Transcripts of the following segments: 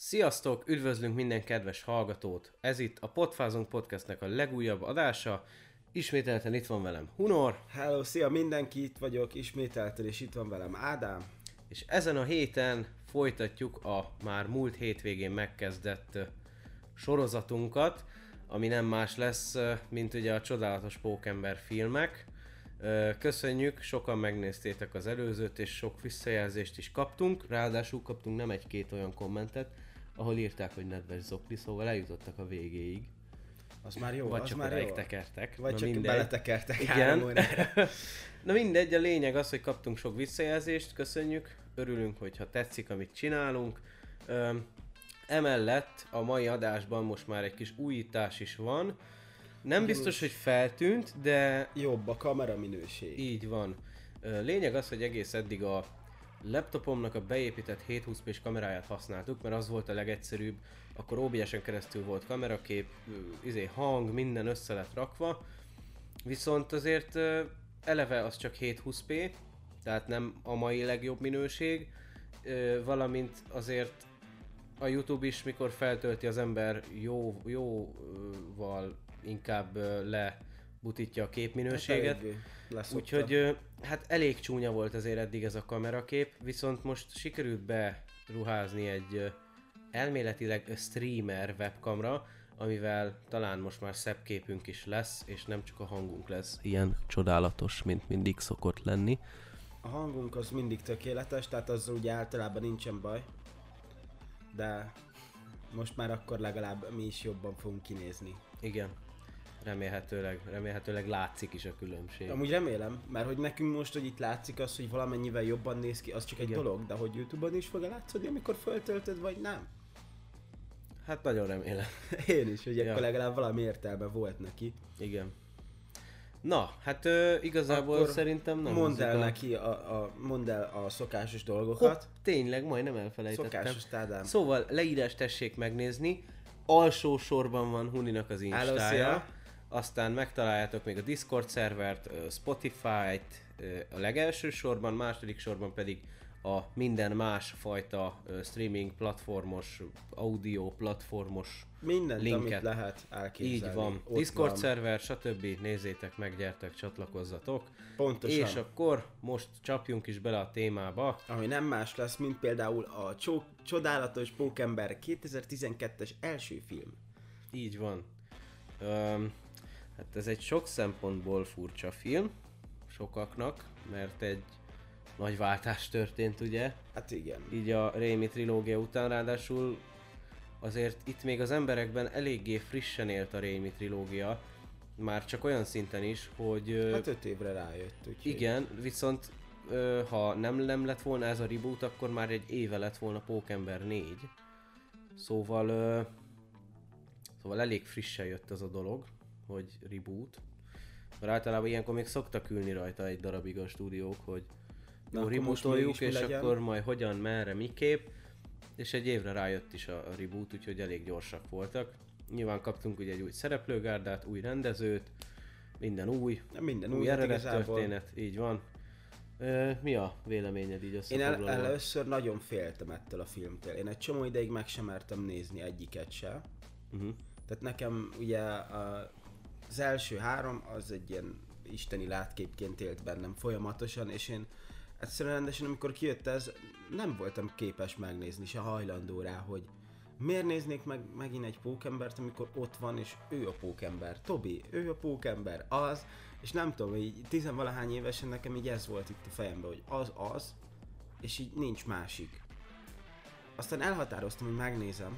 Sziasztok! Üdvözlünk minden kedves hallgatót! Ez itt a Podfázunk Podcastnek a legújabb adása. Ismételten itt van velem Hunor. Hello, szia mindenki, itt vagyok ismételten, és itt van velem Ádám. És ezen a héten folytatjuk a már múlt hétvégén megkezdett sorozatunkat, ami nem más lesz, mint ugye a csodálatos Pókember filmek. Köszönjük, sokan megnéztétek az előzőt, és sok visszajelzést is kaptunk. Ráadásul kaptunk nem egy-két olyan kommentet, ahol írták, hogy nedves zokni, szóval eljutottak a végéig. Az már jó, vagy az csak már odáig jó. tekertek. Vagy Na csak mindegy. beletekertek. Igen. Na mindegy, a lényeg az, hogy kaptunk sok visszajelzést, köszönjük, örülünk, hogyha tetszik, amit csinálunk. Emellett a mai adásban most már egy kis újítás is van. Nem biztos, hogy feltűnt, de Jobb a kamera minőség. így van. Lényeg az, hogy egész eddig a laptopomnak a beépített 720p-s kameráját használtuk, mert az volt a legegyszerűbb. Akkor OBS-en keresztül volt kamerakép, hang, minden össze lett rakva. Viszont azért eleve az csak 720p, tehát nem a mai legjobb minőség, valamint azért a YouTube is, mikor feltölti az ember jóval inkább lebutítja a képminőséget. Úgyhogy hát elég csúnya volt azért eddig ez a kamerakép, viszont most sikerült beruházni egy elméletileg streamer webkamra, amivel talán most már szebb képünk is lesz, és nem csak a hangunk lesz ilyen csodálatos, mint mindig szokott lenni. A hangunk az mindig tökéletes, tehát azzal ugye általában nincsen baj. De most már akkor legalább mi is jobban fogunk kinézni. Igen, remélhetőleg látszik is a különbség. Amúgy remélem, mert hogy nekünk most, hogy itt látszik az, hogy valamennyivel jobban néz ki, az csak egy Igen. dolog, de hogy YouTube-on is fog látszani, amikor föltöltöd, vagy nem? Hát nagyon remélem. Én is, hogy Ja. akkor legalább valami értelme volt neki. Igen. Na, hát igazából Akkor szerintem nem mondd el hozzuk neki mondd el a szokásos dolgokat. Tényleg, majdnem elfelejtettem. Szokásos, Ádám. Szóval leírást tessék megnézni, alsó sorban van Huninak az Hello, instája, szia. aztán megtaláljátok még a Discord szervert, Spotify-t a legelső sorban, második sorban pedig a minden más fajta streaming platformos, audio platformos Mindent, linket. amit lehet elképzelni. Így van. Ott Discord van. szerver, stb. Nézzétek meg, gyertek, csatlakozzatok. Pontosan. És akkor most csapjunk is bele a témába. Ami nem más lesz, mint például a csodálatos Pókember 2012-es első film. Így van. Hát ez egy sok szempontból furcsa film, sokaknak, mert egy nagy váltás történt, ugye? Hát igen. Így a Raimi trilógia után, ráadásul azért itt még az emberekben eléggé frissen élt a Raimi trilógia, már csak olyan szinten is, hogy... Hát 5 évre rájött, úgyhogy... Igen, viszont ha nem lett volna ez a reboot, akkor már egy éve lett volna Pókember 4. Szóval elég frissen jött ez a dolog, hogy reboot. Mert általában ilyenkor még szoktak ülni rajta egy darabig a stúdiók, hogy Na, jó, akkor most rebootoljuk, mégis mi és legyen? akkor majd hogyan, merre, miképp. És egy évre rájött is a reboot, úgyhogy elég gyorsak voltak. Nyilván kaptunk ugye egy új szereplőgárdát, új rendezőt, minden új, Minden új új, hát eredet igazából. történet, így van. Mi a véleményed így Én összefoglalóan? először nagyon féltem ettől a filmtől. Én egy csomó ideig meg sem mertem nézni egyiket se. Tehát nekem ugye az első 3 az egy ilyen isteni látképként élt bennem folyamatosan, és én egyszerűen rendesen, amikor kijött ez, nem voltam képes megnézni, se hajlandó rá, hogy miért néznék meg megint egy pókembert, amikor ott van, és ő a pókember. Tobi, ő a pókember, az, és nem tudom, így tizenvalahány évesen nekem így ez volt itt a fejemben, hogy az, és így nincs másik. Aztán elhatároztam, hogy megnézem,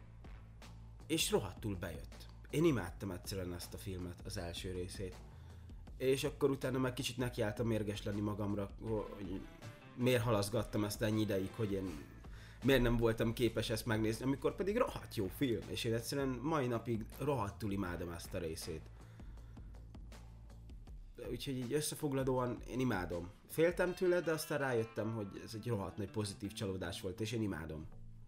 és rohadtul bejött. Én imádtam egyszerűen ezt a filmet, az első részét. És akkor utána meg kicsit nekiálltam mérges lenni magamra, hogy miért halaszgattam ezt ennyi ideig, hogy én miért nem voltam képes ezt megnézni, amikor pedig rohadt jó film, és én egyszerűen mai napig rohadtul imádom ezt a részét. Úgyhogy így összefoglalóan én imádom. Féltem tőle, de aztán rájöttem, hogy ez egy rohadt nagy pozitív csalódás volt, és én imádom.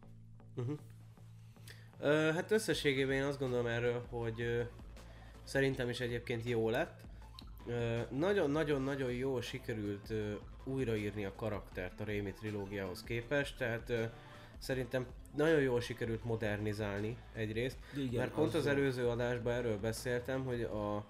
Hát összességében én azt gondolom erről, hogy szerintem is egyébként jó lett. Nagyon-nagyon-nagyon jól sikerült újraírni a karaktert a Raimi trilógiához képest, tehát szerintem nagyon jól sikerült modernizálni egyrészt, Igen, mert pont az előző adásban erről beszéltem, hogy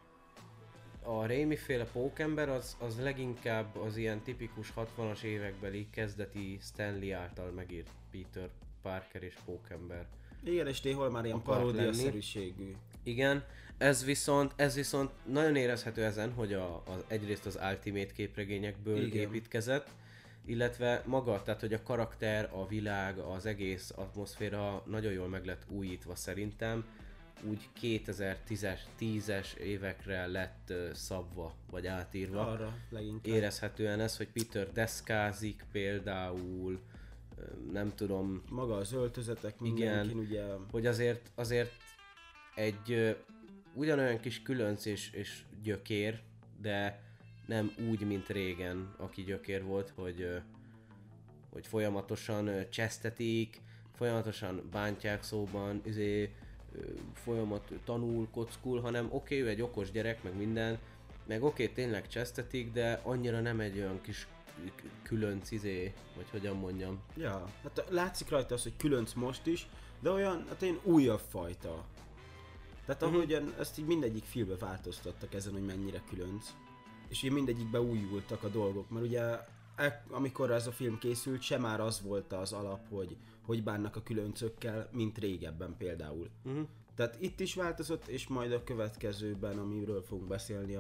a Raimi féle pókember az leginkább az ilyen tipikus 60-as évekbeli kezdeti Stanley által megírt Peter Parker és pókember. Igen, és néhol már ilyen paródiaszerűségű. Igen, ez viszont nagyon érezhető ezen, hogy egyrészt az Ultimate képregényekből építkezett, illetve maga, tehát hogy a karakter, a világ, az egész atmoszféra nagyon jól meg lett újítva szerintem, úgy 2010-es évekre lett szabva, vagy átírva. Arra leginkább. Érezhetően ez, hogy Peter deszkázik például, nem tudom... Maga az öltözetek mindenkin, ugye... Hogy azért egy ugyanolyan kis különc és gyökér, de nem úgy, mint régen, aki gyökér volt, hogy folyamatosan csesztetik, folyamatosan bántják szóban, folyamat tanul, kockul, hanem oké, ő egy okos gyerek, meg minden, meg oké, tényleg csesztetik, de annyira nem egy olyan kis különc, vagy hogyan mondjam. Ja, hát látszik rajta az, hogy különc most is, de olyan, hát ilyen újabb fajta. Tehát ahogyan ezt így mindegyik filmbe változtattak ezen, hogy mennyire különc. És ugye mindegyikbe újultak a dolgok, mert ugye amikor ez a film készült, sem már az volt az alap, hogy bánnak a különcökkel, mint régebben például. Tehát itt is változott, és majd a következőben, amiről fogunk beszélni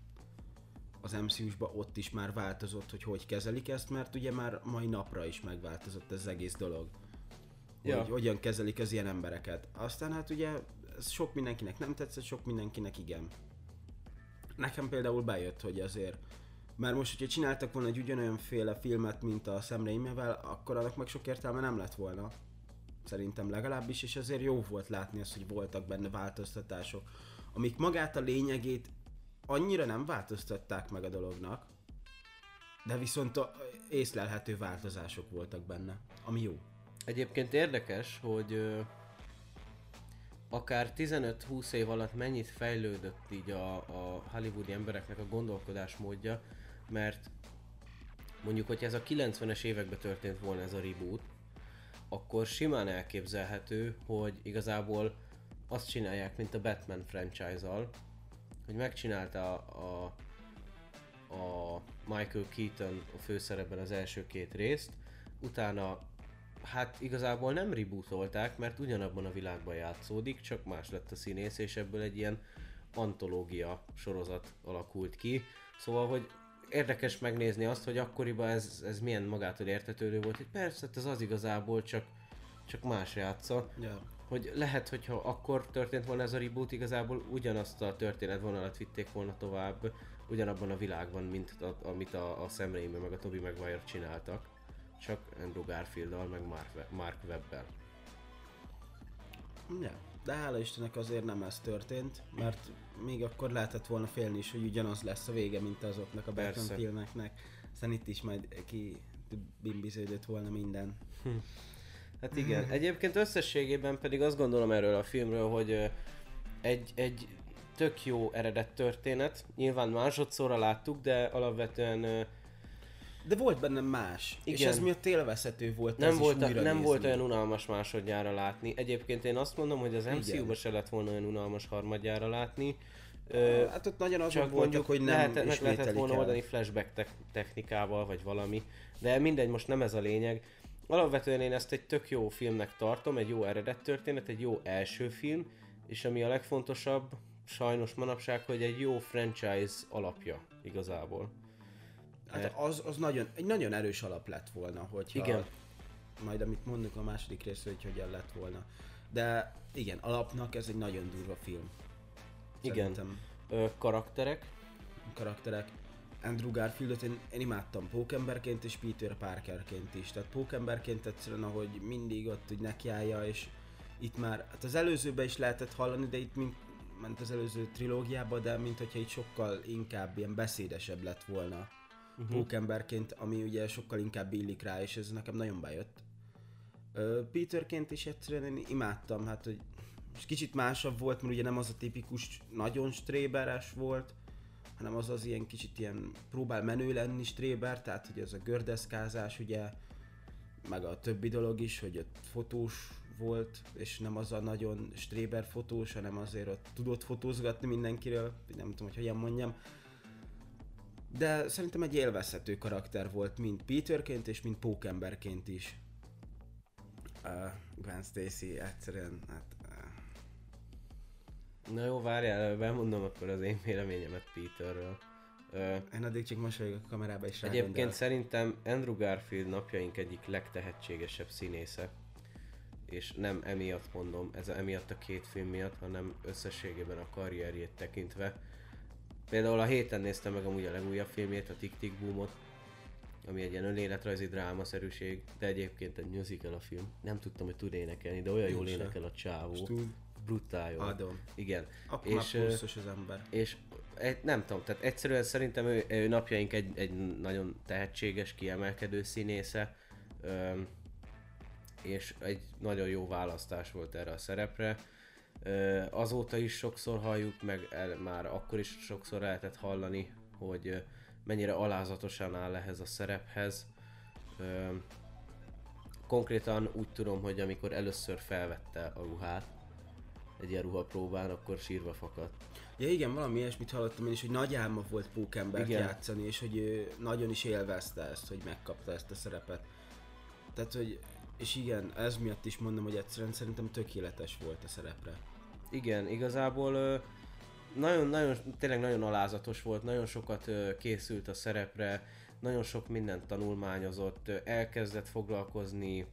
az MCU-sban, ott is már változott, hogy kezelik ezt, mert ugye már mai napra is megváltozott ez az egész dolog. Hogy hogyan kezelik az ilyen embereket. Aztán hát ugye ez sok mindenkinek nem tetszett, sok mindenkinek igen. Nekem például bejött, hogy azért, mert most, hogyha csináltak volna egy ugyanolyan féle filmet, mint a Sam Raimivel, akkor annak meg sok értelme nem lett volna. Szerintem legalábbis, és azért jó volt látni azt, hogy voltak benne változtatások, amik magát a lényegét annyira nem változtatták meg a dolognak, de viszont észlelhető változások voltak benne, ami jó. Egyébként érdekes, hogy akár 15-20 év alatt mennyit fejlődött így a hollywoodi embereknek a gondolkodásmódja, mert mondjuk, hogyha ez a 90-es években történt volna ez a reboot, akkor simán elképzelhető, hogy igazából azt csinálják, mint a Batman franchise-al, hogy megcsinálta a Michael Keaton a főszerepben az első 2 részt, utána hát igazából nem rebootolták, mert ugyanabban a világban játszódik, csak más lett a színész, és ebből egy ilyen antológia sorozat alakult ki. Szóval, hogy érdekes megnézni azt, hogy akkoriban ez milyen magától értetődő volt, hogy persze, ez az igazából, csak más játsza. Yeah. Hogy lehet, hogyha akkor történt volna ez a reboot, igazából ugyanazt a történetvonalat vitték volna tovább, ugyanabban a világban, mint amit a Sam Raimi meg a Tobey Maguire csináltak. Csak Andrew Garfield-dal, meg Mark Webb-el. Ja, de hála Istennek azért nem ez történt, mert még akkor lehetett volna félni is, hogy ugyanaz lesz a vége, mint azoknak a Batman filmeknek. Aztán itt is majd bimbiződött volna minden. Hát igen, egyébként összességében pedig azt gondolom erről a filmről, hogy egy tök jó eredet történet. Nyilván másodszorra láttuk, de alapvetően... De volt bennem más, igen. És ez miatt élvezhető volt. Nem volt olyan unalmas másodjára látni. Egyébként én azt mondom, hogy az MCU-ba se lett volna olyan unalmas harmadjára látni. Hát ott nagyon azok voltak, hogy nem lehetett volna oldani flashback technikával, vagy valami. De mindegy, most nem ez a lényeg. Alapvetően én ezt egy tök jó filmnek tartom, egy jó eredet történet, egy jó első film, és ami a legfontosabb, sajnos manapság, hogy egy jó franchise alapja igazából. Hát az nagyon, egy nagyon erős alap lett volna, hogyha igen. Majd amit mondjuk a második részről, hogy hogyan lett volna. De igen, alapnak ez egy nagyon durva film. Igen. Karakterek? Andrew Garfieldot én imádtam pókemberként és Peter Parkerként is. Tehát pókemberként egyszerűen, ahogy mindig ott úgy nekiállja, és itt már, hát az előzőben is lehetett hallani, de itt ment az előző trilógiában, de mint hogyha itt sokkal inkább ilyen beszédesebb lett volna pókemberként, ami ugye sokkal inkább illik rá, és ez nekem nagyon bejött. Peterként is egyszerűen én imádtam, hát hogy most kicsit másabb volt, mert ugye nem az a tipikus nagyon stréberes volt, hanem az ilyen kicsit ilyen próbál menő lenni stréber, tehát hogy az a gördeszkázás ugye meg a többi dolog is, hogy ott fotós volt, és nem az a nagyon stréber fotós, hanem azért ott tudott fotózgatni mindenkiről, nem tudom, hogy hogyan mondjam. De szerintem egy élvezhető karakter volt, mind Peterként és mind pókemberként is. Gwen Stacy egyszerűen, hát... Na jó, várjál, bemondom akkor az én véleményemet Peterről. Én addig csak mosolyogok a kamerába is Egyébként szerintem Andrew Garfield napjaink egyik legtehetségesebb színésze. És nem emiatt mondom, emiatt a két film miatt, hanem összességében a karrierjét tekintve. Például a héten néztem meg amúgy a legújabb filmjét, a Tick Tick Boomot, ami egy ilyen önéletrajzi drámaszerűség, de egyébként egy musical a film. Nem tudtam, hogy tud énekelni, de olyan jól énekel a csávó. Brutál jó. Adom. Igen. Akkor és, már pluszos az ember. És nem tudom, tehát egyszerűen szerintem ő napjaink egy nagyon tehetséges, kiemelkedő színésze, és egy nagyon jó választás volt erre a szerepre. Azóta is sokszor halljuk, meg már akkor is sokszor lehetett hallani, hogy mennyire alázatosan áll ehhez a szerephez. Konkrétan úgy tudom, hogy amikor először felvette a ruhát, egy ilyen ruhapróbán, akkor sírva fakadt. Ja igen, valami ilyesmit hallottam én is, hogy nagy álma volt pókembert játszani, és hogy ő nagyon is élvezte ezt, hogy megkapta ezt a szerepet. Tehát, hogy, és igen, ez miatt is mondom, hogy egyszerűen szerintem tökéletes volt a szerepre. Igen, igazából tényleg nagyon alázatos volt, nagyon sokat készült a szerepre, nagyon sok mindent tanulmányozott, elkezdett foglalkozni,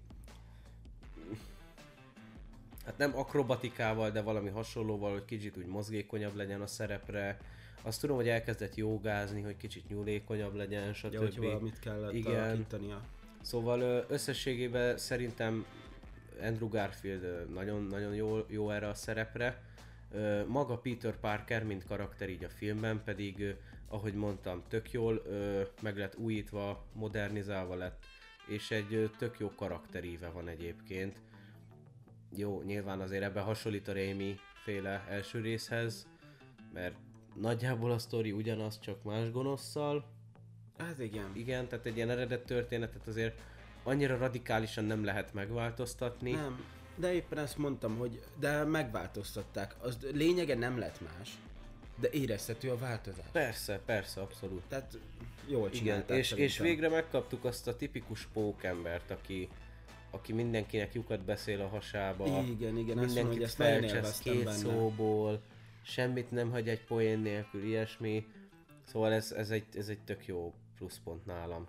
hát nem akrobatikával, de valami hasonlóval, hogy kicsit úgy mozgékonyabb legyen a szerepre. Azt tudom, hogy elkezdett jogázni, hogy kicsit nyúlékonyabb legyen, stb. Ja, hogy valamit kellett alakítania. Szóval összességében szerintem Andrew Garfield nagyon jó erre a szerepre. Maga Peter Parker, mint karakter így a filmben pedig, ahogy mondtam, tök jól meg lett újítva, modernizálva lett, és egy tök jó karakteríve van egyébként. Jó, nyilván azért ebben hasonlít a Raimi féle első részhez, mert nagyjából a sztori ugyanaz, csak más gonoszszal. Hát igen. Igen, tehát egy ilyen eredet történetet azért annyira radikálisan nem lehet megváltoztatni. Nem, de éppen ezt mondtam, hogy de megváltoztatták. Az lényege nem lett más, de érezhető a változás. Persze, abszolút. Tehát jól csinálták. Igen, és végre megkaptuk azt a tipikus pókembert, aki mindenkinek lyukat beszél a hasába. Igen, mindenkit felcsesz két szóból, semmit nem hagy egy poén nélkül, ilyesmi. Szóval ez egy tök jó pluszpont nálam.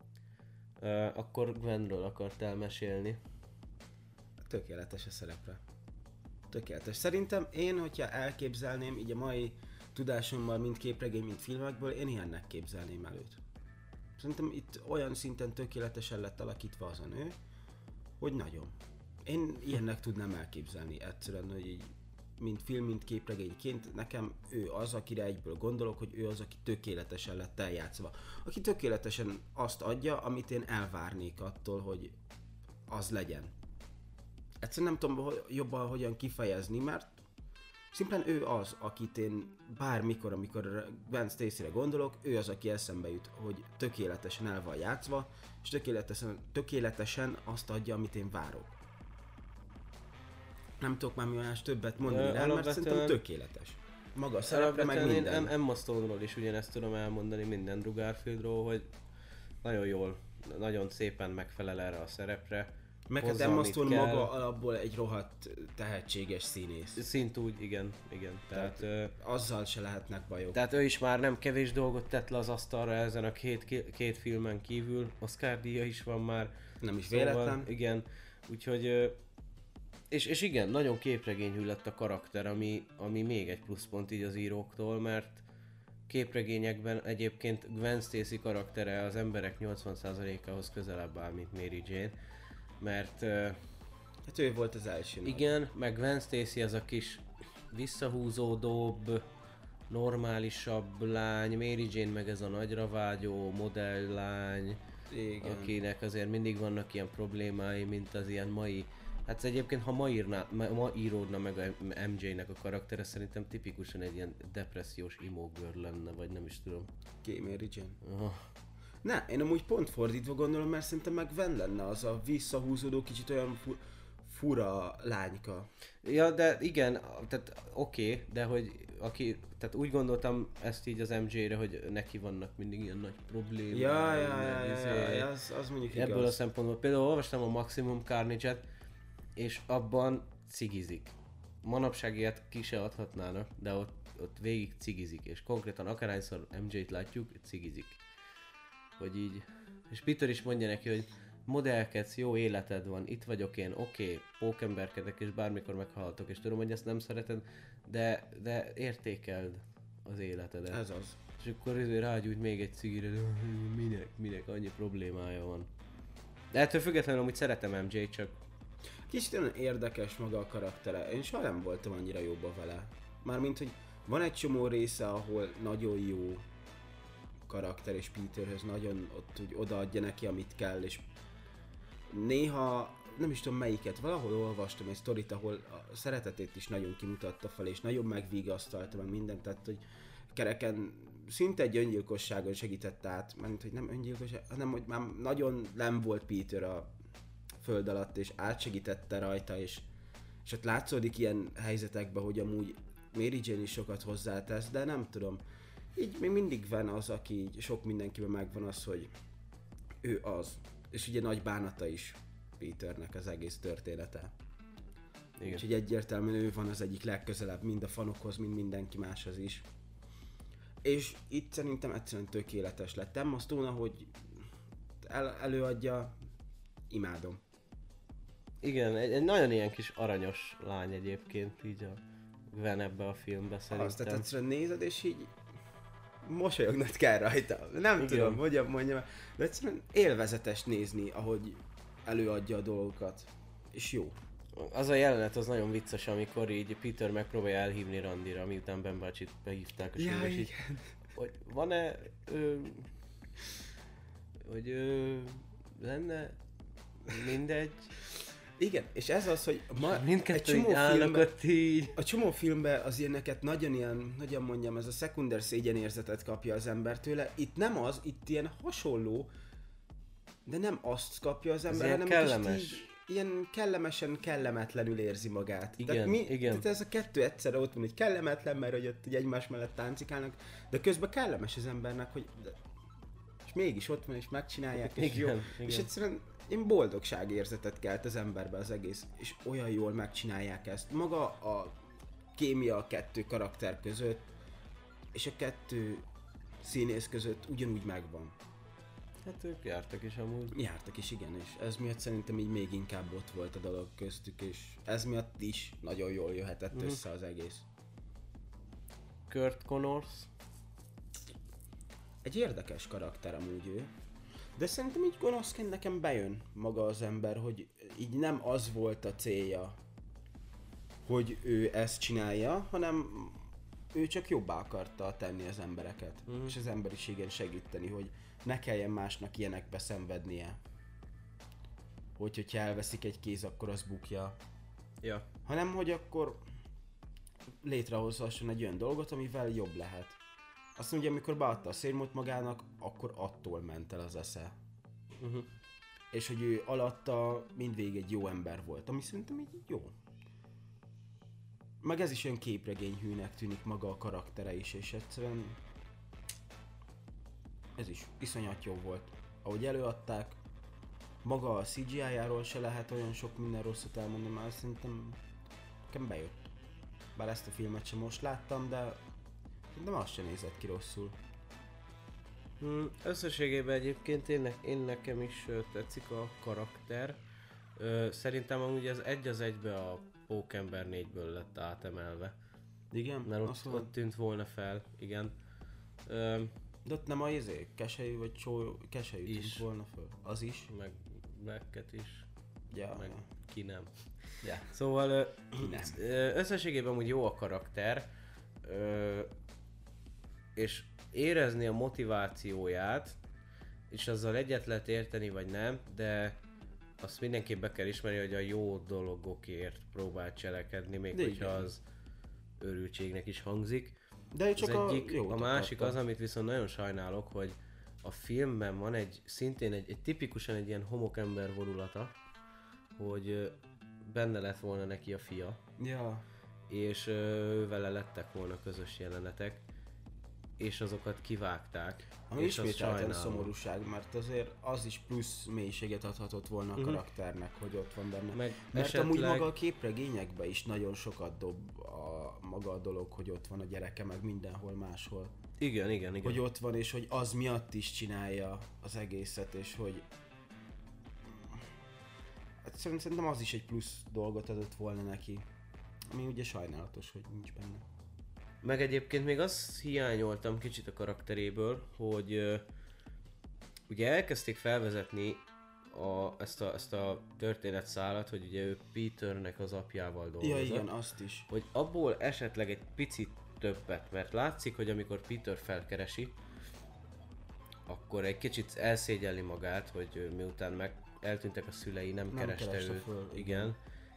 Akkor Gwenről akartál mesélni? Tökéletes a szerepre. Tökéletes. Szerintem én, hogyha elképzelném, így a mai tudásommal, mind képregény, mind filmekből, én ilyennek képzelném előtt. Szerintem itt olyan szinten tökéletesen lett alakítva az a nő, hogy nagyon. Én ilyennek tudnám elképzelni egyszerűen, hogy így mint film, mint képregényként nekem ő az, akire egyből gondolok, hogy ő az, aki tökéletesen lett eljátszva. Aki tökéletesen azt adja, amit én elvárnék attól, hogy az legyen. Egyszerűen nem tudom jobban hogyan kifejezni, mert szimplán ő az, akit én bármikor, amikor Gwen Stacy-re gondolok, ő az, aki eszembe jut, hogy tökéletesen el van játszva, és tökéletesen azt adja, amit én várok. Nem tudok már más többet mondani rá, mert szerintem tökéletes. Maga a szerepre, meg minden. Én Emma Stone-ról is ugyanezt tudom elmondani, minden Andrew Garfieldról, hogy nagyon jól, nagyon szépen megfelel erre a szerepre. Meg hát Emma Stone maga alapból egy rohadt tehetséges színész. Szintúgy, igen. Tehát azzal se lehetnek bajok. Tehát ő is már nem kevés dolgot tett le az asztalra ezen a két filmen kívül. Oscar díja is van már. Nem is véletlen. Igen, úgyhogy... És igen, nagyon képregényű lett a karakter, ami még egy pluszpont így az íróktól, mert képregényekben egyébként Gwen Stacy karaktere az emberek 80%-ához közelebb áll, mint Mary Jane, mert... hát ő volt az első. Igen, meg Gwen Stacy az a kis visszahúzódóbb, normálisabb lány, Mary Jane meg ez a nagyra vágyó modelllány, igen. Akinek azért mindig vannak ilyen problémái, mint az ilyen mai... Hát egyébként, ha ma íródna meg a MJ-nek a karaktere, szerintem tipikusan egy ilyen depressziós emo girl lenne, vagy nem is tudom. Ki, Mary Jane? Ne, én amúgy pont fordítva gondolom, mert szerintem meg Gwen lenne az a visszahúzódó, kicsit olyan fura lányka. Ja, de igen, tehát oké, de hogy tehát úgy gondoltam ezt így az MJ-re, hogy neki vannak mindig ilyen nagy problémák. Ja, az mondjuk igaz. Ebből a szempontból például olvastam a Maximum Carnage-et, és abban cigizik. Manapság ilyet ki se adhatnának, de ott végig cigizik, és konkrétan akárhányszor MJ-t látjuk, cigizik. Hogy így, és Peter is mondja neki, hogy modellkedsz, jó életed van, itt vagyok én, oké, pókemberkedek, és bármikor meghaltok, és tudom, hogy ezt nem szereted, de értékeld az életedet. Ez az. És akkor rágyújt még egy cigire, de minek, annyi problémája van. De ettől függetlenül amúgy szeretem MJ-t, csak... Kicsit olyan érdekes maga a karaktere, én soha nem voltam annyira jobban vele. Mármint, hogy van egy csomó része, ahol nagyon jó karakter, és Peterhöz nagyon ott úgy odaadja neki, amit kell, és néha, nem is tudom melyiket, valahol olvastam egy sztorit, ahol a szeretetét is nagyon kimutatta fel, és nagyon megvigasztalta meg mindent, tehát hogy kereken szinte egy öngyilkosságon segített át, mert hogy nem öngyilkosság, hanem hogy már nagyon nem volt Peter a föld alatt, és átsegítette rajta, és ott látszódik ilyen helyzetekben, hogy amúgy Mary Jane is sokat hozzátesz, de nem tudom. Így még mindig van az, aki így sok mindenkiben megvan az, hogy ő az. És ugye nagy bánata is Peternek az egész története. Igen. Úgyhogy egyértelműen ő van az egyik legközelebb mind a fanokhoz, mind mindenki máshoz is. És itt szerintem egyszerűen tökéletes lett. Emma Stone, ahogy előadja, imádom. Igen, egy nagyon ilyen kis aranyos lány egyébként, így a Gwen ebbe a filmbe szerintem. Azt, tehát egyszerűen nézed, és így mosolyognod kell rajta. Nem igen. Tudom, hogyan mondjam, de egyszerűen élvezetes nézni, ahogy előadja a dolgokat. És jó. Az a jelenet az nagyon vicces, amikor így Peter megpróbálja elhívni Randira, miután Ben bácsit behívták a filmbe, és így, hogy van-e, hogy lenne mindegy. Igen, és ez az, hogy mindkettő így állnak ott így. A csomó filmben az ilyeneket nagyon ilyen, hogyan mondjam, ez a szekunder szégyenérzetet kapja az ember tőle. Itt nem az, itt ilyen hasonló, de nem azt kapja az ember, hanem kellemes. Ilyen kellemesen kellemetlenül érzi magát. Igen, igen. Tehát ez a kettő egyszerre ott van, hogy kellemetlen, mert hogy ott egymás mellett táncikálnak, de közben kellemes az embernek, hogy és mégis ott van, és megcsinálják, és igen, jó. Igen. És egyszerűen én boldogságérzetet kelt az emberbe az egész, és olyan jól megcsinálják ezt. Maga a kémia a kettő karakter között, és a kettő színész között ugyanúgy megvan. Hát ők jártak is amúgy. Jártak is, igen, és ez miatt szerintem így még inkább ott volt a dolog köztük, és ez miatt is nagyon jól jöhetett össze az egész. Kurt Connors. Egy érdekes karakter amúgy ő. De szerintem így gonoszként nekem bejön maga az ember, hogy így nem az volt a célja, hogy ő ezt csinálja, hanem ő csak jobbá akarta tenni az embereket. És az emberiségen segíteni, hogy ne kelljen másnak ilyenekbe szenvednie. Hogyha elveszik egy kéz, akkor az bukja. Ja. Hanem, hogy akkor létrehozhasson egy olyan dolgot, amivel jobb lehet. Azt mondja, amikor beadta a szérmót magának, akkor attól ment el az esze. És hogy ő alatta mindvégig egy jó ember volt, ami szerintem így jó. Meg ez is olyan képregényhűnek tűnik maga a karaktere is, és egyszerűen ez is iszonyat jó volt. Ahogy előadták, maga a CGI-járól se lehet olyan sok minden rosszat elmondani, már szerintem nekem bejött. Bár ezt a filmet sem most láttam, de azt sem nézett ki rosszul. Összességében egyébként én nekem is tetszik a karakter. Szerintem amúgy ez egy az egybe a Pókember 4-ből lett átemelve. Igen? Mert ott tűnt volna fel, igen. De ott nem a keselyű vagy keselyű tűnt volna fel. Az is. Meg Becket is. Ja. Meg ki nem. Ja. Szóval összességében amúgy jó a karakter. És érezni a motivációját, és azzal egyet lehet érteni vagy nem, de azt mindenképp be kell ismerni, hogy a jó dolgokért próbál cselekedni, még de hogyha igen. Az őrültségnek is hangzik. De csak az egyik, a másik az, amit viszont nagyon sajnálok, hogy a filmben van szintén egy tipikusan egy ilyen homokember vonulata, hogy benne lett volna neki a fia, Ja. és vele lettek volna közös jelenetek, és azokat kivágták. Ami és azt ismételten sajnálom. szomorúság, mert azért az is plusz mélységet adhatott volna a karakternek, hogy ott van benne. Meg Mert amúgy maga a képregényekben is nagyon sokat dob maga a dolog, hogy ott van a gyereke, meg mindenhol máshol. Igen. Hogy ott van, és hogy az miatt is csinálja az egészet, és hogy... Hát szerintem az is egy plusz dolgot adott volna neki. Ami ugye sajnálatos, hogy nincs benne. Meg egyébként még azt hiányoltam kicsit a karakteréből, hogy ugye elkezdték felvezetni ezt a történetszálat, hogy ugye ő Peternek az apjával dolgozott. Ja igen, azt is. Hogy abból esetleg egy picit többet, mert látszik, hogy amikor Peter felkeresi, akkor egy kicsit elszégyelli magát, hogy miután eltűntek a szülei, nem kereste őt. Föl, igen.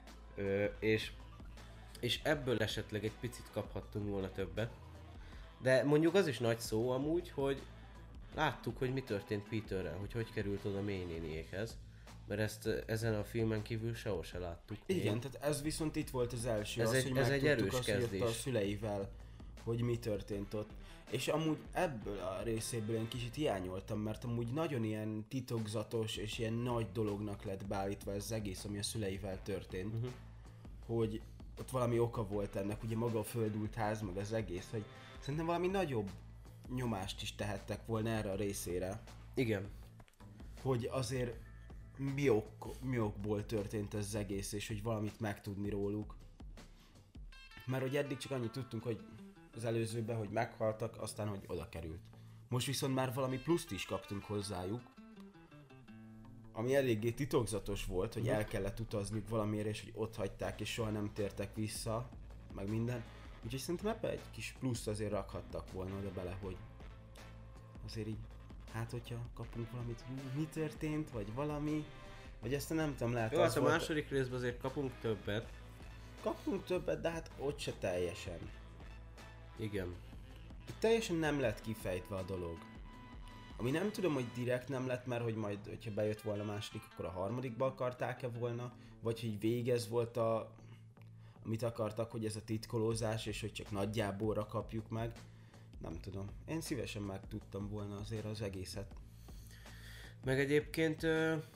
És ebből esetleg egy picit kaphattunk volna többet. De mondjuk az is nagy szó amúgy, hogy láttuk, hogy mi történt Peterrel, hogy került oda Mélynéniékhez. Mert ezt ezen a filmen kívül sehol se láttuk. Igen, tehát ez viszont itt volt az első, ez hogy egy erős azt, kezdés. hogy ott a szüleivel, hogy mi történt ott. És amúgy ebből a részéből én kicsit hiányoltam, mert amúgy nagyon ilyen titokzatos és ilyen nagy dolognak lett beállítva ez az egész, ami a szüleivel történt. Hogy ott valami oka volt ennek, ugye maga a földult ház, meg az egész, hogy szerintem valami nagyobb nyomást is tehettek volna erre a részére. Igen. Hogy azért mi okból történt ez az egész, és hogy valamit megtudni róluk. Mert hogy eddig csak annyit tudtunk, hogy az előzőben, hogy meghaltak, aztán, hogy oda került. Most viszont már valami pluszt is kaptunk hozzájuk, ami eléggé titokzatos volt, hogy el kellett utazniuk valamiért, és hogy ott hagyták, és soha nem tértek vissza, meg minden. Úgyhogy szerintem ebbe egy kis pluszt azért rakhattak volna oda bele, hogy azért így, hát hogyha kapunk valamit, mi történt, vagy valami, vagy ezt nem tudom, lehet Jó, az hát a volt, második részben azért kapunk többet. kapunk többet, de hát ott se teljesen. Igen. Itt teljesen nem lett kifejtve a dolog. Ami nem tudom, hogy direkt nem lett, mert hogy majd, hogyha bejött volna a második, akkor a harmadikba akarták-e volna, vagy hogy végez volt amit akartak, hogy ez a titkolózás, és hogy csak nagyjábbolra kapjuk meg. Nem tudom. Én szívesen meg tudtam volna azért az egészet. Meg egyébként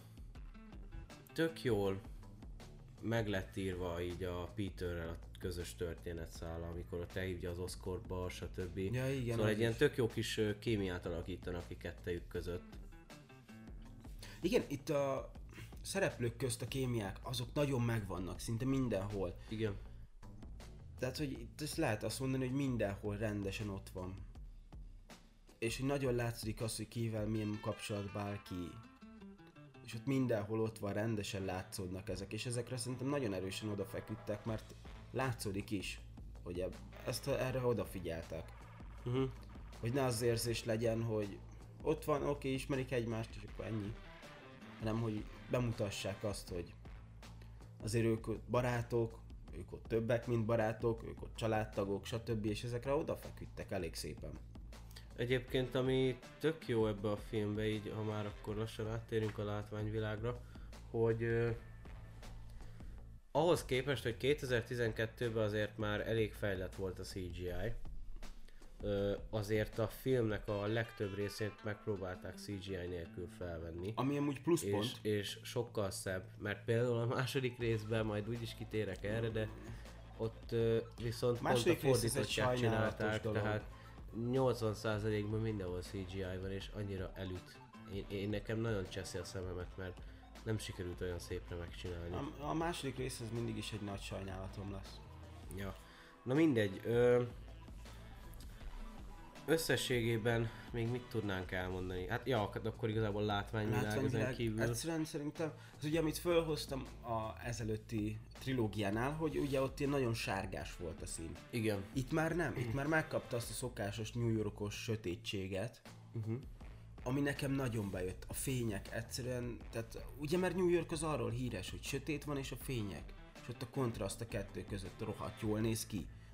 tök jól meg lett írva így a Peterrel a közös történetszála, amikor ott elhívja az Oscorba, stb. Ja, igen, szóval az egy ilyen is. tök jó kis kémiát alakítanak ki kettejük között. Igen, itt a szereplők közt a kémiák, azok nagyon megvannak, szinte mindenhol. Igen. Tehát, hogy itt ezt lehet azt mondani, hogy mindenhol rendesen ott van. És hogy nagyon látszik az, hogy kivel milyen kapcsolatban áll ki. És ott mindenhol ott van, rendesen látszódnak ezek. És ezekre szerintem nagyon erősen odafeküdtek, mert látszódik is, hogy erre odafigyeltek. Hogy ne az érzés legyen, hogy ott van, oké, ismerik egymást, és akkor ennyi. Hanem, hogy bemutassák azt, hogy azért ők ott barátok, ők ott többek, mint barátok, ők ott családtagok, stb. És ezekre odafeküdtek elég szépen. Egyébként ami tök jó ebbe a filmbe, így ha már akkor lassan áttérünk a látványvilágra, hogy ahhoz képest, hogy 2012-ben azért már elég fejlett volt a CGI, azért a filmnek a legtöbb részét megpróbálták CGI nélkül felvenni. Ami amúgy pluszpont. És sokkal szebb, mert például a második részben majd úgyis kitérek erre, de ott viszont Második pont a rész ez egy fordítottját sajnálatos csinálták, dolog. tehát 80%-ban mindenhol CGI van és annyira elüt. Én nekem nagyon cseszi a szememet, mert nem sikerült olyan szépre megcsinálni. A második rész az mindig is egy nagy sajnálatom lesz. Ja. Na mindegy, összességében még mit tudnánk elmondani? Hát ja, akkor igazából látványvilág ezen kívül. Egyszerűen szerintem, az ugye amit fölhoztam a ezelőtti trilógiánál, hogy ugye ott ilyen nagyon sárgás volt a szín. Igen. Itt már nem, itt már megkapta azt a szokásos New Yorkos sötétséget, ami nekem nagyon bejött. A fények egyszerűen, tehát ugye mert New York az arról híres, hogy sötét van és a fények, és ott a kontraszt a kettő között rohadt jól néz ki.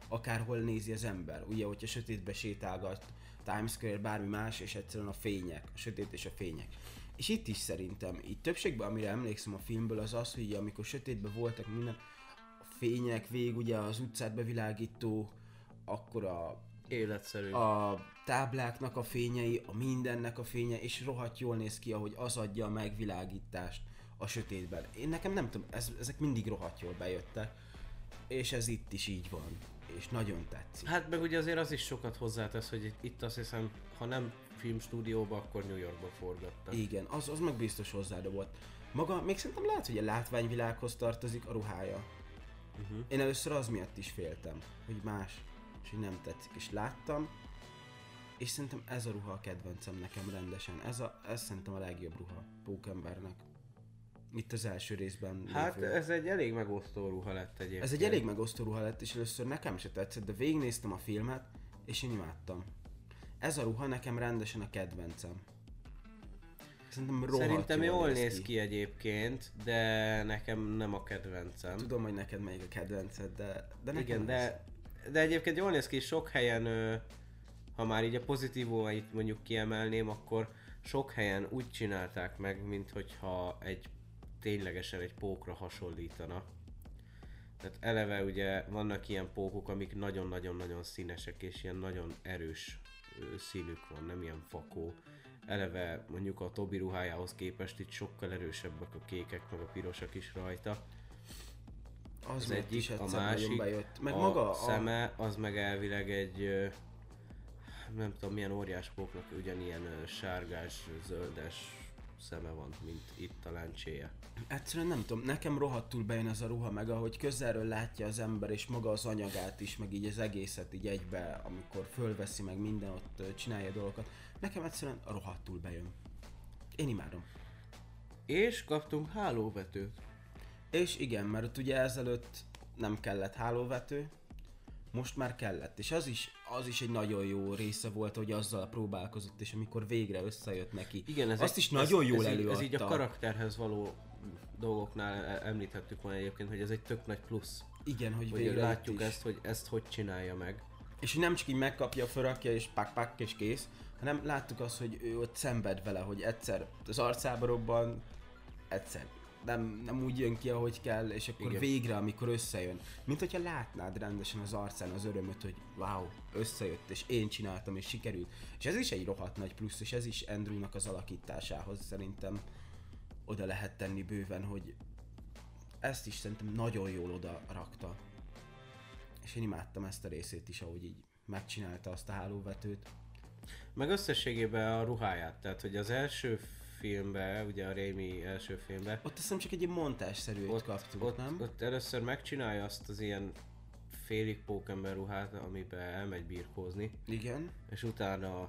akárhol nézi az ember. Ugye, hogyha sötétbe sétálgat, Times Square, bármi más, és egyszerűen a fények, a sötét és a fények. És itt is szerintem, így többségben, amire emlékszem a filmből, az az, hogy amikor sötétben voltak minden, a fények, végig ugye az utcát bevilágító, akkor Életszerű. a tábláknak a fényei, a mindennek a fénye, és rohadt jól néz ki, ahogy az adja a megvilágítást a sötétben. Én nekem nem tudom, ezek mindig rohadt jól bejöttek, és ez itt is így van, és nagyon tetszik. Hát meg ugye azért az is sokat hozzátesz, hogy itt azt hiszem, ha nem filmstúdióba, akkor New Yorkba forgattak. Igen, az meg biztos hozzádobott. Maga, még szerintem lehet, hogy a látványvilághoz tartozik a ruhája. Én először az miatt is féltem, hogy más, és hogy nem tetszik, és láttam, és szerintem ez a ruha a kedvencem nekem rendesen. Ez szerintem a legjobb ruha Pókembernek. Itt az első részben Hát lévő. ez egy elég megosztó ruha lett egyébként. Ez egy elég megosztó ruha lett, és először nekem se tetszett, de végignéztem a filmet, és én imádtam. Ez a ruha nekem rendesen a kedvencem. Szerintem rohadt Szerintem jól néz ki. ki egyébként, de nekem nem a kedvencem. Tudom, hogy neked melyik a kedvenced, de nekem Igen, ez. de egyébként jól néz ki, sok helyen, ha már így a pozitívumait mondjuk kiemelném, akkor sok helyen úgy csinálták meg, mint hogyha ténylegesen egy pókra hasonlítana. Tehát eleve ugye vannak ilyen pókok, amik nagyon-nagyon-nagyon színesek, és ilyen nagyon erős színük van, nem ilyen fakó. Eleve mondjuk a Tobi ruhájához képest itt sokkal erősebbek a kékek, meg a pirosak is rajta. Az egyik, is a egyszer másik, nagyon bejött. Meg a maga szeme, az meg elvileg egy, nem tudom milyen óriás póknak ugyanilyen sárgás, zöldes szeme van, mint itt a lencséje. Egyszerűen nem tudom, nekem rohadtul bejön ez a ruha, meg ahogy közelről látja az ember, és maga az anyagát is, meg így az egészet így egybe, amikor fölveszi, meg minden ott csinálja dolgokat. Nekem egyszerűen rohadtul bejön. Én imádom. És kaptunk hálóvetőt. És igen, mert ott ugye ezelőtt nem kellett hálóvető, most már kellett. És az is egy nagyon jó része volt, hogy azzal próbálkozott, és amikor végre összejött neki. Igen, azt is nagyon jól ez előadta. Ez így a karakterhez való dolgoknál említhettük volna egyébként, hogy ez egy tök nagy plusz. Igen, hogy Hogy végre látjuk itt is. ezt, hogy ezt hogy csinálja meg. És hogy nem csak így megkapja, fölrakja és pak és kész, hanem láttuk azt, hogy ő ott szenved vele, hogy egyszer az arcába robban, egyszer nem úgy jön ki, ahogy kell, és akkor Igen. végre, amikor összejön. Mint hogyha látnád rendesen az arcán az örömöt, hogy wow, összejött, és én csináltam, és sikerült. És ez is egy rohadt nagy plusz, és ez is Andrewnak az alakításához szerintem oda lehet tenni bőven, hogy ezt is szerintem nagyon jól oda rakta. És én imádtam ezt a részét is, ahogy így megcsinálta azt a hálóvetőt. Meg összességében a ruháját, tehát hogy az első filmben, ugye a Raimi első filmben, Ott azt hiszem csak egy ilyen montásszerűt kaptuk, nem? ott először megcsinálja azt az ilyen félig pókember ruhát, amiben elmegy birkózni, Igen. és utána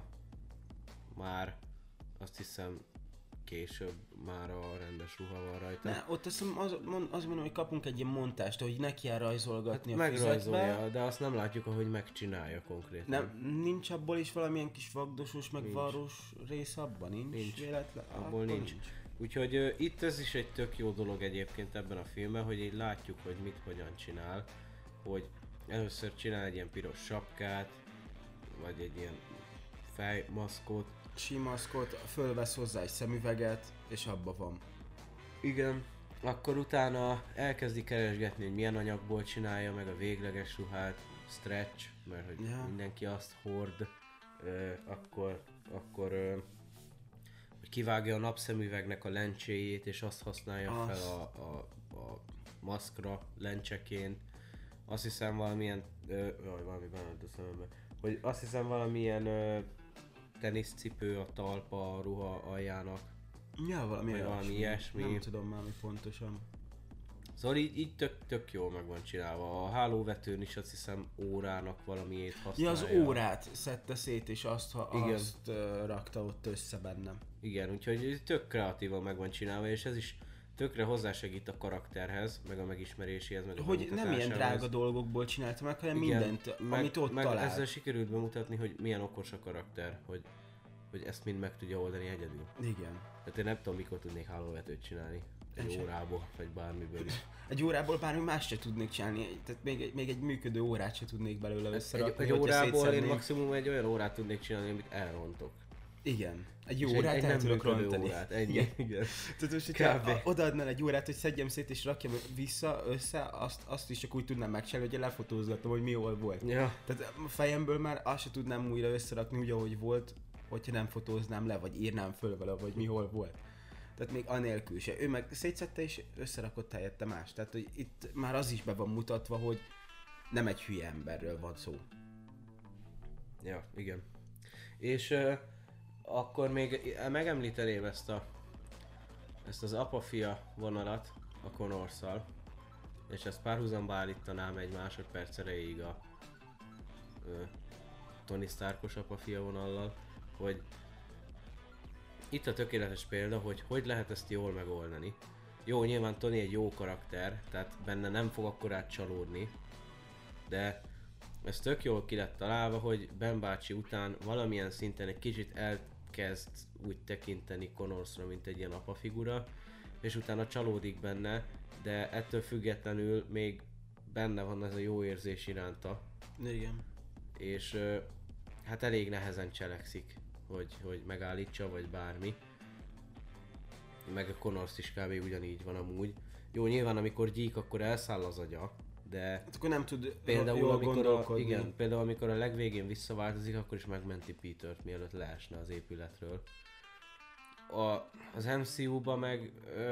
már azt hiszem később már a rendes ruha van rajta. Ne, ott azt hiszem az mondom, hogy kapunk egy ilyen montást, hogy neki kell rajzolgatni a Megrajzolja, füzetbe. de azt nem látjuk, ahogy megcsinálja konkrétan. Nem, nincs abból is valamilyen kis vagdosos, meg varros rész abban? Nincs véletlen? Abból Akkor nincs. Úgyhogy itt ez is egy tök jó dolog egyébként ebben a filmben, hogy így látjuk, hogy mit hogyan csinál. Hogy először csinál egy ilyen piros sapkát, vagy egy ilyen fejmaszkot. Simaszkot, fölvesz hozzá egy szemüveget, és abba van. Igen. Akkor utána elkezdi keresgetni, hogy milyen anyagból csinálja meg a végleges ruhát, stretch, mert hogy mindenki azt hord, akkor hogy kivágja a napszemüvegnek a lencséjét, és azt használja fel a maszkra lencseként. Azt hiszem valamilyen, valami benned a szemembe, hogy azt hiszem valamilyen teniszcipő a talpa a ruha aljának. Ja, valami ilyesmi. Nem tudom már mi pontosan. Szóval így tök jól meg van csinálva. A hálóvetőn is azt hiszem órának valamiét használja. Ja, az órát szedte szét, és azt rakta ott össze bennem. Igen, úgyhogy tök kreatívan meg van csinálva, és ez is tökre hozzásegít a karakterhez, meg a megismeréséhez, meg a hogy nem ilyen drága dolgokból csinálta meg, hanem igen, mindent, amit ott meg talált. ezzel sikerült bemutatni, hogy milyen okos a karakter, hogy ezt mind meg tudja oldani egyedül. Igen. Tehát én nem tudom, mikor tudnék hálóvetőt csinálni. egy órából, vagy bármiből is. Egy órából bármi más se tudnék csinálni, tehát még egy működő órát se tudnék belőle összerakni. Egy órából én maximum egy olyan órát tudnék csinálni, amit elrontok. Igen. Egy jó órát el tudok rontani. Órát, ennyi. Igen. Tehát most, hogyha odaadnál egy órát, hogy szedjem szét és rakjam vissza, össze, azt is csak úgy tudnám megcsinálni, hogy lefotózgatom, hogy mi hol volt. Ja. Tehát a fejemből már azt se tudnám újra összerakni úgy, ahogy volt, hogyha nem fotóznám le, vagy írnám föl valahogy, mi hol volt. Tehát még anélkül se. Ő meg szétszedte és összerakott helyette más. Tehát, hogy itt már az is be van mutatva, hogy nem egy hülye emberről van szó. Ja, igen. És akkor még megemlíteném ezt az apa-fia vonalat a Connorsszal, és ezt párhuzamba állítanám egy másodperc erejéig a Tony Starkos apa-fia vonallal, hogy itt a tökéletes példa, hogy lehet ezt jól megoldani. Jó, nyilván Tony egy jó karakter, tehát benne nem fog akkorát csalódni, de ez tök jól ki lett találva, hogy Ben bácsi után valamilyen szinten egy kicsit elkezd úgy tekinteni Connorsra, mint egy ilyen apafigura, és utána csalódik benne, de ettől függetlenül még benne van ez a jó érzés iránta. Igen. És hát elég nehezen cselekszik, hogy megállítsa, vagy bármi. Meg a Connors is kb. Ugyanígy van amúgy. Jó, nyilván amikor gyík, akkor elszáll az agya, de hát akkor nem tud például amikor a legvégén visszaváltozik, akkor is megmenti Petert, mielőtt leesne az épületről. Az MCU-ba meg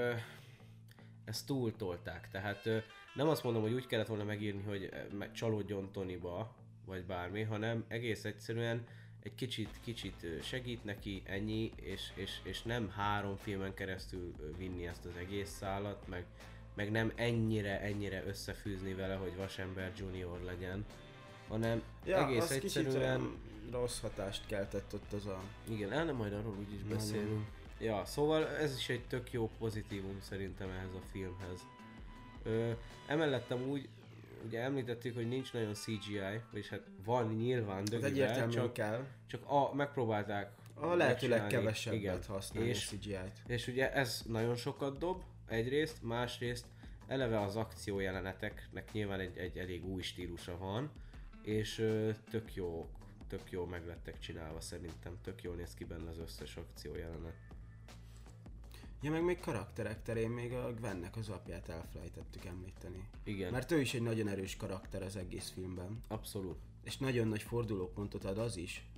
ezt túltolták, tehát nem azt mondom, hogy úgy kellett volna megírni, hogy csalódjon Tonyba, vagy bármi, hanem egész egyszerűen egy kicsit segít neki, ennyi, és nem 3 filmen keresztül vinni ezt az egész szálat, meg nem ennyire összefűzni vele, hogy Vasember Junior legyen, hanem egész egyszerűen... kicsit rossz hatást keltett ott az a... Igen, majd arról úgyis beszélünk. Ja, szóval ez is egy tök jó pozitívum szerintem ehhez a filmhez. Emellettem úgy, ugye említettük, hogy nincs nagyon CGI, vagyis hát van nyilván dögivel, csak megpróbálták a lehetőleg kevesebbet használni a CGI-t. És ugye ez nagyon sokat dob, egyrészt, másrészt eleve az akciójeleneteknek nyilván egy elég új stílusa van, és tök jó meg lettek csinálva szerintem, tök jól néz ki benne az összes akciójelenet. Ja, meg még karakterek terén még a Gwennek az apját elfelejtettük említeni. Igen. Mert ő is egy nagyon erős karakter az egész filmben. Abszolút. És nagyon nagy fordulópontot ad az is.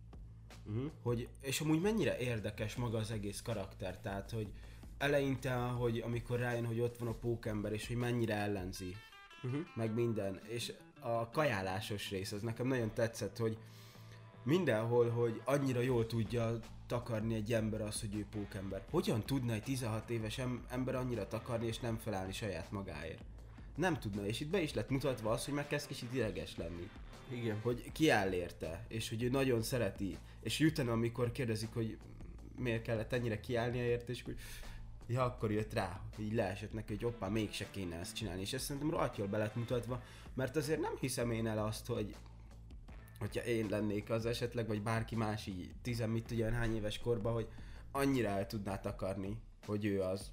Hogy, és amúgy mennyire érdekes maga az egész karakter, tehát hogy eleinte, hogy amikor rájön, hogy ott van a pókember, és hogy mennyire ellenzi, meg minden, és a kajálásos rész, az nekem nagyon tetszett, hogy mindenhol, hogy annyira jól tudja takarni egy ember az, hogy ő pókember. Hogyan tudna egy 16 éves ember annyira takarni és nem felállni saját magáért? Nem tudna, és itt be is lett mutatva az, hogy meg kezd kicsit ideges lenni. Igen. Hogy kiáll érte, és hogy ő nagyon szereti, és utána, amikor kérdezik, hogy miért kellett ennyire kiállnia érte, és hogy ja, akkor jött rá, hogy így leesett neki, hogy hoppá, mégse kéne ezt csinálni, és ezt szerintem rohadt jól be lett mutatva, mert azért nem hiszem én el azt, hogyha én lennék az esetleg, vagy bárki más így 10 mit tudja hány éves korban, hogy annyira el tudná takarni, hogy ő az.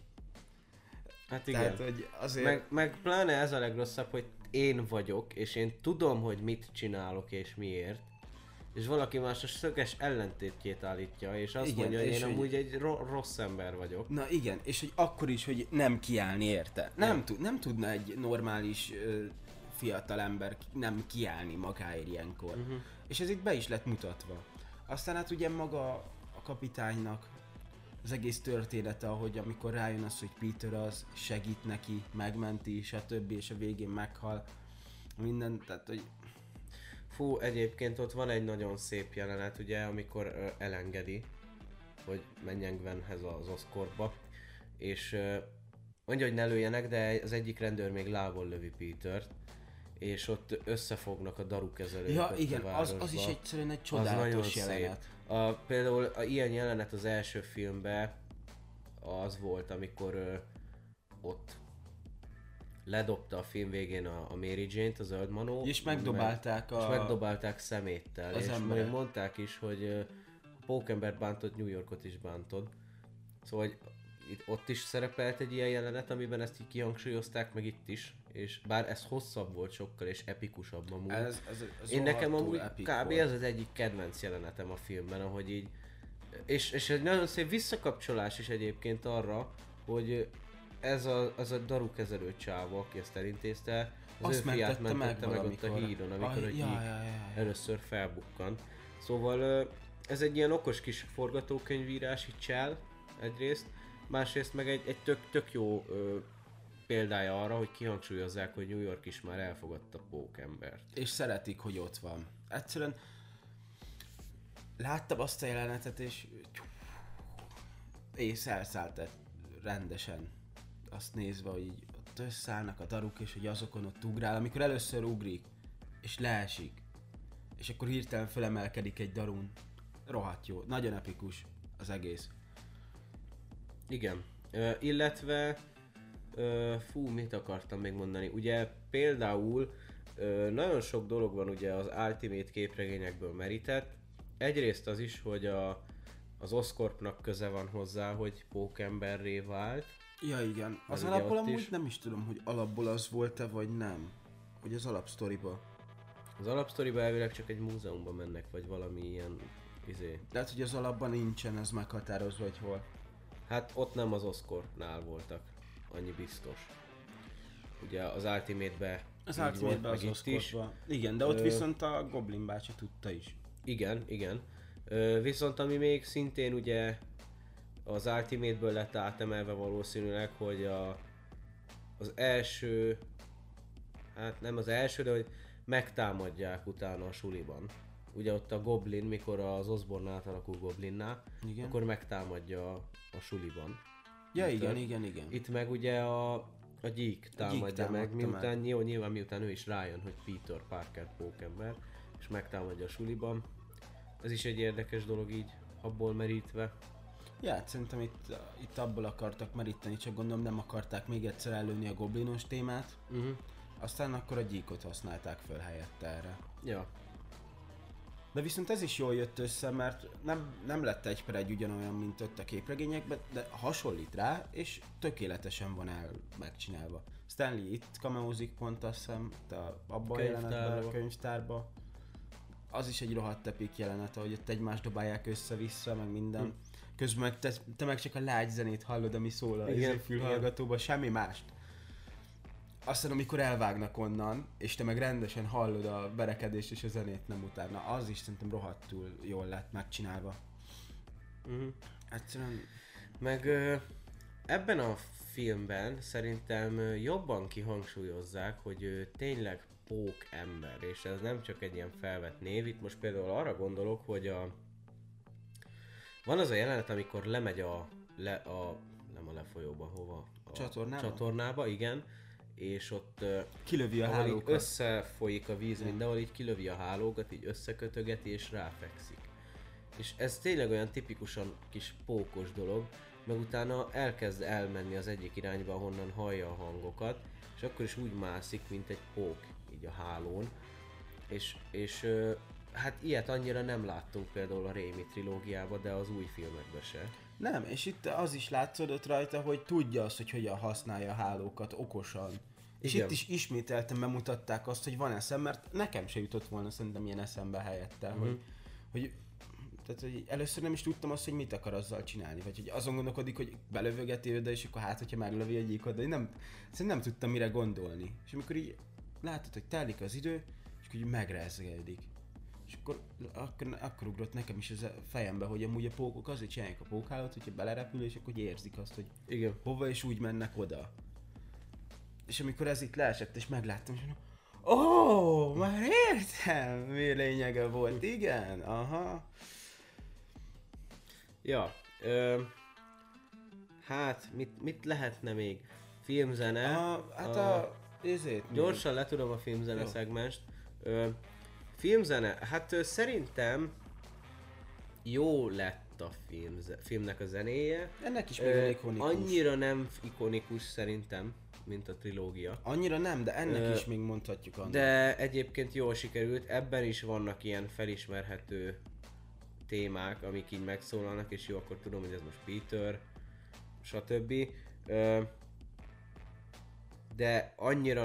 Hát igen. Tehát, hogy azért... meg pláne ez a legrosszabb, hogy én vagyok, és én tudom, hogy mit csinálok és miért, és valaki más a szöges ellentétjét állítja, és azt mondja, hogy én amúgy egy rossz ember vagyok. Na igen, és hogy akkor is, hogy nem kiállni érte. Nem tudna egy normális fiatal ember nem kiállni magáért ilyenkor. És ez itt be is lett mutatva. Aztán hát ugye maga a kapitánynak az egész története, ahogy amikor rájön az, hogy Peter az segít neki, megmenti, stb. És a végén meghal. Minden, tehát hogy... Fú, egyébként ott van egy nagyon szép jelenet, ugye, amikor elengedi, hogy menjen Gwenhez az Oscorpba, és mondja, hogy ne lőjenek, de az egyik rendőr még lábon lövi Petert, és ott összefognak a darukezelők. Ja igen, az is egyszerűen egy csodálatos jelenet. Például ilyen jelenet az első filmben az volt, amikor ott ledobta a film végén a Mary Jane-t, a zöld manó. És megdobálták és megdobálták szeméttel. És még mondták is, hogy a pókembert bántod, New Yorkot is bántod. Szóval hogy ott is szerepelt egy ilyen jelenet, amiben ezt így kihangsúlyozták, meg itt is, és bár ez hosszabb volt sokkal, és epikusabb amúgy. Ez Én nekem amúgy epik kb. volt. Ez az egyik kedvenc jelenetem a filmben, ahogy így, és egy nagyon szép visszakapcsolás is egyébként arra, hogy az a darukezelő csáva, aki ezt elintézte, az ő fiát mentette meg ott a hídon, amikor először felbukkant. Szóval ez egy ilyen okos kis forgatókönyvírási csel egyrészt, másrészt meg egy tök jó példája arra, hogy kihangsúlyozzák, hogy New York is már elfogadta Pókembert. És szeretik, hogy ott van. Egyszerűen láttam azt a jelenetet, és elszállt rendesen. Azt nézve, hogy így ott összeállnak a daruk, és hogy azokon ott ugrál, amikor először ugrik, és leesik, és akkor hirtelen fölemelkedik egy darun. Rohadt jó, nagyon epikus az egész. Igen, illetve mit akartam még mondani, ugye például nagyon sok dolog van ugye az Ultimate képregényekből merített. Egyrészt az is, hogy az Oscorpnak köze van hozzá, hogy Pókemberré vált. Ja igen, az alapból amúgy nem is tudom, hogy alapból az volt-e vagy nem. Hogy az alapsztoriba. Az alapsztoriba elvileg csak egy múzeumban mennek, vagy valami ilyen Lehet, hogy az alapban nincsen ez meghatározva, hogy hol. Hát ott nem az Oscorpnál voltak, annyi biztos. Ugye az Ultimate-be az Ultimate-be az Oscorpba. Igen, de ott viszont a Goblin bácsi tudta is. Igen. Viszont ami még szintén ugye az Ultimate-ből lett átemelve valószínűleg, hogy az első, hát nem az első, de hogy megtámadják utána a suliban. Ugye ott a Goblin, mikor az Osborn átalakul Goblinnál, akkor megtámadja a suliban. Ja, igen. Itt meg ugye a Gyík támadja meg, miután nyilván miután ő is rájön, hogy Peter Parker Pókember, és megtámadja a suliban. Ez is egy érdekes dolog így, abból merítve. Ja, hát szerintem itt abból akartak meríteni, csak gondolom nem akarták még egyszer előni a goblinos témát. Aztán akkor a Gyíkot használták föl helyette erre. Ja. De viszont ez is jól jött össze, mert nem lett egy per egy ugyanolyan, mint ott a képregényekben, de hasonlít rá, és tökéletesen van megcsinálva. Stan Lee itt cameózik pont, azt hiszem, abban a jelenetben, a könyvtárban. Az is egy rohadt epik jelenet, ahogy ott egymást dobálják össze-vissza, meg minden. Közben meg te meg csak a lágy zenét hallod, ami szól a fülhallgatóban, semmi mást. Aztán amikor elvágnak onnan, és te meg rendesen hallod a verekedést és a zenét nem utána, az is szerintem rohadtul jól lett megcsinálva. Egyszerűen... Meg ebben a filmben szerintem jobban kihangsúlyozzák, hogy ő tényleg Pókember, és ez nem csak egy ilyen felvett név. Itt most például arra gondolok, hogy van az a jelenet, amikor lemegy nem a lefolyóba, hova? A csatornába, igen. És ott kilövi a hálókat. Összefolyik a víz mindenhol, így kilövi a hálókat, így összekötögeti és ráfekszik. És ez tényleg olyan tipikusan kis pókos dolog, meg utána elkezd elmenni az egyik irányba, ahonnan hallja a hangokat, és akkor is úgy mászik, mint egy pók így a hálón. És hát ilyet annyira nem láttunk például a Raimi trilógiában, de az új filmekben se. Nem, és itt az is látszódott rajta, hogy tudja azt, hogy hogyan használja a hálókat okosan. És itt is ismételten bemutatták azt, hogy van eszem, mert nekem se jutott volna szerintem ilyen eszembe helyette, hogy először nem is tudtam azt, hogy mit akar azzal csinálni, vagy hogy azon gondolkodik, hogy belövögeti őt, és akkor hát, hogyha meglövi egy gyíkot, de én nem tudtam mire gondolni. És amikor így látod, hogy telik az idő, és akkor így megrezgődik. És akkor ugrott nekem is ez a fejembe, hogy amúgy a pókok azért csinálják a pókhálót, hogyha belerepül, és akkor érzik azt, hogy hova és úgy mennek oda. És amikor ez itt leesett, és megláttam, és mondom, már értem, mi lényege volt, igen, aha. Ja, hát mit lehetne még? Filmzene. Gyorsan letudom a filmzene szegmest. Filmzene, hát szerintem jó lett a filmnek a zenéje. Ennek is még ikonikus. Annyira nem ikonikus szerintem, mint a trilógia. Annyira nem, de ennek is még mondhatjuk annak. De egyébként jól sikerült, ebben is vannak ilyen felismerhető témák, amik így megszólalnak, és jó, akkor tudom, hogy ez most Peter. stb. Ö, de annyira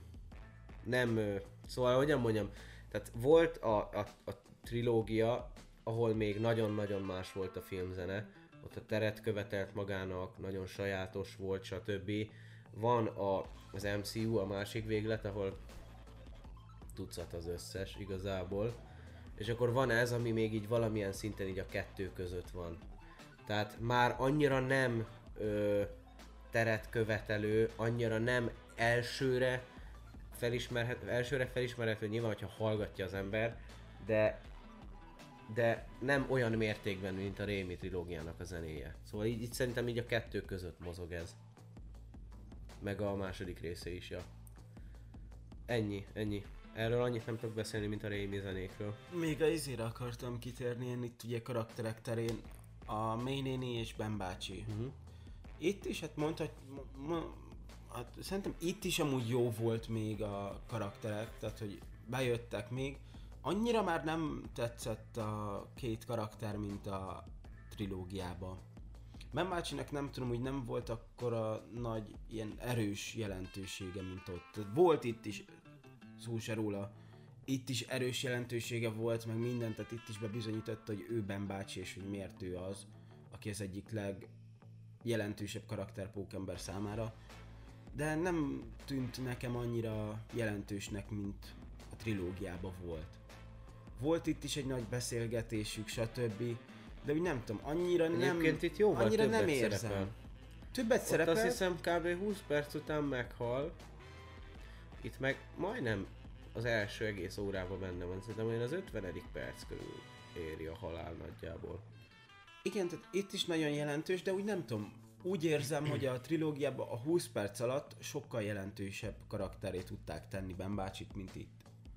szóval hogyan mondjam, tehát volt a trilógia, ahol még nagyon-nagyon más volt a filmzene, ott a teret követelt magának, nagyon sajátos volt, stb. Van az MCU, a másik véglet, ahol tucat az összes igazából, és akkor van ez, ami még így valamilyen szinten így a kettő között van. Tehát már annyira nem teret követelő, annyira nem elsőre felismerhető, nyilván, hogyha hallgatja az ember, de nem olyan mértékben, mint a Raimi trilógiának a zenéje. Szóval így szerintem így a kettő között mozog ez. Meg a második része is, ja. Ennyi. Erről annyit nem tudok beszélni, mint a Raimi zenékről. Még a izére akartam kitérni, én itt ugye karakterek terén a May néni és Ben bácsi. Itt is, hát hát szerintem itt is amúgy jó volt még a karakterek, tehát hogy bejöttek még. Annyira már nem tetszett a két karakter, mint a trilógiába. Ben bácsinak nem tudom, hogy nem volt akkora nagy ilyen erős jelentősége, mint ott. Volt itt is, szó se róla, itt is erős jelentősége volt, meg mindent, tehát itt is bebizonyította, hogy ő Ben bácsi, és hogy miért ő az, aki az egyik legjelentősebb karakter Pókember számára. De nem tűnt nekem annyira jelentősnek, mint a trilógiában volt. Volt itt is egy nagy beszélgetésük, stb. De úgy nem tudom, annyira itt jóval annyira nem többet érzem. szerepel. Többet Ott szerepel? azt hiszem kb. 20 perc után meghal. Itt meg majdnem az első egész órában benne van, szerintem olyan az 50. perc körül éri a halál nagyjából. Igen, tehát itt is nagyon jelentős, de úgy nem tudom, úgy érzem, hogy a trilógiában a 20 perc alatt sokkal jelentősebb karakterét tudták tenni Ben bácsit, mint itt.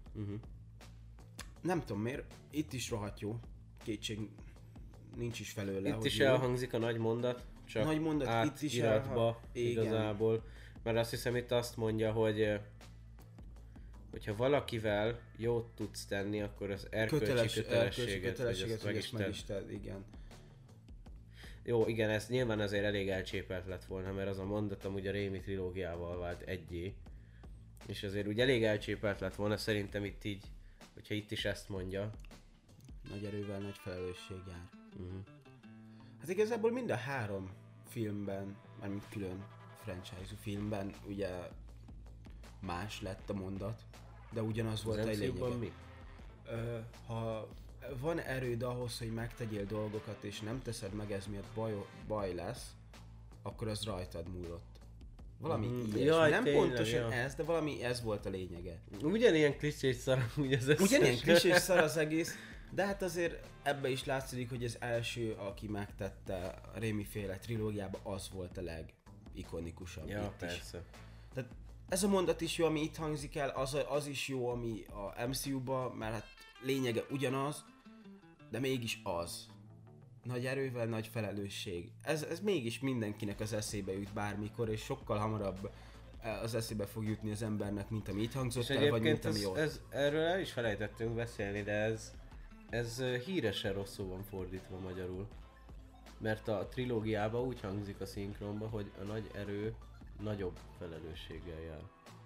Nem tudom miért, itt is rohadt jó, kétség nincs is felőle. Itt is elhangzik a nagy mondat, csak nagy mondat, itt is átiratba igazából. Mert azt hiszem itt azt mondja, hogy hogyha valakivel jót tudsz tenni, akkor az erkölcsi kötelességet, hogy ezt meg is tedd, igen. Jó, igen, ez nyilván azért elég elcsépelt lett volna, mert az a mondat amúgy a Raimi trilógiával vált egyé. És azért úgy elég elcsépelt lett volna, szerintem itt így, hogyha itt is ezt mondja. Nagy erővel nagy felelősség jár. Hát igazából mind a három filmben, mármint külön franchise-ú filmben ugye más lett a mondat, de ugyanaz volt a lényege. Mi? Ha van erőd ahhoz, hogy megtegyél dolgokat és nem teszed meg, ez miatt baj lesz, akkor az rajtad múlott. Valami ilyesmi. Jaj, nem tényleg, pontosan ez, de valami ez volt a lényege. Ugyanilyen klisés szar úgy az összes. Ugyanilyen klisés szar az egész, de hát azért ebbe is látszik, hogy az első, aki megtette a Raimi féle trilógiába, az volt a legikonikusabb Ja, itt persze. is. Tehát ez a mondat is jó, ami itt hangzik el, az is jó, ami a MCU-ba, mert hát lényege ugyanaz, de mégis az. Nagy erővel, nagy felelősség. Ez mégis mindenkinek az eszébe jut bármikor, és sokkal hamarabb az eszébe fog jutni az embernek, mint ami itt hangzott el, vagy mint ami ott. Erről el is felejtettünk beszélni, de ez híresen rosszul van fordítva magyarul. Mert a trilógiában úgy hangzik a szinkronba, hogy a nagy erő nagyobb felelősséggel jár.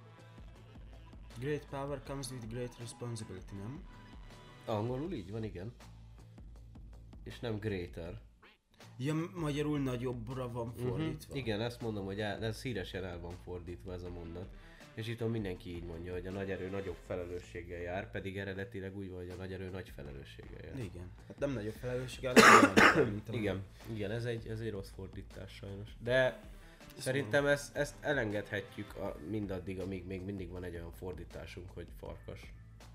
Great power comes with great responsibility, nem? Angolul így van, igen. És nem greater. Ja, magyarul nagyobbra van fordítva. Igen, ezt mondom, hogy ez híresen el van fordítva ez a mondat. És itt mindenki így mondja, hogy a nagy erő nagyobb felelősséggel jár, pedig eredetileg úgy van, hogy a nagy erő nagy felelősséggel jár. Igen. Hát nem nagyobb felelősséggel, hanem mint a Igen, ez egy rossz fordítás sajnos. De szerintem ezt elengedhetjük mindaddig, amíg még mindig van egy olyan fordításunk, hogy farkas.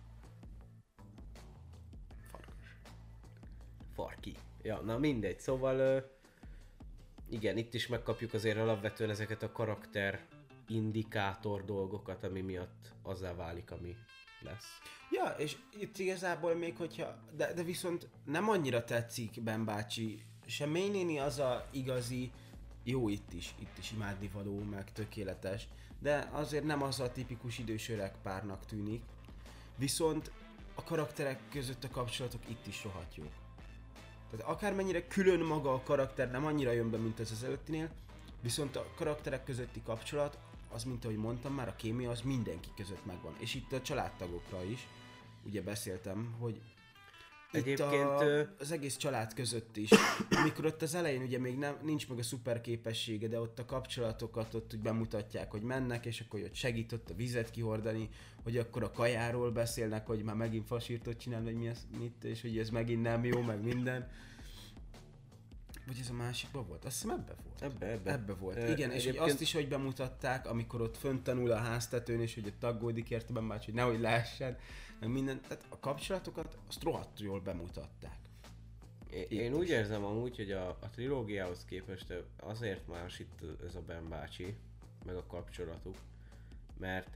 Farki. Ja, na mindegy. Szóval igen, itt is megkapjuk azért alapvetően ezeket a karakter indikátor dolgokat, ami miatt azzá válik, ami lesz. Ja, és itt igazából még hogyha, de viszont nem annyira tetszik Ben bácsi, se May néni az a igazi, jó itt is imádnivaló, meg tökéletes, de azért nem az a tipikus idős öreg párnak tűnik, viszont a karakterek között a kapcsolatok itt is rohadt jók. Tehát akármennyire külön maga a karakter nem annyira jön be, mint ez az előttinél, Viszont a karakterek közötti kapcsolat, az mint ahogy mondtam már, a kémia az mindenki között megvan. És itt a családtagokra is, ugye beszéltem, hogy Egyébként az egész család között is, amikor ott az elején ugye még nincs meg a szuper képessége, de ott a kapcsolatokat ott úgy bemutatják, hogy mennek, és akkor ott segít ott a vizet kihordani, hogy akkor a kajáról beszélnek, hogy már megint fasírtot csinál, vagy mit, és hogy ez megint nem jó, meg minden. Vagy ez a másikban volt? Azt hiszem ebbe volt. Igen, és egyébként... azt is, hogy bemutatták, amikor ott fönt tanul a háztetőn, és hogy ott aggódik érte Ben bácsi, hogy nehogy lehessen, meg minden. Tehát a kapcsolatokat azt rohadt jól bemutatták. Én úgy érzem amúgy, hogy a trilógiához képest azért más itt ez a Ben bácsi, meg a kapcsolatuk, mert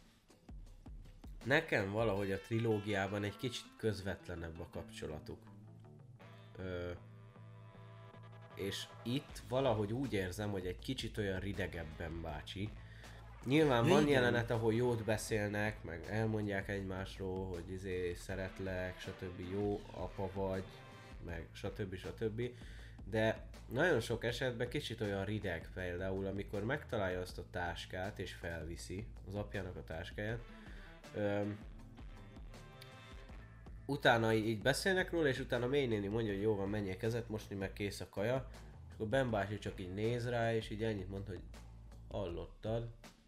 nekem valahogy a trilógiában egy kicsit közvetlenebb a kapcsolatuk. És itt valahogy úgy érzem, hogy egy kicsit olyan ridegebben bácsi. Nyilván van jelenet, ahol jót beszélnek, meg elmondják egymásról, hogy szeretlek, stb. Jó apa vagy, meg stb. De nagyon sok esetben kicsit olyan rideg, például amikor megtalálja azt a táskát és felviszi, az apjának a táskáját. Utána így beszélnek róla, és utána May néni mondja, hogy jó van, menjél kezet mosni, meg kész a kaja. És akkor Ben bácsi csak így néz rá, és így ennyit mond, hogy hallottad.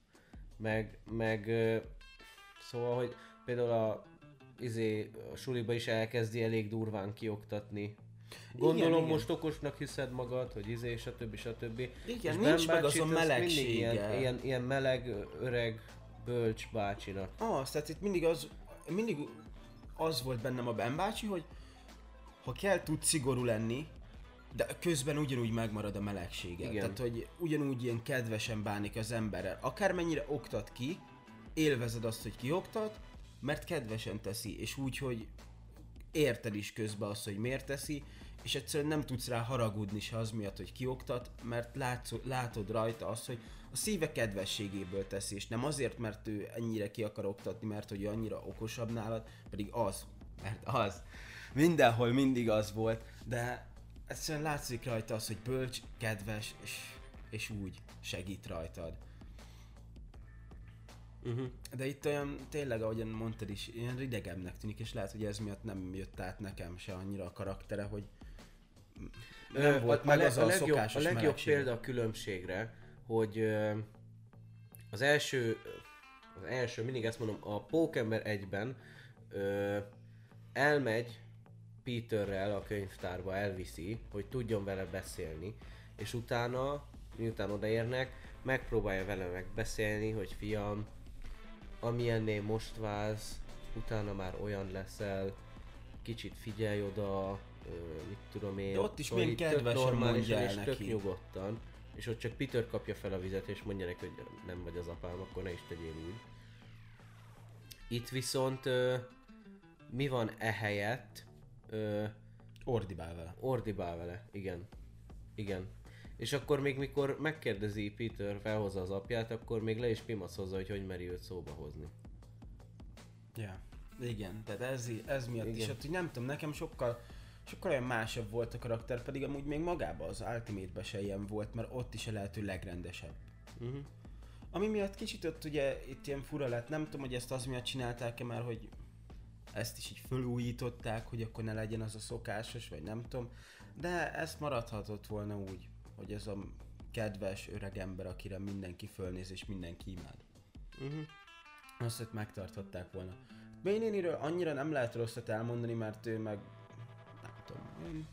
Szóval, hogy például a suliba is elkezdi elég durván kioktatni. Gondolom igen, most okosnak hiszed magad, hogy stb. Igen, és nincs meg az a melegsége. Ilyen meleg, öreg, bölcs bácsinak. Tehát itt mindig az volt bennem a Ben bácsi, hogy ha kell, tud szigorú lenni, de közben ugyanúgy megmarad a melegsége. Igen. Tehát, hogy ugyanúgy ilyen kedvesen bánik az emberrel. Akármennyire oktat ki, élvezed azt, hogy kioktat, mert kedvesen teszi, és úgy, hogy érted is közben azt, hogy miért teszi, és egyszerűen nem tudsz rá haragudni se az miatt, hogy kioktat, mert látod rajta azt, hogy a szíve kedvességéből teszi, és nem azért, mert ő ennyire ki akar oktatni, mert hogy annyira okosabb nálad, pedig mert az. Mindenhol mindig az volt, de egyszerűen látszik rajta az, hogy bölcs, kedves, és úgy segít rajtad. De itt olyan, tényleg ahogyan mondtad is, ilyen ridegebbnek tűnik, és lehet, hogy ez miatt nem jött át nekem se annyira a karaktere, hogy nem volt meg az a szokásos melegsége. A legjobb példa a különbségre, hogy az első, mindig ezt mondom, a Pókember 1-ben elmegy Peterrel a könyvtárba, elviszi, hogy tudjon vele beszélni, és utána, miután odaérnek, megpróbálja vele megbeszélni, hogy fiam, amilyennél most válsz, utána már olyan leszel, kicsit figyelj oda, mit tudom én, de ott is még kedvesen mondja el neki. Tök nyugodtan, és ott csak Peter kapja fel a vizet, és mondja neki, hogy nem vagy az apám, akkor ne is tegyél úgy. Itt viszont mi van ehelyett? Ordibál vele, igen. És akkor még mikor megkérdezi Peter, felhozza az apját, akkor még le is pimaszozza, hogy meri őt szóba hozni. Ja, igen, tehát ez miatt igen. Is, hogy nem tudom, nekem sokkal olyan másabb volt a karakter, pedig amúgy még magában az Ultimate-ben se ilyen volt, mert ott is a lehető legrendesebb. Ami miatt kicsit ott ugye itt ilyen fura lett, nem tudom, hogy ezt az miatt csinálták-e már, hogy ezt is így fölújították, hogy akkor ne legyen az a szokásos, vagy nem tudom, de ezt maradhatott volna úgy, hogy ez a kedves öreg ember, akire mindenki fölnéz és mindenki imád. Azt, hogy megtarthatták volna. May néniről annyira nem lehet rosszat elmondani, mert ő meg nem tudom,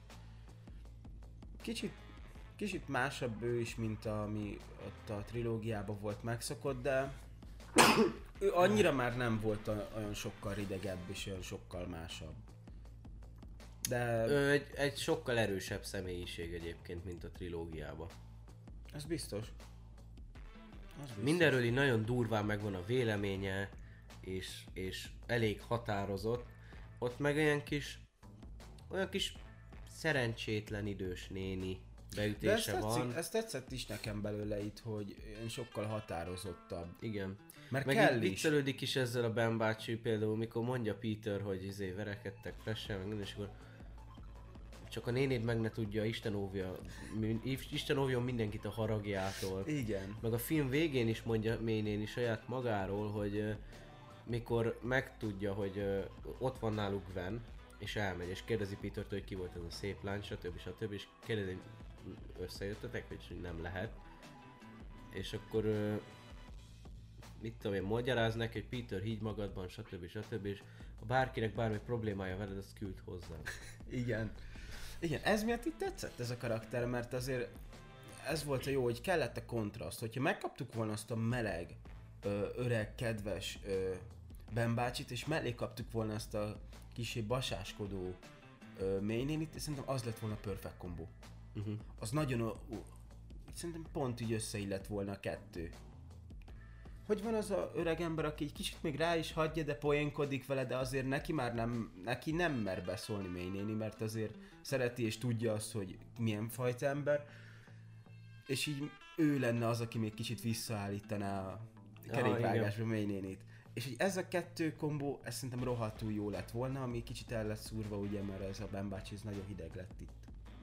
kicsit másabb ő is, mint ami ott a trilógiában volt megszokott, de ő annyira már nem volt olyan sokkal ridegebb és olyan sokkal másabb. De... Ő egy sokkal erősebb személyiség egyébként, mint a trilógiában. Ez biztos. Mindenről így nagyon durván megvan a véleménye, és elég határozott. Ott meg olyan kis szerencsétlen idős néni beütése van. Ez tetszett is nekem belőle itt, hogy sokkal határozottabb. Igen. Mert meg kell viccelődik is ezzel a Ben bácsi, például mikor mondja Peter, hogy verekedtek Flash-sel, meg és akkor csak a nénéd meg ne tudja, Isten óvjon mindenkit a haragjától. Igen. Meg a film végén is mondja mély néni saját magáról, hogy mikor megtudja, hogy ott van náluk Gwen, és elmegy, és kérdezi Petertől, hogy ki volt ez a szép lány, stb. És kérdezi, hogy összejöttetek, hogy nem lehet. És akkor mit tudom én, magyaráz neki, hogy Peter, higgy magadban, stb. És ha bárkinek bármi problémája veled, azt küld hozzá. Igen. Igen, ez miatt itt tetszett ez a karakter, mert azért ez volt a jó, hogy kellett a kontraszt. Hogyha megkaptuk volna azt a meleg, öreg, kedves Ben bácsit, és mellé kaptuk volna azt a kicsi basáskodó mélynénit, szerintem az lett volna a perfect combo. Az nagyon, szerintem pont így összeillett volna a kettő. Hogy van az a öreg ember, aki egy kicsit még rá is hagyja, de poénkodik vele, de azért neki nem mer beszólni mélynéni, mert azért szereti és tudja azt, hogy milyen fajta ember. És így ő lenne az, aki még kicsit visszaállítaná a kerékvágásba mélynénit. És hogy ez a kettő kombó, ez szerintem rohadtul jó lett volna, ami kicsit el lett szúrva, ugye, mert ez a Ben bácsi, ez nagyon hideg lett itt.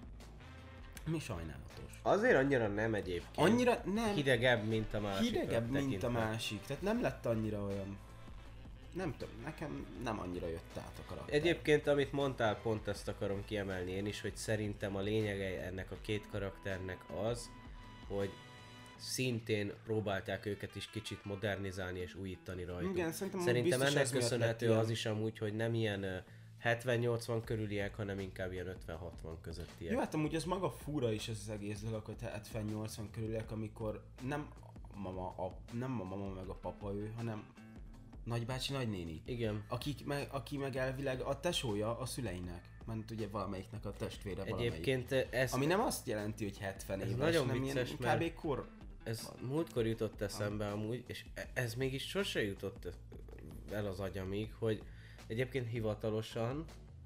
Mi sajnálatos. Azért annyira nem egyébként. Annyira nem. Hidegebb, mint a másik. Hidegebb, mint a másik. Tehát nem lett annyira olyan... Nem tudom, nekem nem annyira jött át a karakter. Egyébként, amit mondtál, pont ezt akarom kiemelni én is, hogy szerintem a lényege ennek a két karakternek az, hogy szintén próbálták őket is kicsit modernizálni és újítani rajtuk. Igen, szerintem ennek köszönhető az is amúgy, hogy nem ilyen 70-80 körüliek, hanem inkább ilyen 50-60 közöttiek. Jó, hát amúgy ez maga fura is ez az egész dolog, hogy 70-80 körüliek, amikor nem a mama meg a papa ő, hanem nagybácsi, nagynéni. Igen. Aki meg elvileg a tesója a szüleinek. Mert ugye valamelyiknek a testvére Egyébként valamelyik. ez... Ami nem azt jelenti, hogy 70 éves, nagyon nem vicces, ilyen kb. Kor. Ez múltkor jutott eszembe amúgy, és ez mégis sose jutott el az agyamig, hogy egyébként hivatalosan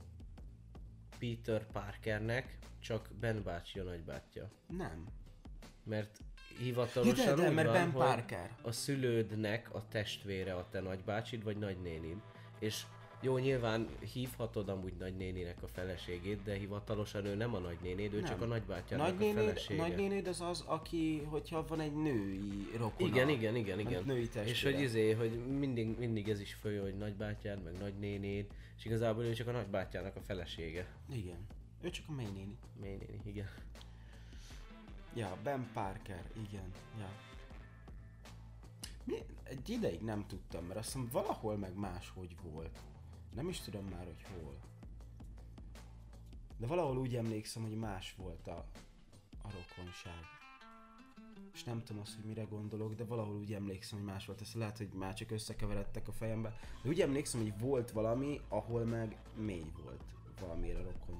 Peter Parkernek csak Ben bácsi a nagybátyja. Nem. Mert hivatalosan de, úgy mert van, Ben hogy Parker. a szülődnek a testvére a te nagybácsid vagy nagynénid. És jó, nyilván hívhatod amúgy nagynéninek a feleségét, de hivatalosan ő nem a nagynénéd, ő csak a nagybátyának a felesége. Nagynénéd az, aki, hogyha van egy női rokona. Igen. Női és hogy mindig ez is följön, hogy nagybátyád, meg nagynénéd, és igazából ő csak a nagybátyának a felesége. Igen. Ő csak a mélynéni. Mélynéni, igen. Ja, Ben Parker, igen. Ja. Egy ideig nem tudtam, mert azt hiszem valahol meg máshogy volt. Nem is tudom már, hogy hol. De valahol úgy emlékszem, hogy más volt a rokonság. És nem tudom azt, hogy mire gondolok, de valahol úgy emlékszem, hogy más volt. Ezt lehet, hogy már csak összekeveredtek a fejembe. De úgy emlékszem, hogy volt valami, ahol meg mély volt valamire rokon.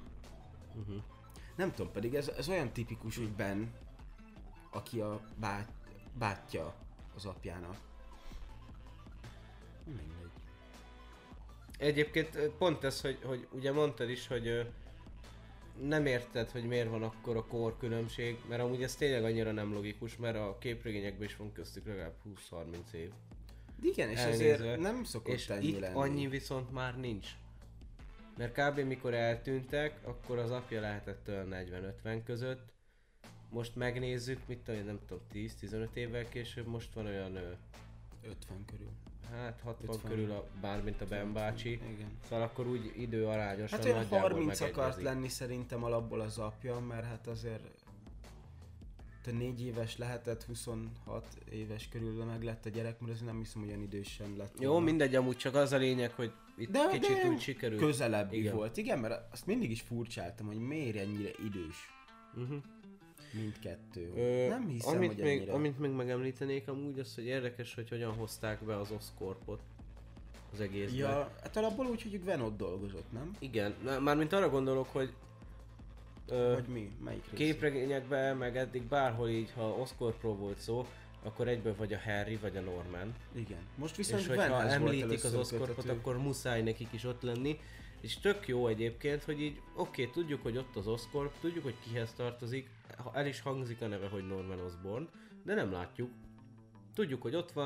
Nem tudom, pedig ez olyan tipikus, hogy Ben, aki a bátyja az apjának. Mindegy. Egyébként pont ez, hogy ugye mondtad is, hogy nem érted, hogy miért van akkor a korkülönbség, mert amúgy ez tényleg annyira nem logikus, mert a képregényekben is van köztük legalább 20-30 év. Igen, és elnézve, ezért nem szokott és ennyi itt lenni. annyi viszont már nincs. Mert kb. Mikor eltűntek, akkor az apja lehetett olyan 40-50 között. Most megnézzük, mit tudom, nem tudom, 10-15 évvel később, most van olyan 50 körül. hát 60 körül, bármint a Ben bácsi. Igen. Szóval akkor úgy időarányosan Hát olyan nagyjából 30 akart megegyezik. lenni szerintem alapból az apja, mert hát azért te 4 éves lehetett, 26 éves körül meg lett a gyerek, mert ez nem hiszem olyan idősen lett. Jó, mindegy, amúgy csak az a lényeg, hogy itt kicsit úgy sikerült. Közelebbi volt, igen, mert azt mindig is furcsáltam, hogy miért ennyire idős. Mindkettő. Nem hiszem, hogy ennyire. Amit még megemlítenék amúgy az, hogy érdekes, hogy hogyan hozták be az Oscorpot az egészbe. Ja, hát alapból úgy, hogy Gwen ott dolgozott, nem? Igen, mármint arra gondolok, hogy vagy mi? Melyik rész? képregényekben, meg eddig bárhol így, ha Oscorpról volt szó, akkor egyből vagy a Harry, vagy a Norman. Igen. Most viszont és hogyha Gwenhez volt említik az először Oscorpot, köthető. akkor muszáj nekik is ott lenni. És tök jó egyébként, hogy így oké, tudjuk, hogy ott az Oscorp, tudjuk, hogy kihez tartozik, el is hangzik a neve, hogy Norman Osborn, de nem látjuk. Tudjuk, hogy ott van,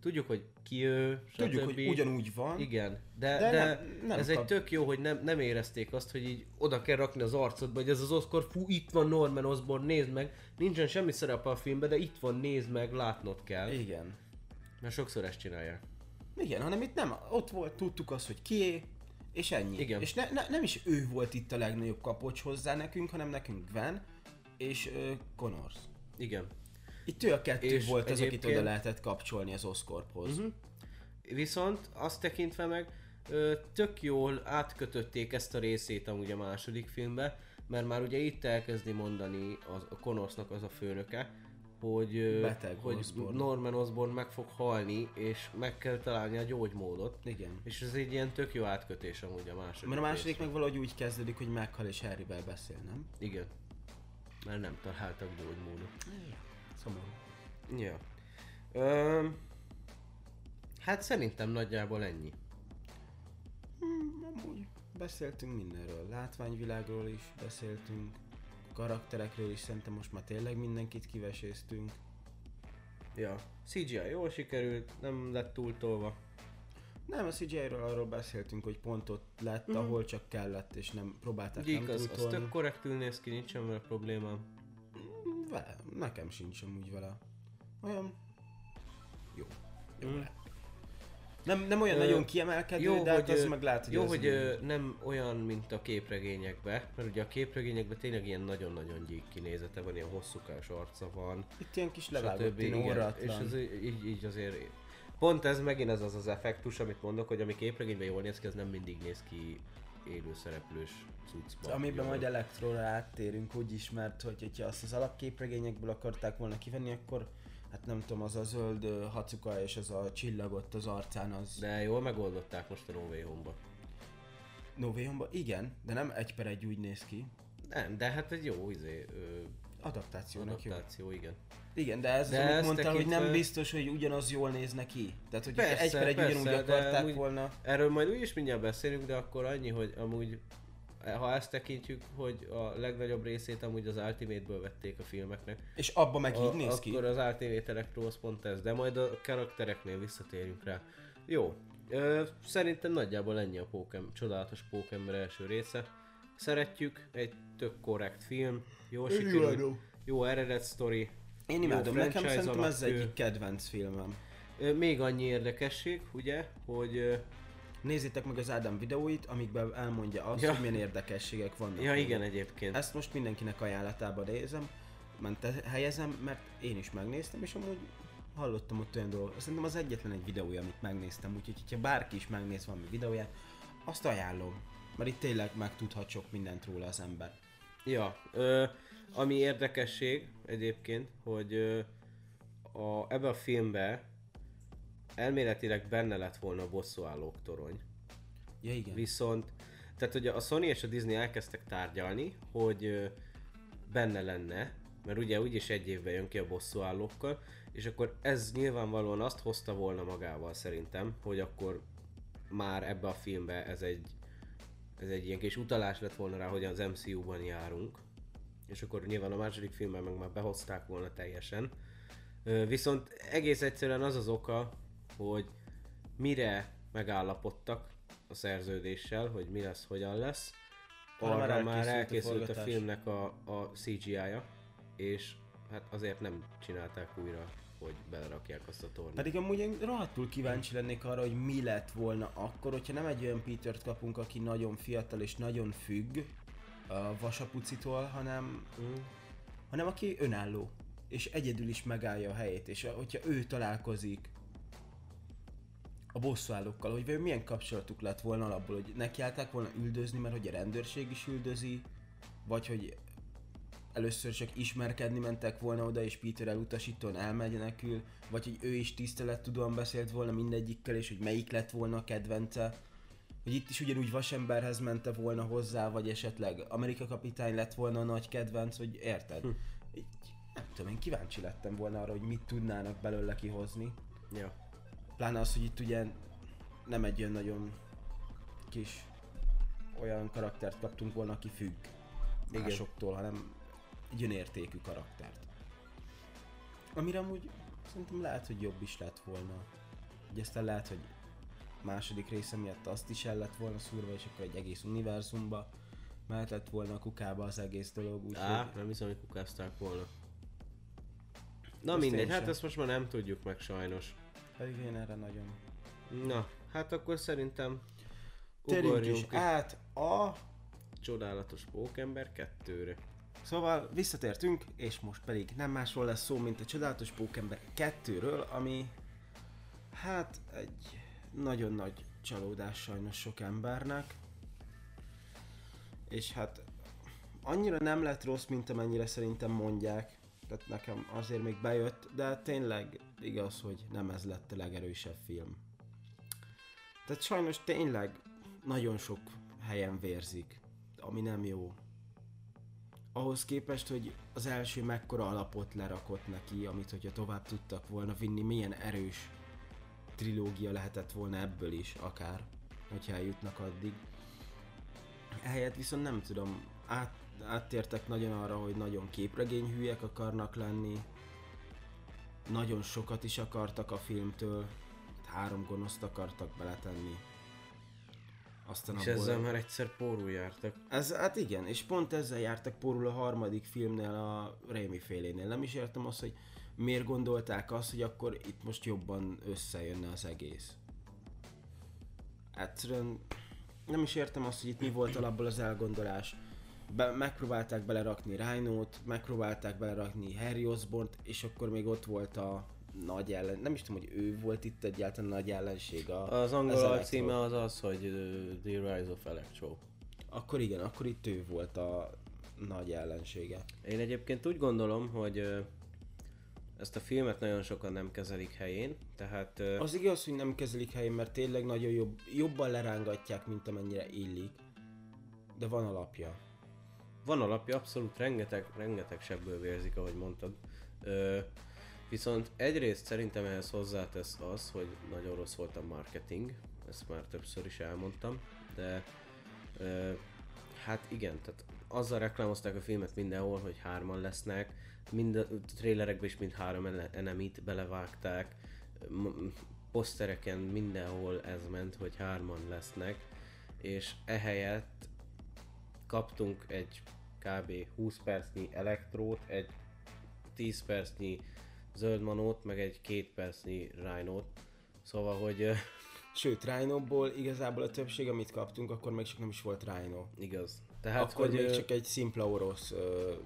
tudjuk, hogy ki ő, stb. Tudjuk, hogy ugyanúgy van. Igen, de nem ez egy tök jó, hogy nem érezték azt, hogy így oda kell rakni az arcodba, hogy ez az Oscar, fú, itt van Norman Osborn, nézd meg. Nincsen semmi szerepe a filmben, de itt van, nézd meg, látnod kell. Igen. Mert sokszor ezt csinálják. Igen, hanem itt nem, ott volt, tudtuk azt, hogy kié, és ennyi. Igen. És nem is ő volt itt a legnagyobb kapocs hozzá nekünk, hanem nekünk Gwen és Connors. Igen. Itt ő a kettő És volt az, akit egyébként- oda lehetett kapcsolni az Oscorphoz. Viszont azt tekintve meg tök jól átkötötték ezt a részét amúgy a második filmbe, mert már ugye itt elkezdi mondani a Connorsnak az a főnöke, hogy, Beteg hogy Osborn. Norman Osborn meg fog halni, és meg kell találni a gyógymódot. Igen. És ez egy ilyen tök jó átkötés amúgy a második. Mert a második részre. meg valahogy úgy kezdődik, hogy meghal és Harryvel beszél, nem? Igen. Mert nem találtak gyógymódot. Szomorú. Ja. Hát szerintem nagyjából ennyi. Amúgy beszéltünk mindenről, látványvilágról is beszéltünk, karakterekről is szerintem most már tényleg mindenkit kiveséztünk. Ja. CGI jól sikerült, nem lett túl tolva. Nem, a CGI-ről arról beszéltünk, hogy pont ott lett, ahol csak kellett, és nem próbálták Gyík, nem az túltolni. tök korrektül néz ki, nincsen vele problémám. Nekem sincs amúgy vele. Olyan... Jó. Jó Mm. lett. Nem olyan nagyon kiemelkedő, de hát az meg lehet, hogy jó, az hogy mi- nem olyan, mint a képregényekben, mert ugye a képregényekben tényleg ilyen nagyon-nagyon gyík kinézete van, ilyen hosszúkás arca van, Itt ilyen kis stb. levágott, ilyen Igen, és orratlan. ez így azért... Pont ez megint az effektus, amit mondok, hogy ami képregényben jól néz ki, az nem mindig néz ki élő szereplős cuccban. Amiben jól. majd Elektróra áttérünk úgyis, mert hogyha azt az alapképregényekből akarták volna kivenni, akkor hát nem tudom, az a zöld hacuka és az a csillag ott az arcán az... De jól megoldották most a No Way Home-ba. No Way Home-ba? Igen, de nem 1/1 úgy néz ki. Nem, de hát egy jó Adaptációnak jó. adaptáció, igen. Igen, de ez De az, amit ezt mondtál, hogy nem tekintve- biztos, hogy ugyanaz jól néz neki. Tehát, hogy Persze, 1/1 persze, ugyanúgy de akarták amúgy- volna. Erről majd úgyis mindjárt beszélünk, de akkor annyi, hogy amúgy, ha ezt tekintjük, hogy a legnagyobb részét amúgy az Ultimate-ből vették a filmeknek, És abba meg így néz ki. akkor az Ultimate Electro az pont ez, de majd a karaktereknél visszatérünk rá. Jó, szerintem nagyjából ennyi a Csodálatos Pókember első része. Szeretjük, egy tök korrekt film, jól sikerült, jó eredet sztori, Én jó imádom, nekem franchise szerintem ez alapkő. egyik kedvenc filmem. Még annyi érdekesség, ugye, hogy Nézzétek meg az Ádám videóit, amikben elmondja azt, Ja. hogy milyen érdekességek vannak. ja benne. igen egyébként. Ezt most mindenkinek ajánlatába helyezem, mert én is megnéztem, és amúgy hallottam ott olyan dolgokat. Szerintem az egyetlen egy videója, amit megnéztem, úgyhogy ha bárki is megnéz valami videóját, azt ajánlom. Mert itt tényleg megtudhat sok mindent róla az ember. Ja, ami érdekesség egyébként, hogy ebbe a filmbe elméletileg benne lett volna a bosszúállók torony. Ja igen. Viszont, tehát ugye a Sony és a Disney elkezdtek tárgyalni, hogy benne lenne, mert ugye úgyis egy évben jön ki a bosszúállókkal, és akkor ez nyilvánvalóan azt hozta volna magával szerintem, hogy akkor már ebbe a filmbe ez egy ilyen kis utalás lett volna rá, hogy az MCU-ban járunk. És akkor nyilván a második filmben meg már behozták volna teljesen. Viszont egész egyszerűen az az oka, hogy mire megállapodtak a szerződéssel, hogy mi lesz, hogyan lesz, arra már elkészült a forgatás. filmnek a CGI-ja, és hát azért nem csinálták újra, hogy belerakják azt a tornát. Pedig amúgy én rohadtul kíváncsi lennék arra, hogy mi lett volna akkor, hogyha nem egy olyan Petert kapunk, aki nagyon fiatal és nagyon függ a vasapucitól, hanem aki önálló, és egyedül is megállja a helyét, és hogyha ő találkozik a bosszúállókkal, hogy vajon milyen kapcsolatuk lett volna alapból, hogy nekiállták volna üldözni, mert hogy a rendőrség is üldözi, vagy hogy először csak ismerkedni mentek volna oda, és Peter elutasítóan elmenekül, vagy hogy ő is tisztelettudóan beszélt volna mindegyikkel, és hogy melyik lett volna a kedvence, hogy itt is ugyanúgy vasemberhez mente volna hozzá, vagy esetleg Amerika kapitány lett volna a nagy kedvenc, hogy érted? Így, nem tudom, én kíváncsi lettem volna arra, hogy mit tudnának belőle kihozni. Ja. Pláne az, hogy itt ugye nem egy olyan nagyon kis olyan karaktert kaptunk volna, aki függ másoktól, hanem egy önértékű karaktert. Amire amúgy szerintem lehet, hogy jobb is lett volna. hogy aztán lehet, hogy második része miatt azt is el lett volna szúrva, és akkor egy egész univerzumba mehetett volna a kukába az egész dolog, úgyhogy... Nem hiszem, hogy kukázták volna. Na Ezt mindegy, én hát sem. ezt most már nem tudjuk meg sajnos. Pedig én erre nagyon... Na, hát akkor szerintem Térjünk is ugorjunk át a... Csodálatos Pókember 2-re. Szóval visszatértünk, és most pedig nem másról lesz szó, mint a Csodálatos Pókember 2-ről, ami... Hát egy nagyon nagy csalódás sajnos sok embernek. És hát annyira nem lett rossz, mint amennyire szerintem mondják. Tehát nekem azért még bejött, de tényleg igaz, hogy nem ez lett a legerősebb film. Tehát sajnos tényleg nagyon sok helyen vérzik, ami nem jó. Ahhoz képest, hogy az első mekkora alapot lerakott neki, amit hogyha tovább tudtak volna vinni, milyen erős trilógia lehetett volna ebből is, akár, hogyha eljutnak addig. Ehelyett viszont nem tudom, áttértek nagyon arra, hogy nagyon képregényhűek akarnak lenni, nagyon sokat is akartak a filmtől, 3 gonoszt akartak beletenni. Aztán És abból... ezzel már egyszer pórul jártak. Hát igen, és pont ezzel jártak pórul a harmadik filmnél, a Raimi félénél. Nem is értem azt, hogy miért gondolták azt, hogy akkor itt most jobban összejönne az egész. Egyszerűen nem is értem azt, hogy itt mi volt alapból az elgondolás. Megpróbálták belerakni Rhino-t, megpróbálták belerakni Harry Osborn-t, és akkor még ott volt a nagy ellen... Nem is tudom, hogy ő volt itt egyáltalán nagy ellenség Az angol alcíme az az, hogy The Rise of Electro. Akkor igen, akkor itt ő volt a nagy ellensége. Én egyébként úgy gondolom, hogy ezt a filmet nagyon sokan nem kezelik helyén, tehát... Az igaz, hogy nem kezelik helyén, mert tényleg nagyon jobban lerángatják, mint amennyire illik. De van alapja. Van alapja, abszolút rengeteg sebből vérzik, ahogy mondtad. Viszont egyrészt szerintem ehhez hozzátesz az, hogy nagyon rossz volt a marketing, ezt már többször is elmondtam, de hát igen, tehát azzal reklámozták a filmet mindenhol, hogy 3-an lesznek, mind a trailerekben is mind 3 enemit belevágták, posztereken mindenhol ez ment, hogy 3-an lesznek, és ehelyett kaptunk egy kb. 20 percnyi elektrót, egy 10 percnyi zöld manót, meg egy 2 percnyi Rhino-t. Szóval, hogy... Sőt, Rhino-ból igazából a többség, amit kaptunk, akkor még csak nem is volt Rhino. Igaz. Tehát, akkor hogy, még csak egy szimpla orosz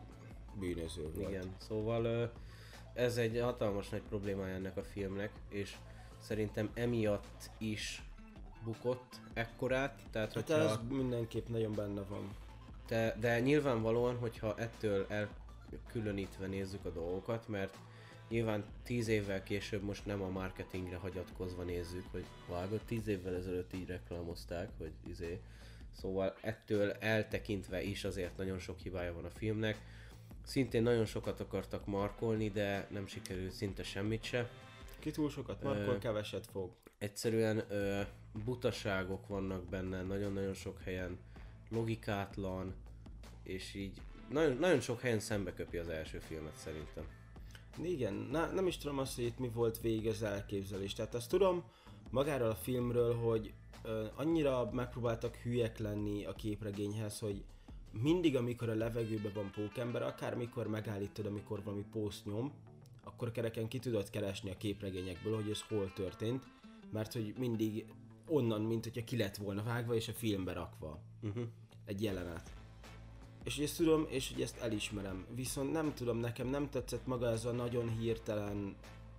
bűnöző volt. Igen, szóval ez egy hatalmas nagy problémája ennek a filmnek, és szerintem emiatt is bukott ekkorát. Tehát, Hát hogyha... ez mindenképp nagyon benne van. De nyilvánvalóan, hogyha ettől elkülönítve nézzük a dolgokat, mert nyilván 10 évvel később most nem a marketingre hagyatkozva nézzük, hogy vágod, 10 évvel ezelőtt így reklámozták, hogy Szóval ettől eltekintve is azért nagyon sok hibája van a filmnek. Szintén nagyon sokat akartak markolni, de nem sikerült szinte semmit se. Ki túl sokat markol, keveset fog. Egyszerűen butaságok vannak benne, nagyon-nagyon sok helyen, logikátlan, és így nagyon sok helyen szembeköpi az első filmet szerintem. Igen, nem is tudom azt, hogy itt mi volt végig az elképzelés. Tehát azt tudom magáról a filmről, hogy annyira megpróbáltak hülyek lenni a képregényhez, hogy mindig, amikor a levegőben van pókember, akármikor megállítod, amikor valami poszt nyom, akkor kereken ki tudod keresni a képregényekből, hogy ez hol történt, mert hogy mindig onnan, mint hogyha ki lett volna vágva és a filmbe rakva egy jelenet. És hogy ezt tudom, és hogy ezt elismerem. Viszont nem tudom, nekem nem tetszett maga ez a nagyon hirtelen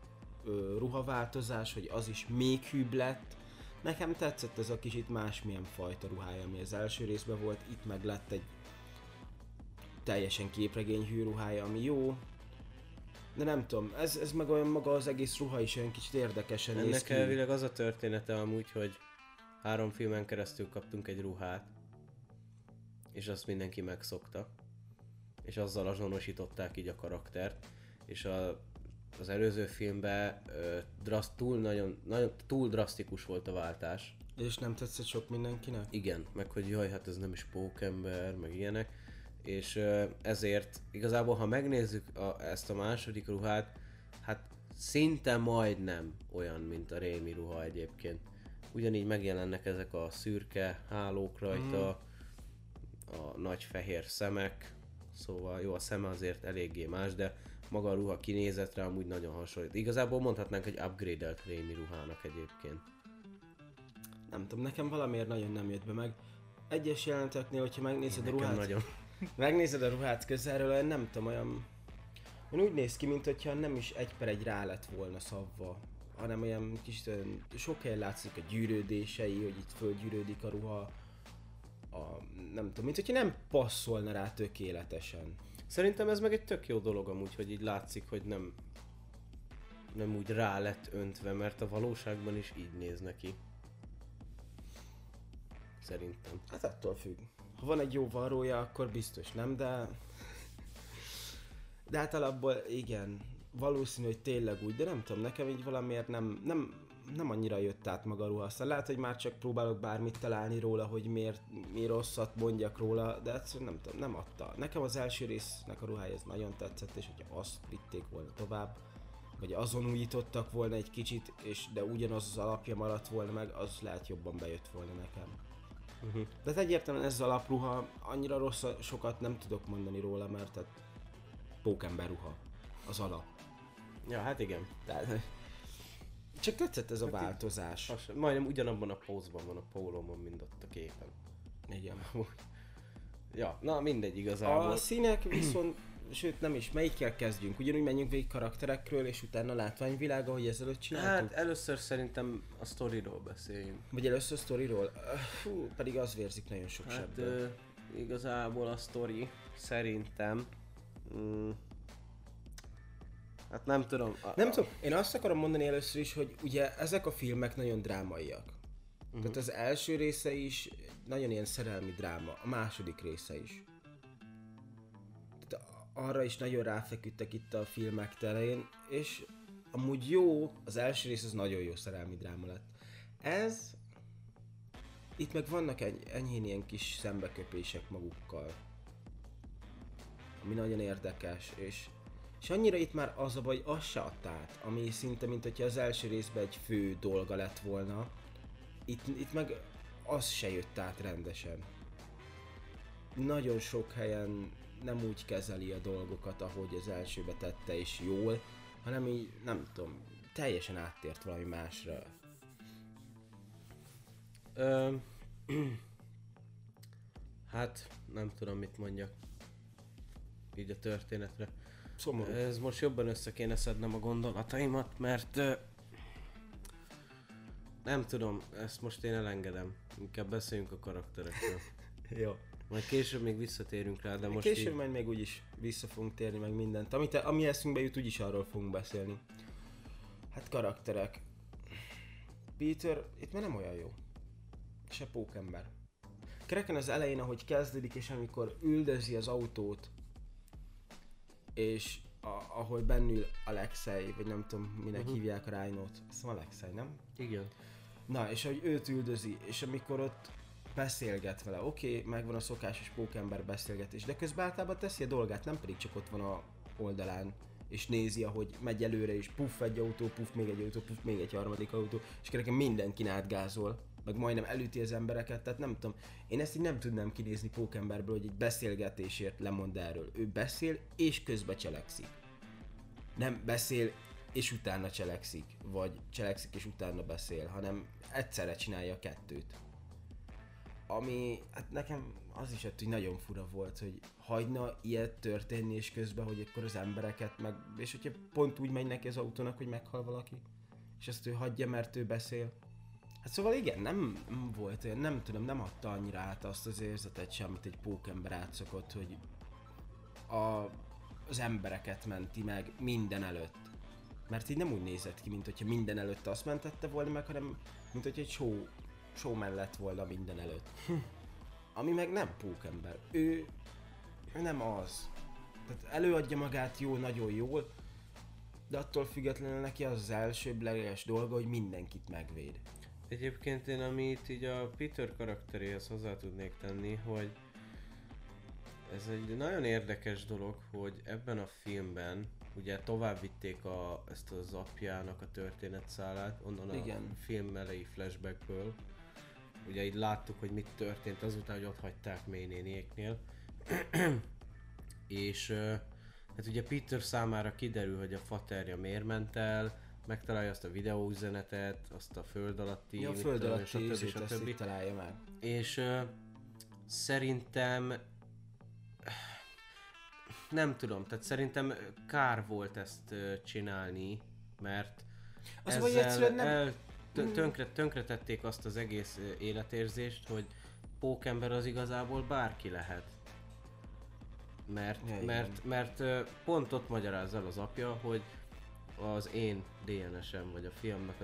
ruhaváltozás, hogy az is még hűbb lett. Nekem tetszett ez a kicsit másmilyen fajta ruhája, ami az első részben volt, itt meg lett egy teljesen képregényhű ruhája, ami jó. De nem tudom, ez meg olyan maga az egész ruha is olyan kicsit érdekesen néz Ennek ki. elvileg az a története amúgy, hogy 3 filmen keresztül kaptunk egy ruhát, és azt mindenki megszokta, és azzal azonosították így a karaktert, és az előző filmben túl drasztikus volt a váltás. És nem tetszett sok mindenkinek? Igen, meg hogy jaj, hát ez nem is pókember, meg ilyenek, és ezért igazából ha megnézzük ezt a második ruhát, hát szinte majdnem olyan, mint a Raimi ruha egyébként. Ugyanígy megjelennek ezek a szürke hálók rajta, a nagy fehér szemek, szóval jó, a szeme azért eléggé más, de maga a ruha kinézetre amúgy nagyon hasonlít. Igazából mondhatnánk, hogy upgrade-elt Raimi ruhának egyébként. Nem tudom, nekem valamiért nagyon nem jött be meg. Egyes jeleneteknél, hogyha megnézed a Nekem ruhát, nagyon. megnézed a ruhát közelről, olyan nem tudom, olyan úgy néz ki, mint hogyha nem is egy per egy rá lett volna szabva, hanem olyan kis sok helyen látszik a gyűrődései, hogy itt fölgyűrődik a ruha, nem tudom, mint hogyha nem passzolna rá tökéletesen. Szerintem ez meg egy tök jó dolog amúgy, hogy így látszik, hogy nem úgy rá lett öntve, mert a valóságban is így néz neki. Szerintem. Hát attól függ. Ha van egy jó varrója, akkor biztos nem, de hát alapból igen, valószínű, hogy tényleg úgy, de nem tudom, nekem így valamiért nem annyira jött át maga a ruha. Aztán lehet, hogy már csak próbálok bármit találni róla, hogy mi rosszat mondjak róla, de egyszerűen nem tudom, nem adta. Nekem az első résznek a ruhája ez nagyon tetszett, és hogyha azt vitték volna tovább, vagy azon újítottak volna egy kicsit, de ugyanaz az alapja maradt volna meg, az lehet jobban bejött volna nekem. De hát egyértelműen ez az alapruha, annyira rossz, sokat nem tudok mondani róla, mert hát pókember ruha, az alap. Ja, hát igen. Tehát, csak tetszett ez a változás. Majdnem ugyanabban a pózban van a pólómon, mint ott a képen. Igen. Ja, na mindegy igazából. A színek viszont, sőt nem is, melyikkel kezdjünk? Ugyanúgy menjünk végig karakterekről, és utána látványvilág, ahogy ezelőtt csináltuk? Hát először szerintem a sztoriról beszéljünk. Vagy először a sztoriról? Pedig az vérzik nagyon sok sebből. Igazából a sztori szerintem... hát nem tudom. Nem tudom, én azt akarom mondani először is, hogy ugye ezek a filmek nagyon drámaiak. Tehát az első része is nagyon ilyen szerelmi dráma, a második része is. Tehát arra is nagyon ráfeküdtek itt a filmek terén, és amúgy jó, az első rész az nagyon jó szerelmi dráma lett. Ez... Itt meg vannak enyhén ilyen kis szembeköpések magukkal. Ami nagyon érdekes, és annyira itt már az a baj, az se adta át, ami szinte mint hogyha az első részben egy fő dolga lett volna. Itt meg az se jött át rendesen. Nagyon sok helyen nem úgy kezeli a dolgokat, ahogy az elsőbe tette és jól, hanem így, nem tudom, teljesen áttért valami másra. Hát nem tudom mit mondjak így a történetre. Szomorú. Ez most jobban össze kéne szednem a gondolataimat, mert nem tudom, ezt most én elengedem. Inkább beszéljünk a karakterekről. Jó. Majd később még visszatérünk rá, de most később majd még úgyis vissza fogunk térni meg mindent. Ami eszünkbe jut, úgyis arról fogunk beszélni. Hát karakterek. Peter itt már nem olyan jó. Se pókember. Kereken az elején, ahogy kezdődik, és amikor üldözi az autót, és ahol bennül Alexei, vagy nem tudom minek hívják a Rhino-t. Azt hiszem Alexei, nem? Igen. Na, és ahogy őt üldözi, és amikor ott beszélget vele, oké, megvan a szokásos pókember beszélgetés, de közben általában teszi a dolgát, nem pedig csak ott van a oldalán, és nézi, ahogy megy előre, és puff egy autó, puff még egy autó, puff még egy harmadik autó, és kereken mindenkin átgázol, meg majdnem elüti az embereket, tehát nem tudom, én ezt így nem tudnám kinézni pókemberből, hogy egy beszélgetésért lemond erről. Ő beszél, és közben cselekszik. Nem beszél, és utána cselekszik, vagy cselekszik, és utána beszél, hanem egyszerre csinálja a kettőt. Ami, hát nekem az is hogy nagyon fura volt, hogy hagyna ilyet történni, és közben, hogy akkor az embereket meg, és hogyha pont úgy megy neki az autónak, hogy meghal valaki, és ezt ő hagyja, mert ő beszél. Hát szóval igen, nem volt olyan, nem tudom, nem adta annyira át azt az érzetet sem, amit egy pókember átszokott, hogy az embereket menti meg minden előtt. Mert így nem úgy nézett ki, mint hogyha minden előtt azt mentette volna meg, hanem mint hogy egy showman lett volna minden előtt. Ami meg nem pókember. Ő nem az. Tehát előadja magát jól, nagyon jól, de attól függetlenül neki az az elsődleges dolga, hogy mindenkit megvéd. Egyébként én amit így a Peter karakteréhez hozzá tudnék tenni, hogy ez egy nagyon érdekes dolog, hogy ebben a filmben ugye tovább vitték ezt az apjának a történetszálát, onnan Igen. a film elejé flashbackből. Ugye így láttuk, hogy mit történt azután, hogy ott hagyták mély néniéknél. És hát ugye Peter számára kiderül, hogy a faterja miért ment el, megtalálja azt a videóüzenetet, azt a föld alatti, Ja, a föld alatti stb. ezt itt találja meg. És szerintem nem tudom, tehát szerintem kár volt ezt csinálni, mert Az vagy egyszerűen nem... tönkretették azt az egész életérzést, hogy Pókember az igazából bárki lehet. Mert pont ott magyarázza el az apja, hogy az én DNS-em, vagy a fiamnak a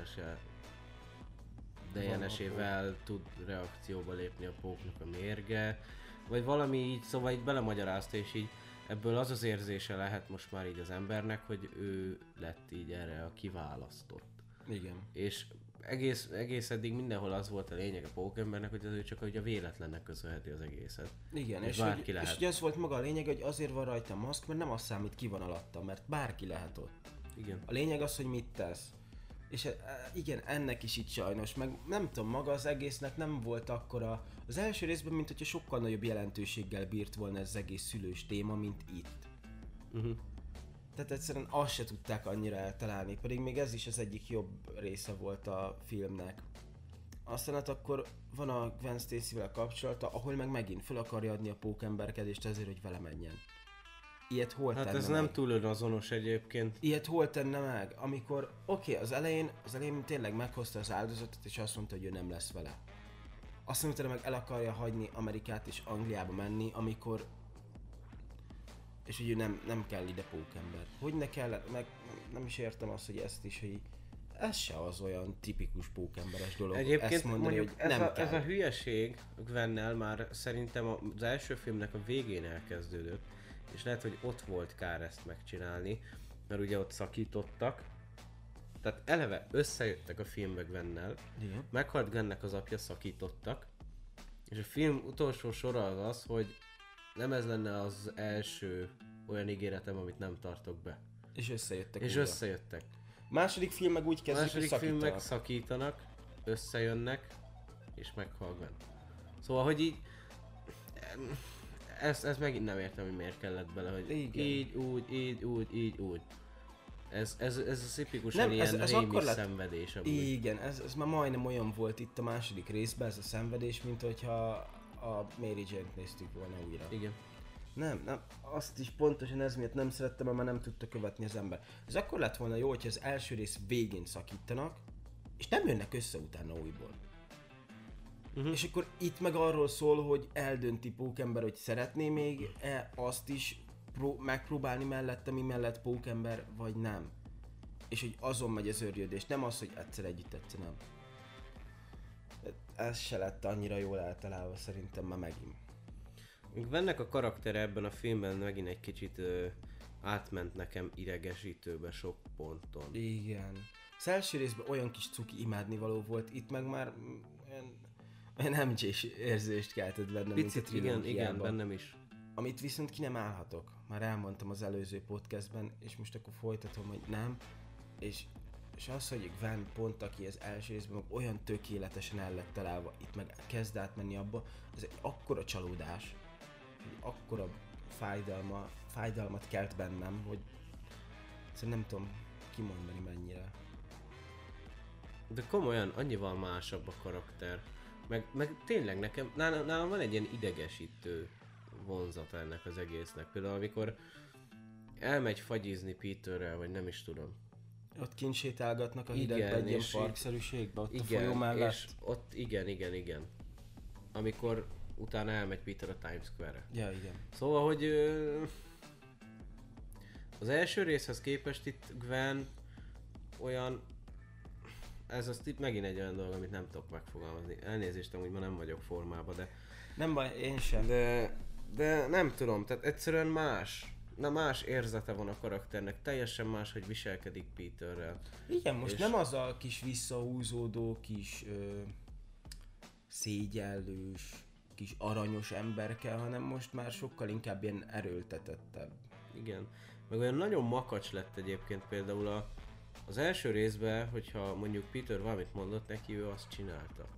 DNS-ével tud reakcióba lépni a Póknak a mérge, vagy valami így, szóval így belemagyarázta, és így ebből az az érzése lehet most már így az embernek, hogy ő lett így erre a kiválasztott. Igen. És egész eddig mindenhol az volt a lényeg a Pókembernek, hogy az ő csak a véletlennek köszönheti az egészet. Igen, és bárki lehet. És hogy az volt maga a lényeg, hogy azért van rajta a maszk, mert nem az számít, ki van alatta, mert bárki lehet ott. Igen. A lényeg az, hogy mit tesz. És igen, ennek is itt sajnos, meg nem tudom, maga az egésznek nem volt akkora... Az első részben, mint hogyha sokkal nagyobb jelentőséggel bírt volna ez az egész szülős téma, mint itt. Tehát egyszerűen azt se tudták annyira eltalálni, pedig még ez is az egyik jobb része volt a filmnek. Aztán hát akkor van a Gwen Stacy-vel kapcsolata, ahol meg megint fel akarja adni a pókemberkedést azért, hogy vele menjen. Ilyet hol hát tenne ez meg? nem túl önazonos egyébként. Ilyet hol tenne meg? Amikor, az elején tényleg meghozta az áldozatot, és azt mondta, hogy ő nem lesz vele. Azt mondta, meg el akarja hagyni Amerikát és Angliába menni, amikor... És hogy ő nem kell ide pókember. Hogy ne kell, meg nem is értem azt, hogy ezt is, hogy ez se az olyan tipikus pókemberes dolog. Egyébként ezt mondani, mondjuk hogy nem kell. ez a hülyeség Gwennel már szerintem az első filmnek a végén elkezdődött, és lehet, hogy ott volt kár ezt megcsinálni, mert ugye ott szakítottak. Tehát eleve összejöttek a filmbe Gwennel, meghalt Gwennek az apja, szakítottak, és a film utolsó sora az, hogy nem ez lenne az első olyan ígéretem, amit nem tartok be. És összejöttek. És összejöttek. Második film meg úgy kezdődik, hogy Második film meg szakítanak. szakítanak, összejönnek, és meghal Gwen. Szóval, hogy így... Ezt megint nem értem, hogy miért kellett bele, hogy igen. így úgy. Ez a tipikusan ilyen ez rémi akkor lett... szenvedés amúgy. Igen, ez már majdnem olyan volt itt a második részben, ez a szenvedés, mint hogyha a Mary Jane-t néztük volna újra. Igen. Nem, azt is pontosan ez miatt nem szerettem, mert nem tudta követni az ember. Ez akkor lett volna jó, hogyha az első rész végén szakítanak, és nem jönnek össze utána újból. És akkor itt meg arról szól, hogy eldönti Pókember, hogy szeretné még azt is megpróbálni mellett, ami mellett Pókember, vagy nem. És hogy azon megy az őrjödés, nem az, hogy egyszer együtt, egyszer nem. Ez se lett annyira jól eltalálva szerintem már megint. Gwennek a karaktere ebben a filmben megint egy kicsit átment nekem idegesítőbe sok ponton. Igen. Az első részben olyan kis cuki imádnivaló volt, itt meg már olyan MJ-s érzést keltett bennem, Picit, mint a igen, bennem is. Amit viszont ki nem állhatok. Már elmondtam az előző podcastben, és most akkor folytatom, hogy nem. És az, hogy Gwen pont, aki az első részben meg olyan tökéletesen el lett találva, itt meg kezd átmenni abba, ez egy akkora csalódás, egy akkora fájdalmat kelt bennem, hogy nem tudom kimondani mennyire. De komolyan, annyival másabb a karakter. Meg tényleg nekem, nálam van egy ilyen idegesítő vonzata ennek az egésznek. Például amikor elmegy fagyizni Peterrel, vagy nem is tudom. Ott kint sétálgatnak a hidegben egy ilyen parkszerűségben, ott igen, a folyó mellett. És ott igen. Amikor utána elmegy Peter a Times Square-re. Ja, igen. Szóval, hogy az első részhez képest itt Gwen olyan... Ez az itt megint egy olyan dolog, amit nem tudok megfogalmazni. Elnézést, amúgy ma nem vagyok formában, de... Nem baj, én sem. De nem tudom, tehát egyszerűen más érzete van a karakternek, teljesen más, hogy viselkedik Peterrel. Igen, most nem az a kis visszahúzódó, kis szégyellős, kis aranyos ember kell, hanem most már sokkal inkább ilyen erőltetettebb. Igen. meg olyan nagyon makacs lett egyébként például az első részben, hogyha mondjuk Peter valamit mondott neki, ő azt csinálta.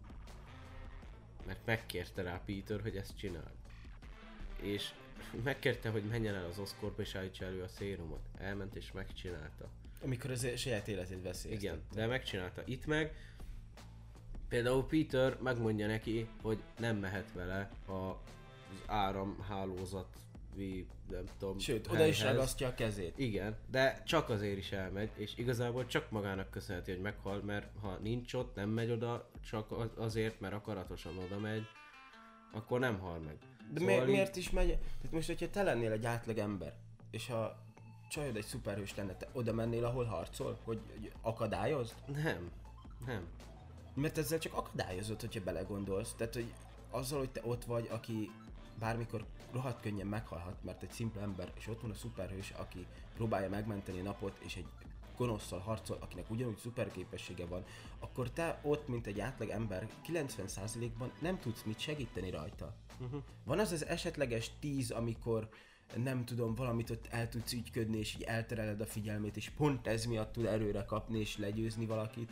Mert megkérte rá Peter, hogy ezt csináld. És megkérte, hogy menjen el az Oscorba és állítsa elő a szérumot. Elment és megcsinálta. Amikor az saját életét veszélyeztette. Igen, de megcsinálta. Itt meg például Peter megmondja neki, hogy nem mehet vele az áramhálózat, nem tudom, sőt, oda is ragasztja a kezét. Igen, de csak azért is elmegy, és igazából csak magának köszönheti, hogy meghal, mert ha nincs ott, nem megy oda, csak azért, mert akaratosan oda megy, akkor nem hal meg. De szóval miért is megy? Tehát most, hogyha te lennél egy átlag ember, és ha csajod egy szuperhős lenne, te oda mennél, ahol harcol? Hogy akadályozd? Nem. Mert ezzel csak akadályozod, hogyha belegondolsz. Tehát, hogy azzal, hogy te ott vagy, aki bármikor rohadt könnyen meghalhat, mert egy szimpla ember, és ott van a szuperhős, aki próbálja megmenteni a napot, és egy gonoszszal harcol, akinek ugyanúgy szuperképessége van, akkor te ott, mint egy átlag ember, 90%-ban nem tudsz mit segíteni rajta. Van az esetleges 10, amikor nem tudom, valamit ott el tudsz ügyködni, és így eltereled a figyelmét, és pont ez miatt tud erőre kapni, és legyőzni valakit.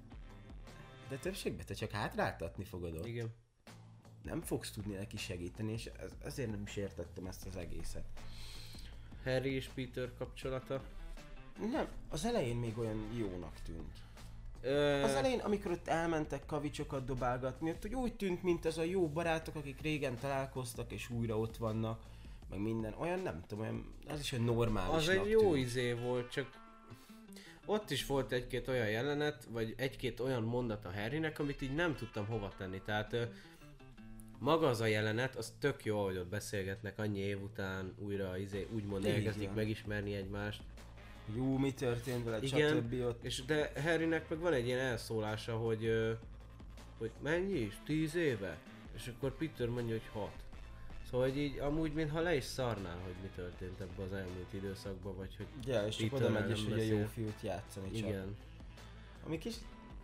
De többségben te csak hátráltatni fogod ott. Igen. Nem fogsz tudni neki segíteni, és ezért nem is értettem ezt az egészet. Harry és Peter kapcsolata? Nem, az elején még olyan jónak tűnt. Az elején, amikor ott elmentek kavicsokat dobálgatni, ott úgy tűnt, mint az a jó barátok, akik régen találkoztak, és újra ott vannak, meg minden. Olyan nem tudom, olyan, az is olyan normálisnak az egy jó tűnt. izé volt, csak ott is volt egy-két olyan jelenet, vagy egy-két olyan mondat a Harrynek, amit így nem tudtam hova tenni. Tehát maga az a jelenet, az tök jó, hogy ott beszélgetnek annyi év után, újra úgymond elkezdik megismerni egymást. Jó, mi történt vele, igen, stb. Ott. És de Harrynek meg van egy ilyen elszólása, hogy mennyi is? 10 éve? És akkor Peter mondja, hogy 6. Szóval hogy így amúgy mintha le is szarnál, hogy mi történt ebben az elmúlt időszakban, vagy hogy ja, és csak oda megy, és ugye jó fiút játszani csak. Igen. Ami kis...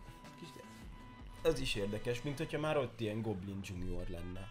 Ez is érdekes, mint hogyha már ott ilyen Goblin Junior lenne.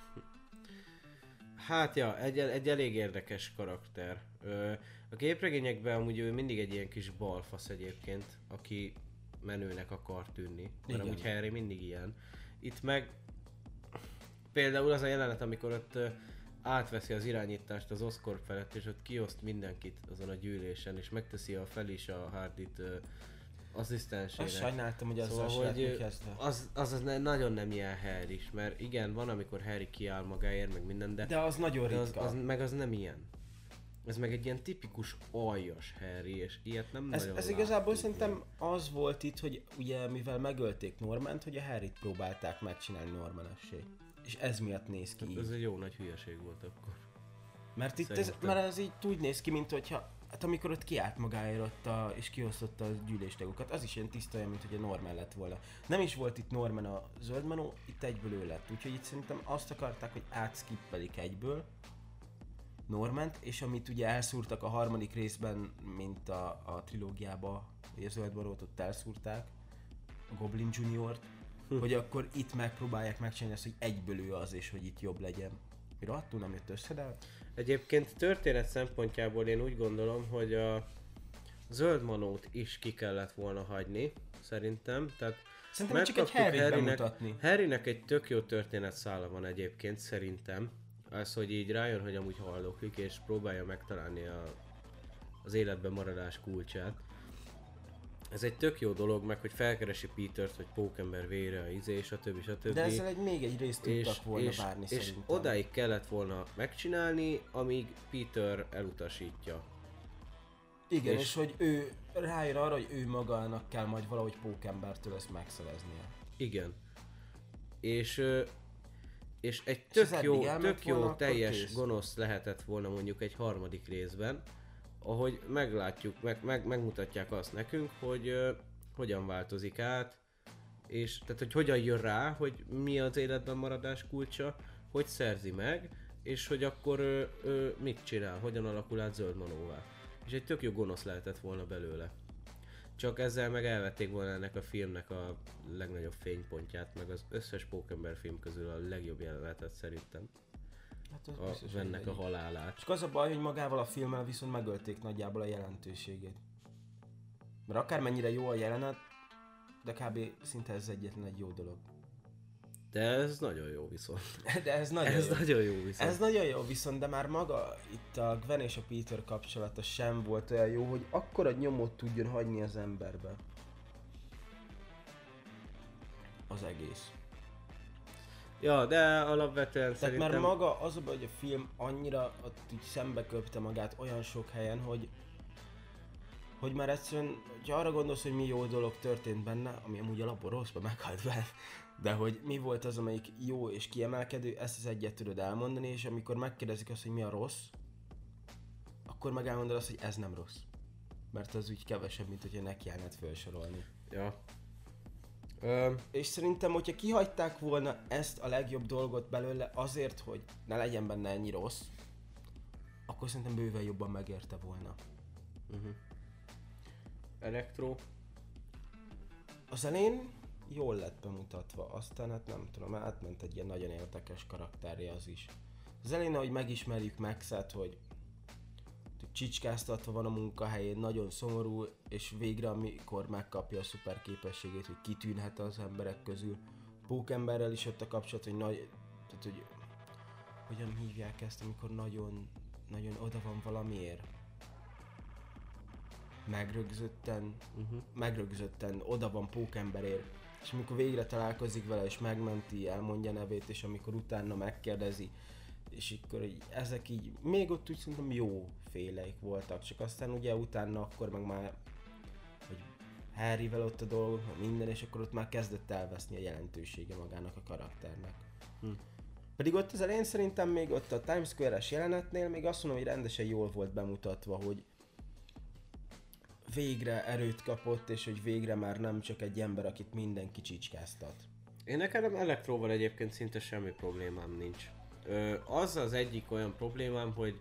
Hát ja, egy elég érdekes karakter. A képregényekben amúgy ő mindig egy ilyen kis balfasz egyébként, aki menőnek akar tűnni. Mert amúgy Harry mindig ilyen. Itt meg például az a jelenet, amikor ott átveszi az irányítást az Oscorp felett, és ott kioszt mindenkit azon a gyűlésen, és megteszi a Felicia Hardyt asszisztensének. Azt sajnáltam, hogy azzal szóval, hogy az nagyon nem ilyen Harry is, mert igen, van amikor Harry kiáll magáért, meg minden, de az nagyon ritka. Az nem ilyen. Ez meg egy ilyen tipikus aljas Harry, és ilyet nem nagyon Ez igazából szerintem az volt itt, hogy ugye mivel megölték Normant, hogy a Harryt próbálták megcsinálni Normanessé. És ez miatt néz ki így. Ez egy jó nagy hülyeség volt akkor. Mert itt ez így úgy néz ki, mint hogyha hát amikor ott kiállt magáért ott és kiosztotta a gyűléstagokat, az is ilyen tiszta olyan, mint hogy a Norman lett volna. Nem is volt itt Norman a zöldmanó, itt egyből ő lett. Úgyhogy itt szerintem azt akarták, hogy átskippelik egyből Normant, és amit ugye elszúrtak a harmadik részben, mint a trilógiába, hogy a zöldmarót ott elszúrták, a Goblin Juniort, hogy akkor itt megpróbálják megcsinálni azt, hogy egyből ő az, és hogy itt jobb legyen. Mi rohadtul nem jött össze, de... Egyébként történet szempontjából én úgy gondolom, hogy a zöld manót is ki kellett volna hagyni, szerintem. Tehát szerintem csak egy Harryt bemutatni. Harrynek egy tök jó történetszála van egyébként, szerintem. Az, hogy így rájön, hogy amúgy haldoklik, és próbálja megtalálni az életben maradás kulcsát. Ez egy tök jó dolog, meg hogy felkeresi Petert, hogy pókember vére, stb. De ezzel még egy részt tudtak volna várni szerintem. És odáig kellett volna megcsinálni, amíg Peter elutasítja. Igen, és hogy ő rájön arra, hogy ő magának kell majd valahogy pókembertől ezt megszereznie. Igen. És egy tök jó teljes gonosz lehetett volna mondjuk egy harmadik részben, ahogy meglátjuk, megmutatják azt nekünk, hogy hogyan változik át, és tehát hogy hogyan jön rá, hogy mi az életben maradás kulcsa, hogy szerzi meg, és hogy akkor mit csinál, hogyan alakul át zöld manóvá. És egy tök jó gonosz lehetett volna belőle. Csak ezzel meg elvették volna ennek a filmnek a legnagyobb fénypontját, meg az összes pókember film közül a legjobb jelenetet szerintem. Hát az biztos, Vennek a halálát. Csak az a baj, hogy magával a filmmel viszont megölték nagyjából a jelentőségét. Mert akármennyire jó a jelenet, de kb. Szinte ez egyetlen egy jó dolog. De ez nagyon jó viszont. De ez nagyon Ez jó. nagyon jó viszont. Ez nagyon jó viszont, de már maga itt a Gwen és a Peter kapcsolata sem volt olyan jó, hogy akkora nyomot tudjon hagyni az emberbe. Az egész. Ja, de alapvetően Tehát szerintem... már maga az a baj, hogy a film annyira ott úgy szembe köpte magát olyan sok helyen, hogy már egyszerűen, ha arra gondolsz, hogy mi jó dolog történt benne, ami amúgy alapból rosszba meghalt vele, de hogy mi volt az, amelyik jó és kiemelkedő, ezt az egyet tudod elmondani, és amikor megkérdezik azt, hogy mi a rossz, akkor meg elmondod azt, hogy ez nem rossz. Mert az úgy kevesebb, mint hogyha nekiállnád felsorolni. Ja. És szerintem, hogyha kihagyták volna ezt a legjobb dolgot belőle azért, hogy ne legyen benne ennyi rossz, akkor szerintem bőven jobban megérte volna. Elektro. Az elején jól lett bemutatva, aztán hát nem tudom, átment egy ilyen nagyon érdekes karakterje az is. Az elején, ahogy megismerjük Maxet, hogy csicskáztatva van a munkahelyén, nagyon szomorú, és végre amikor megkapja a szuper képességét, hogy kitűnhet az emberek közül. Pókemberrel is ott a kapcsolat, hogy tehát hogy hogyan hívják ezt, amikor nagyon oda van valamiért. Megrögzötten oda van Pókemberért, és amikor végre találkozik vele és megmenti, elmondja nevét, és amikor utána megkérdezi, és akkor ezek így, még ott úgy szerintem jó féleik voltak, csak aztán ugye utána akkor meg már, hogy Harryvel ott a dolgok, minden, és akkor ott már kezdett elveszni a jelentősége magának a karakternek. Pedig ott az elején szerintem még ott a Times Square-es jelenetnél még azt mondom, hogy rendesen jól volt bemutatva, hogy végre erőt kapott, és hogy végre már nem csak egy ember, akit mindenki csicskáztat. Én nekem Elektróval egyébként szinte semmi problémám nincs. Az egyik olyan problémám, hogy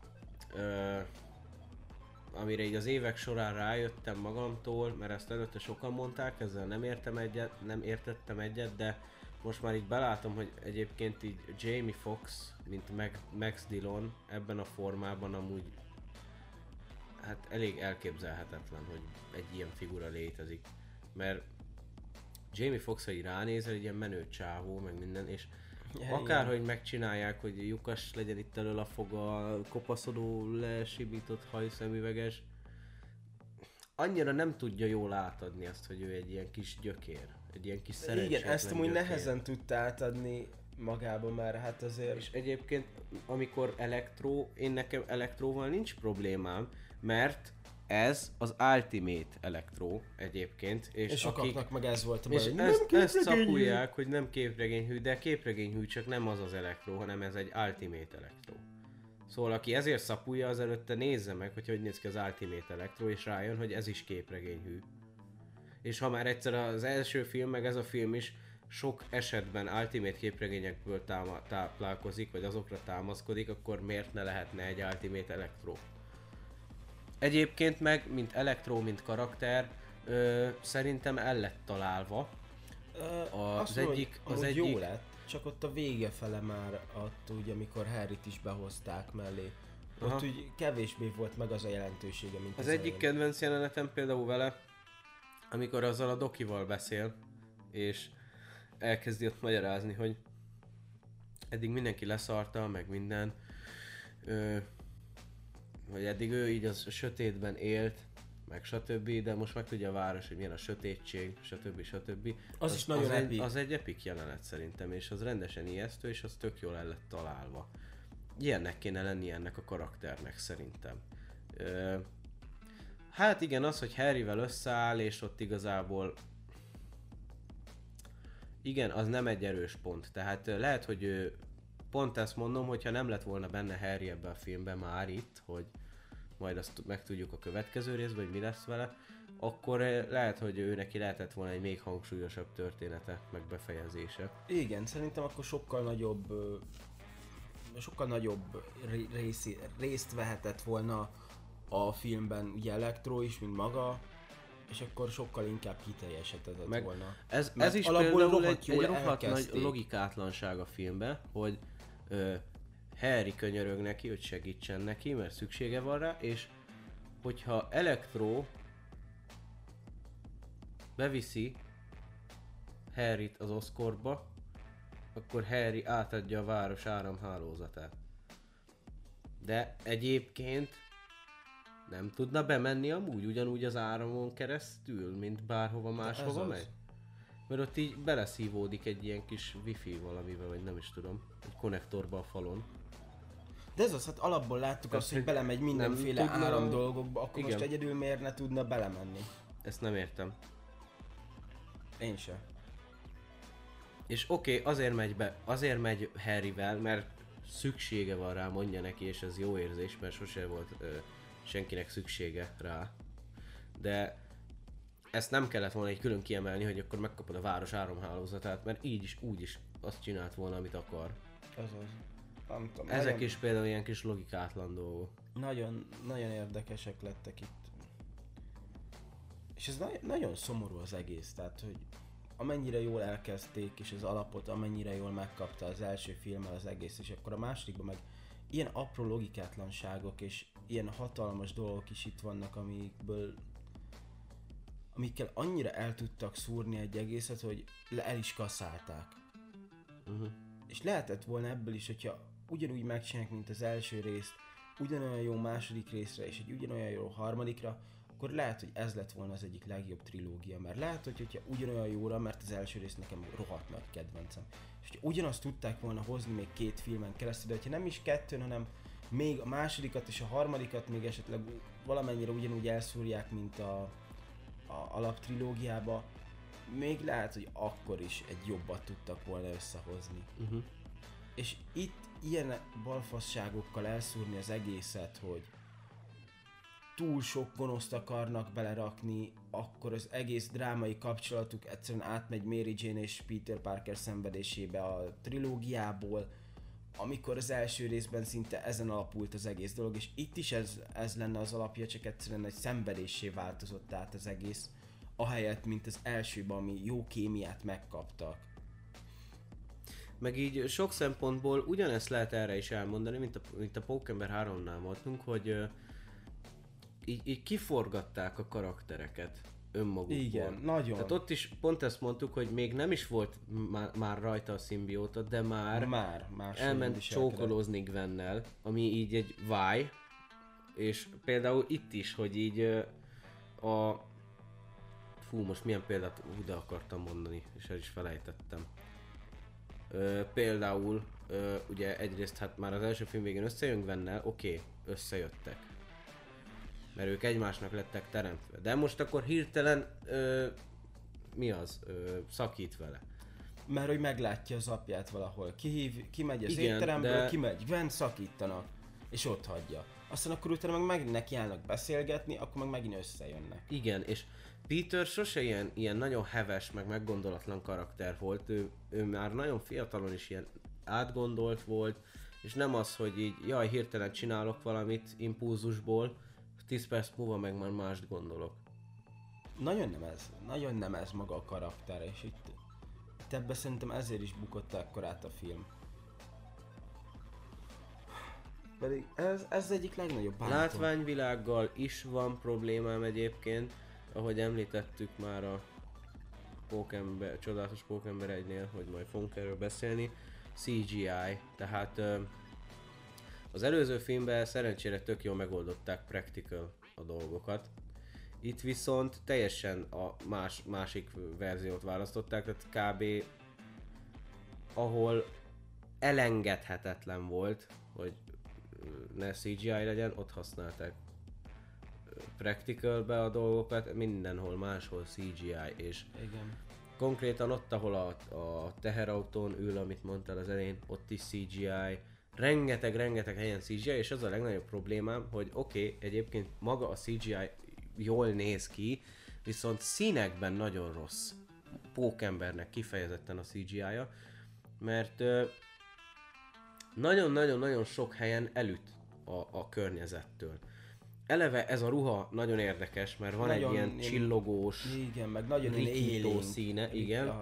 amire így az évek során rájöttem magamtól, mert ezt előtte sokan mondták, ezzel nem értettem egyet, de most már így belátom, hogy egyébként így Jamie Foxx, mint Max Dillon ebben a formában amúgy hát elég elképzelhetetlen, hogy egy ilyen figura létezik. Mert Jamie Foxx, hogy ránézel, egy ilyen menő csávó, meg minden, és akárhogy megcsinálják, hogy lyukas legyen itt elől a foga, kopaszodó, lesibított hajszemüveges, annyira nem tudja jól átadni azt, hogy ő egy ilyen kis gyökér, egy ilyen kis szerencsétlen. Igen, ezt amúgy nehezen tudta átadni magában már, hát azért... És egyébként, amikor nekem Elektróval nincs problémám, mert ez az Ultimate Elektro egyébként, és sokaknak meg ez volt a baj, és hogy ezt szapulják, hogy nem képregényhű, de képregényhű, csak nem az az Elektro, hanem ez egy Ultimate Elektro. Szóval aki ezért szapulja, az előtte nézze meg, hogy néz ki az Ultimate Elektro, és rájön, hogy ez is képregényhű. És ha már egyszer az első film, meg ez a film is sok esetben Ultimate képregényekből táplálkozik, vagy azokra támaszkodik, akkor miért ne lehetne egy Ultimate Elektro? Egyébként meg, mint Elektro, mint karakter, szerintem el lett találva. Az egyik jó lett, csak ott a vége fele már ott úgy, amikor Harryt is behozták mellé. Aha. Ott úgy kevésbé volt meg az a jelentősége, mint az egyik kedvenc jelenetem például vele, amikor azzal a dokival beszél, és elkezdi ott magyarázni, hogy eddig mindenki leszarta, meg minden, hogy eddig ő így az sötétben élt, meg stb., de most megtudja a város, hogy milyen a sötétség, stb. Az is nagyon epic. Az egy epic jelenet szerintem, és az rendesen ijesztő, és az tök jól el lett találva. Ilyennek kéne lenni ennek a karakternek szerintem. Hát igen, az, hogy Harryvel összeáll, és ott igazából... Igen, az nem egy erős pont. Tehát lehet, hogy pont ezt mondom, hogyha nem lett volna benne Harry ebben a filmben már itt, hogy majd azt megtudjuk a következő részben, hogy mi lesz vele, akkor lehet, hogy ő neki lehetett volna egy még hangsúlyosabb története, meg befejezése. Igen, szerintem akkor sokkal nagyobb részt vehetett volna a filmben ugye Elektro is, mint maga, és akkor sokkal inkább kiteljesedett volna. Ez is például egy rohadt nagy logikátlanság a filmben, hogy Harry könyörög neki, hogy segítsen neki, mert szüksége van rá, és hogyha Electro beviszi Harryt az Oscorpba, akkor Harry átadja a város áramhálózatát. De egyébként nem tudna bemenni amúgy ugyanúgy az áramon keresztül, mint bárhova máshova megy? Mert ott így beleszívódik egy ilyen kis wifi valamivel, vagy nem is tudom, egy konnektorba a falon. De ez az, hát alapból láttuk azt, hogy belemegy mindenféle áram dolgokba, akkor igen. Most egyedül miért ne tudna belemenni? Ezt nem értem. Én sem. És oké, azért megy Harryvel, mert szüksége van rá, mondja neki, és ez jó érzés, mert sose volt senkinek szüksége rá. De ezt nem kellett volna egy külön kiemelni, hogy akkor megkapod a város áramhálózatát, mert így is, úgy is azt csinált volna, amit akar. Azaz. Nem tudom, ezek nagyon, is például ilyen kis logikátlan dolgok. Nagyon, nagyon érdekesek lettek itt. És ez nagyon szomorú az egész, tehát hogy amennyire jól elkezdték, és az alapot amennyire jól megkapta az első filmmel az egész, és akkor a másodikban meg ilyen apró logikátlanságok és ilyen hatalmas dolgok is itt vannak, amikkel annyira el tudtak szúrni egy egészet, hogy el is kasszálták. És lehetett volna ebből is, hogyha ugyanúgy megcsinálják, mint az első részt, ugyanolyan jó második részre és egy ugyanolyan jó harmadikra, akkor lehet, hogy ez lett volna az egyik legjobb trilógia, mert lehet, hogyha ugyanolyan jóra, mert az első rész nekem rohadt nagy kedvencem. És hogyha ugyanazt tudták volna hozni még 2 filmen keresztül, de hogyha nem is 2, hanem még a másodikat és a harmadikat még esetleg valamennyire ugyanúgy elszúrják, mint a alaptrilógiába, még lehet, hogy akkor is egy jobbat tudtak volna összehozni. És itt ilyen balfasságokkal elszúrni az egészet, hogy túl sok gonoszt akarnak belerakni, akkor az egész drámai kapcsolatuk egyszerűen átmegy Mary Jane és Peter Parker szenvedésébe a trilógiából, amikor az első részben szinte ezen alapult az egész dolog, és itt is ez lenne az alapja, csak egyszerűen egy szenvedéssé változott át az egész, ahelyett, mint az elsőben, ami jó kémiát megkaptak. Meg így sok szempontból ugyanezt lehet erre is elmondani, mint a Pókember 3-nál voltunk, hogy így kiforgatták a karaktereket önmagukból. Igen, nagyon. Tehát ott is pont ezt mondtuk, hogy még nem is volt már rajta a szimbióta, de már elment csókolózni Gwennel, ami így egy váj, és például itt is, hogy így most milyen példát ide akartam mondani, és el is felejtettem. Például, ugye egyrészt hát már az első film végén összejön Gwennel, oké, összejöttek. Mert ők egymásnak lettek teremtve. De most akkor hirtelen, szakít vele. Mert hogy meglátja az apját valahol. Kimegy az étteremből, kimegy, Gwen, szakítanak. És ott hagyja. Aztán akkor utána meg megint nekiállnak beszélgetni, akkor meg megint összejönnek. Igen, és Peter sose ilyen nagyon heves, meg meggondolatlan karakter volt. Ő már nagyon fiatalon is ilyen átgondolt volt, és nem az, hogy így hirtelen csinálok valamit impulzusból, 10 perc múlva meg már mást gondolok. Nagyon nem ez maga a karakter, és itt ebben szerintem ezért is bukott ekkorát a film. Pedig ez egyik legnagyobb bántom. Látványvilággal is van problémám egyébként, ahogy említettük már a Csodálatos Pókember 1-nél, hogy majd fogunk erről beszélni. CGI, tehát az előző filmben szerencsére tök jól megoldották practical a dolgokat. Itt viszont teljesen a másik verziót választották, tehát kb. Ahol elengedhetetlen volt, hogy ne CGI legyen, ott használták practicalbe a dolgokat, mindenhol máshol CGI, és igen. Konkrétan ott, ahol a teherautón ül, amit mondtál az elején, ott is CGI, rengeteg helyen CGI, és az a legnagyobb problémám, hogy oké, egyébként maga a CGI jól néz ki, viszont színekben nagyon rossz. Pókembernek kifejezetten a CGI-ja, mert nagyon-nagyon sok helyen elüt a környezettől. Eleve ez a ruha nagyon érdekes, mert van nagyon egy ilyen csillogós, igen, meg nagyon rikító színe, igen.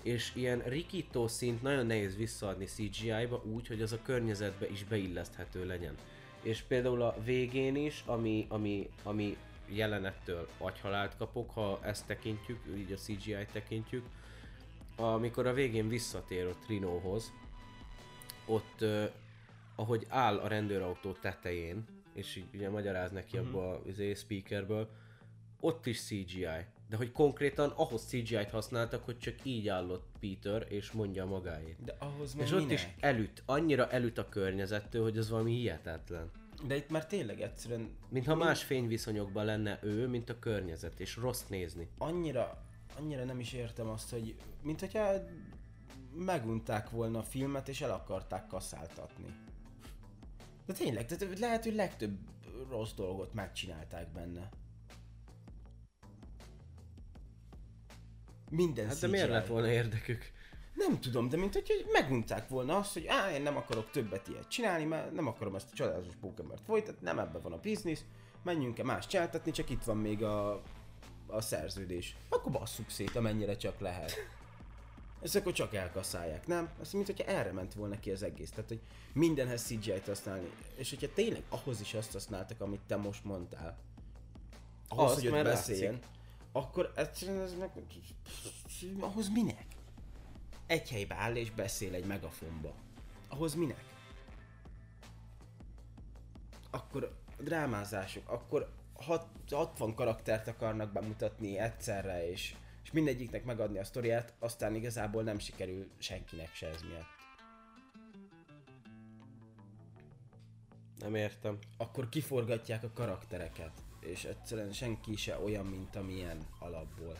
és ilyen rikító szint nagyon nehéz visszaadni CGI-ba úgy, hogy az a környezetbe is beilleszthető legyen. És például a végén is, ami jelenettől agyhalált kapok, ha ezt tekintjük, így a CGI-t tekintjük, amikor a végén visszatér ott Rinohoz, ott ahogy áll a rendőrautó tetején, és így ugye magyaráz neki abból a speakerből, ott is CGI. De hogy konkrétan ahhoz CGI-t használtak, hogy csak így állott Peter és mondja magáét. De ahhoz meg és minek? ott is annyira elüt a környezettől, hogy az valami hihetetlen. De itt már tényleg egyszerűen... Mintha más fényviszonyokban lenne ő, mint a környezet, és rossz nézni. Annyira nem is értem azt, hogy mint hogyha megunták volna a filmet és el akarták kasszáltatni. De tényleg, tehát lehet, hogy legtöbb rossz dolgot megcsinálták benne. Minden Hát de miért lett volna érdekük? Nem tudom, de mint hogy megunták volna azt, hogy én nem akarok többet ilyet csinálni, mert nem akarom ezt a csodálatos Pókembert folytatni, nem ebben van a biznisz, menjünk-e más csináltatni, csak itt van még a szerződés. Akkor basszuk szét, amennyire csak lehet. Ezt akkor csak elkasszálják, nem? Azt mint hogyha erre ment volna ki az egész, tehát hogy mindenhez CGI-t használni. És hogyha tényleg ahhoz is azt használtak, amit te most mondtál, ahhoz, hogy ott beszéljen, akkor egyszerűen ez meg... ahhoz minek? Egy helybe áll és beszél egy megafonba. Ahhoz minek? Akkor drámázások, akkor 60 karaktert akarnak bemutatni egyszerre, és mindegyiknek megadni a sztoriát, aztán igazából nem sikerül senkinek se ez miatt. Nem értem. Akkor kiforgatják a karaktereket, és egyszerűen senki se olyan, mint amilyen alapból.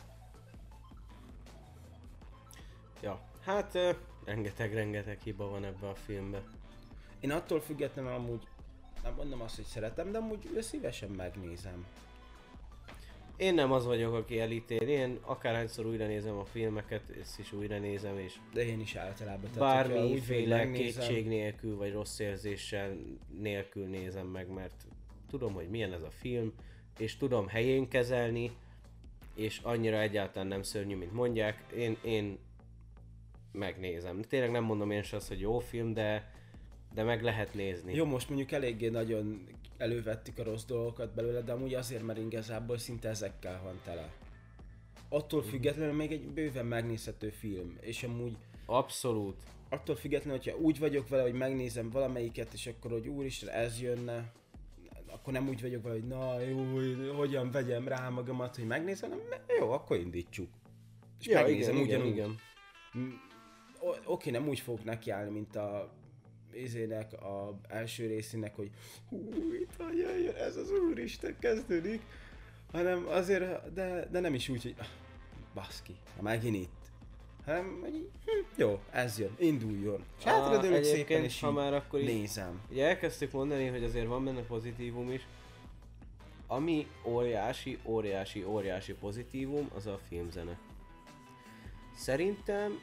Ja, hát rengeteg hiba van ebbe a filmbe. Én attól függetlenül amúgy, nem mondom azt, hogy szeretem, de amúgy szívesen megnézem. Én nem az vagyok, aki elítél, én akárhányszor újra nézem a filmeket, ezt is újra nézem, és de én is általában. Bármiféle kétség nélkül, vagy rossz érzéssel nélkül nézem meg, mert tudom, hogy milyen ez a film, és tudom helyén kezelni, és annyira egyáltalán nem szörnyű, mint mondják. Én megnézem. Tényleg nem mondom én sem azt, hogy jó film, de meg lehet nézni. Jó, most mondjuk eléggé nagyon elővettük a rossz dolgokat belőle, de amúgy azért, mert igazából szinte ezekkel van tele. Attól függetlenül még egy bőven megnézhető film, és amúgy... Abszolút. Attól függetlenül, hogyha úgy vagyok vele, hogy megnézem valamelyiket, és akkor, hogy úristen, ez jönne, akkor nem úgy vagyok vele, hogy na jó, hogyan vegyem rá magamat, hogy megnézem, jó, akkor indítsuk. És ja, megnézem ugyanúgy. Igen. Oké, nem úgy fogok nekiállni, mint a az első részének, hogy itt van, jöjjön, ez az úristen kezdődik, hanem azért, de nem is úgy, hogy baszki, megint itt, hanem hogy jó, ez jön, induljon. És hátradőlök szépen, és ha már akkor nézem. Ugye elkezdtük mondani, hogy azért van benne pozitívum is. Ami óriási pozitívum, az a filmzene. Szerintem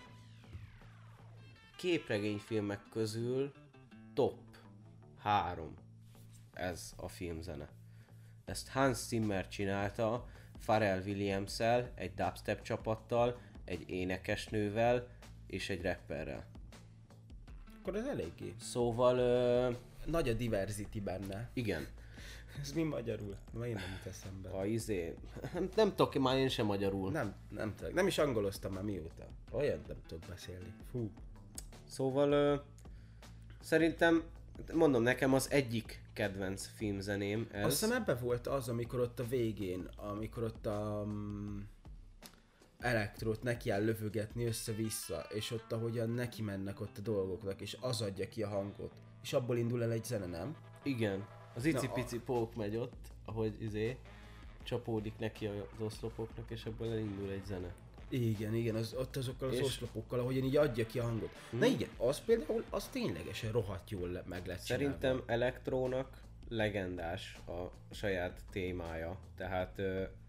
képregényfilmek közül top 3 ez a filmzene. Ezt Hans Zimmer csinálta Pharrell Williams-szel, egy dubstep csapattal, egy énekesnővel és egy rapperrel. Akkor ez eléggé. Szóval... nagy a diversity benne. Igen. Ez mi magyarul? Ma én nem jut eszembe. Nem tudok már én sem magyarul. Nem is angoloztam már mióta. Olyan nem tudok beszélni. Fú. Szóval szerintem, mondom, nekem az egyik kedvenc filmzeném ez. Azt hiszem ebbe volt az, amikor ott a végén, amikor ott a elektrót neki áll lövögetni össze-vissza, és ott ahogyan neki mennek ott a dolgoknak, és az adja ki a hangot. És abból indul el egy zene, nem? Igen. Az icipici pók megy ott, ahogy csapódik neki az oszlopoknak, és abból elindul egy zene. Igen, ott azokkal az oszlopokkal, ahogyan így adja ki a hangot. Na igen, az például, az ténylegesen rohadt jól meg lett Szerintem csinálva. elektrónak legendás a saját témája, tehát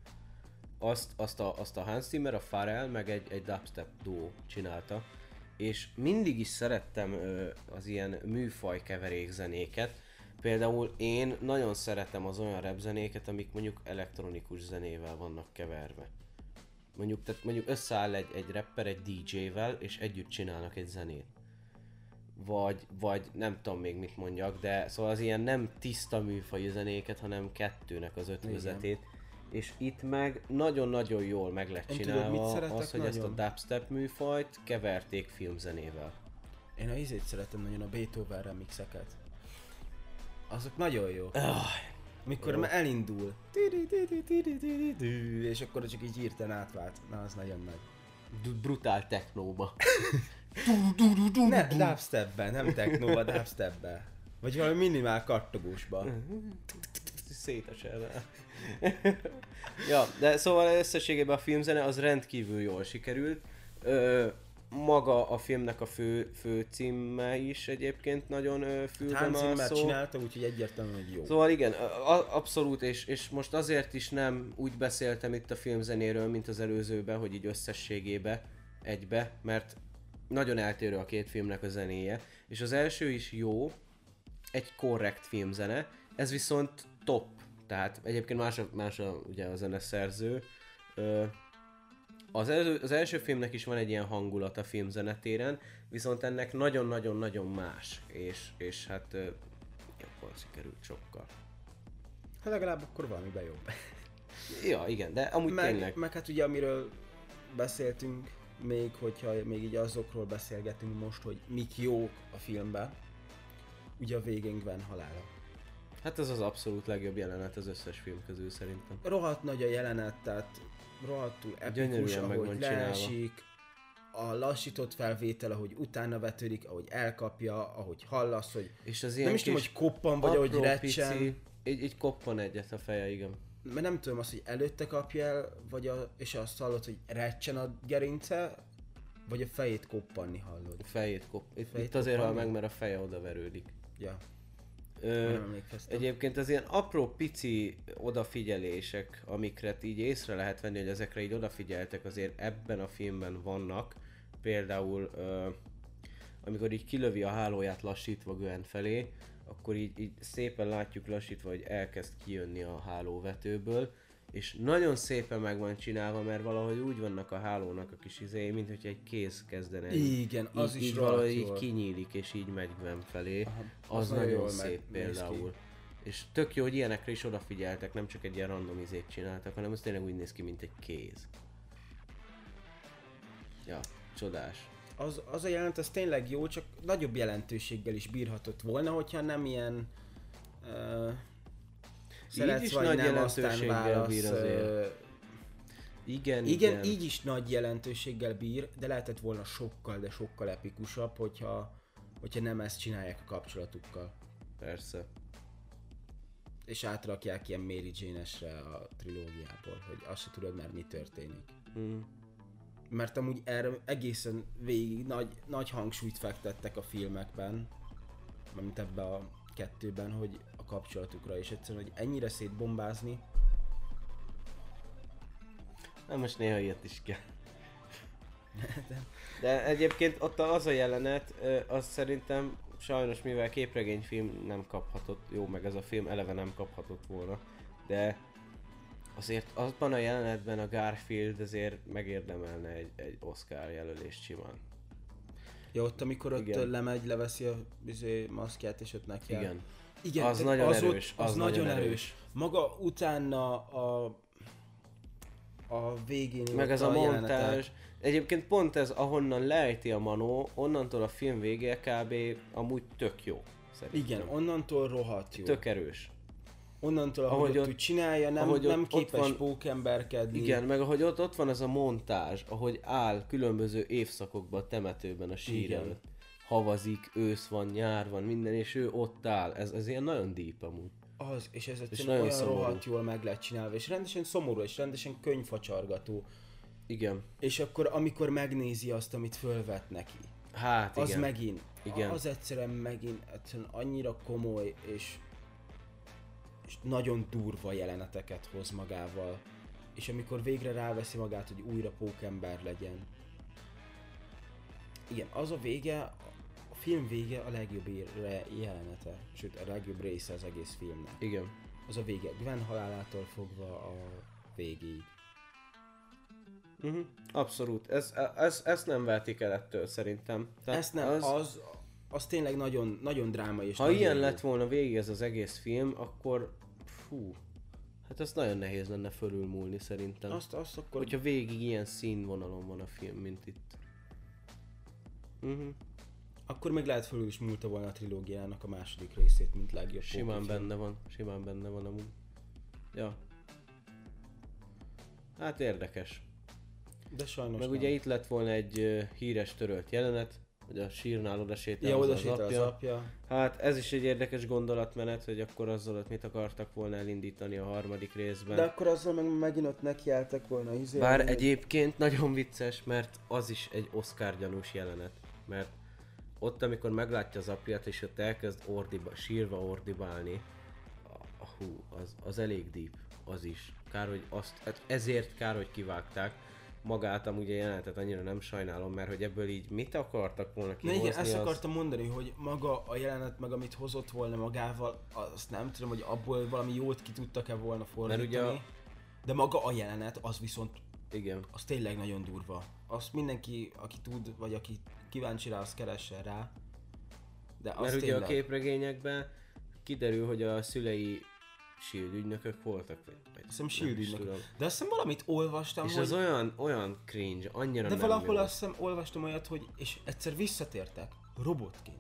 azt a Hans Zimmer, a Pharrell, meg egy dubstep duo csinálta, és mindig is szerettem az ilyen műfaj keverékzenéket. Például én nagyon szeretem az olyan rap zenéket, amik mondjuk elektronikus zenével vannak keverve. mondjuk összeáll egy rapper egy DJ-vel, és együtt csinálnak egy zenét. Vagy nem tudom még mit mondjak, de szóval az ilyen nem tiszta műfajú zenéket, hanem kettőnek az ötvözetét. És itt meg nagyon-nagyon jól meg lett csinálva az, hogy ezt a dubstep műfajt keverték filmzenével. Én a izét szeretem nagyon, a Beethoven remixeket. Azok nagyon jó. Mikor már elindul, és akkor csak így hirtelen átvált. Na, az nagyon nagy. Brutál technóba. Ne, dubstepben, nem technóba, dubstepben. Vagy valami minimál kattogósba. Széteselve. Ja, de szóval összességében a filmzene az rendkívül jól sikerült. Maga a filmnek a fő címe is egyébként nagyon fülben Hans Zimmer csinálta, úgyhogy egyértelműen, hogy jó. Szóval igen, abszolút, és most azért is nem úgy beszéltem itt a filmzenéről, mint az előzőben, hogy így összességébe, egybe, mert nagyon eltérő a két filmnek a zenéje, és az első is jó, egy korrekt filmzene, ez viszont top, tehát egyébként más ugye a zeneszerző. Az első filmnek is van egy ilyen hangulat a filmzenetéren, viszont ennek nagyon-nagyon-nagyon más, és hát jobban sikerült sokkal. Hát legalább akkor valamiben jobb. Ja, igen, de amúgy tényleg. Meg hát ugye amiről beszéltünk még, hogyha még így azokról beszélgetünk most, hogy mik jók a filmben, ugye a végén Gwen halála. Hát ez az abszolút legjobb jelenet az összes film közül szerintem. Rohadt nagy a jelenet, tehát rohadtul epikus, ahogy leesik, a lassított felvétel, ahogy utána vetődik, ahogy elkapja, ahogy hallasz, hogy és az ilyen nem is tudom, hogy koppan, vagy ahogy recsen. Így koppan egyet a feje, igen. Mert nem tudom azt, hogy előtte kapja el, és azt hallod, hogy recsen a gerince, vagy a fejét koppanni hallod. A fejét itt azért hal meg, mert a feje odaverődik. Ja. Egyébként az ilyen apró pici odafigyelések, amikre így észre lehet venni, hogy ezekre így odafigyeltek, azért ebben a filmben vannak. Például amikor így kilövi a hálóját lassítva Gwen felé, akkor így szépen látjuk lassítva, hogy elkezd kijönni a hálóvetőből, és nagyon szépen meg van csinálva, mert valahogy úgy vannak a hálónak a kis izéi, mint hogy egy kéz kezdene. Igen, az így is valahogy így kinyílik, és így megy Gwen felé. Aha, az nagyon szép például. És tök jó, hogy ilyenekre is odafigyeltek, nem csak egy ilyen random izét csináltak, hanem az tényleg úgy néz ki, mint egy kéz. Ja, csodás. Az a jelent, az tényleg jó, csak nagyobb jelentőséggel is bírhatott volna, hogyha nem ilyen szeretsz így is vagy nagy nem, aztán válasz. Bír azért. Igen, így is nagy jelentőséggel bír, de lehetett volna sokkal, de sokkal epikusabb, hogyha nem ezt csinálják a kapcsolatukkal. Persze. És átrakják ilyen Mary Jane-esre a trilógiából, hogy azt se tudod már mi történik. Mert amúgy erre egészen végig nagy hangsúlyt fektettek a filmekben, mint ebben a kettőben, hogy a kapcsolatukra, és egyszerűen, hogy ennyire szétbombázni. Na most néha ilyet is kell. De egyébként ott az a jelenet, az szerintem sajnos, mivel képregényfilm nem kaphatott, jó, meg ez a film eleve nem kaphatott volna, de azért azban a jelenetben a Garfield azért megérdemelne egy Oscar jelölést simán. Ja, ott amikor ott lemegy, leveszi a maszkját és ott neki. Igen, az nagyon erős. Az nagyon erős. Maga utána a végén meg ez a montázs. Egyébként pont ez, ahonnan lejti a Manó, onnantól a film vége kb. Amúgy tök jó. Szerintem. Igen, onnantól rohadt jó. Tök erős. Onnantól, ahogy ott csinálja, nem képes pókemberkedni. Igen, meg ahogy ott van ez a montázs, ahogy áll különböző évszakokban a temetőben a sír előtt. Havazik, ősz van, nyár van, minden, és ő ott áll. Ez ilyen nagyon deep amúgy. Az, és ez egyszerűen olyan rohadt jól meg lett csinálva, és rendesen szomorú, és rendesen könyvfacsargató. Igen. És akkor, amikor megnézi azt, amit fölvet neki. Hát az igen. megint. Igen. Az egyszerűen annyira komoly, és nagyon durva jeleneteket hoz magával. És amikor végre ráveszi magát, hogy újra pókember legyen. Igen, az a vége, a film vége a legjobb jelenete, sőt a legjobb része az egész filmnek. Igen. Az a vége, Gwen halálától fogva a végéig. Abszolút. Ezt nem vehetik el ettől szerintem. Tehát Ezt nem, az tényleg nagyon, nagyon drámai és ha nagyon ilyen jó. lett volna végig ez az egész film, akkor hát ez nagyon nehéz lenne fölülmúlni szerintem. Azt akkor... Hogyha végig ilyen színvonalon van a film, mint itt. Akkor még lehet fölül is múlta volna a trilógiának a második részét, mint legjobb Simán pókifilm. benne van amúgy. Ja. Hát érdekes. De sajnos Meg nem. ugye itt lett volna egy híres törölt jelenet, hogy a sírnál oda sétál Ja, oda az sétál az apja. Hát ez is egy érdekes gondolatmenet, hogy akkor azzal ott mit akartak volna elindítani a harmadik részben. De akkor azzal meg megint ott nekiálltak volna Bár egyébként nagyon vicces, mert az is egy Oscar gyanús jelenet. Mert ott, amikor meglátja az apját, és ott elkezd sírva ordibálni, az elég deep, az is. Kár, hogy hát ezért kár, hogy kivágták. Magát amúgy a jelenetet annyira nem sajnálom, mert hogy ebből így mit akartak volna kihozni. Igen, ezt akartam mondani, hogy maga a jelenet, meg amit hozott volna magával, azt nem tudom, hogy abból valami jót ki tudtak-e volna fordítani. Ugye de maga a jelenet, az viszont, igen. Az tényleg nagyon durva. Azt mindenki, aki tud, vagy aki kíváncsi rá, az keressen rá. De az mert tényleg... ugye a képregényekben kiderül, hogy a szülei SHIELD ügynökök voltak, vagy azt hiszem SHIELD ügynökök. De azt hiszem valamit olvastam, és hogy... az olyan cringe, annyira de nem valahol jó. azt hiszem olvastam olyat, hogy és egyszer visszatértek robotként.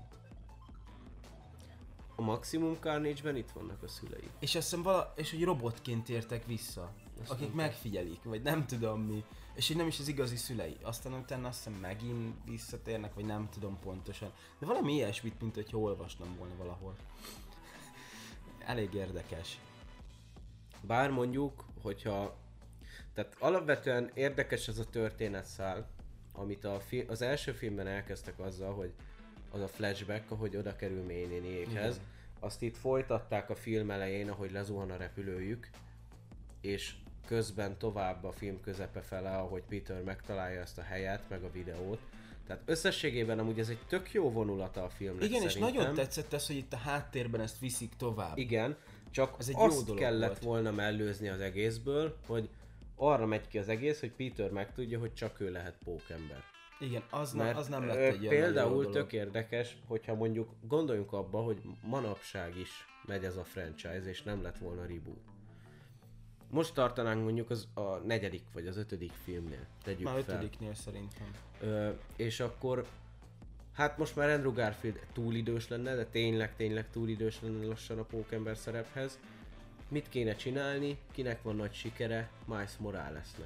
A Maximum Carnage-ben itt vannak a szülei. És azt hiszem és hogy robotként tértek vissza. Azt akik mondta. Megfigyelik, vagy nem tudom mi. És hogy nem is az igazi szülei. Aztán utána azt hiszem megint visszatérnek, vagy nem tudom pontosan. De valami ilyesmit, mint hogyha olvastam volna valahol. Elég érdekes. Bár mondjuk, hogyha... Tehát alapvetően érdekes ez a történetszál, amit az első filmben elkezdtek azzal, hogy az a flashback, ahogy oda kerül May néniékhez. Azt itt folytatták a film elején, ahogy lezuhan a repülőjük, és közben tovább a film közepe fele, ahogy Peter megtalálja ezt a helyet, meg a videót. Tehát összességében amúgy ez egy tök jó vonulata a filmnek. Igen, szerintem. És nagyon tetszett ez, hogy itt a háttérben ezt viszik tovább. Igen, csak ez egy azt jó kellett volt. volna mellőzni az egészből, hogy arra megy ki az egész, hogy Peter megtudja, hogy csak ő lehet pókember. Igen, az nem lett egy például tök érdekes, hogyha mondjuk gondoljunk abba, hogy manapság is megy ez a franchise, és nem lett volna reboot. Most tartanánk mondjuk a 4. vagy az 5. filmnél, tegyük már fel. 5-nél szerintem. És akkor, hát most már Andrew Garfield túl idős lenne, de tényleg túl idős lenne lassan a pókember szerephez. Mit kéne csinálni? Kinek van nagy sikere? Miles Moralesnek.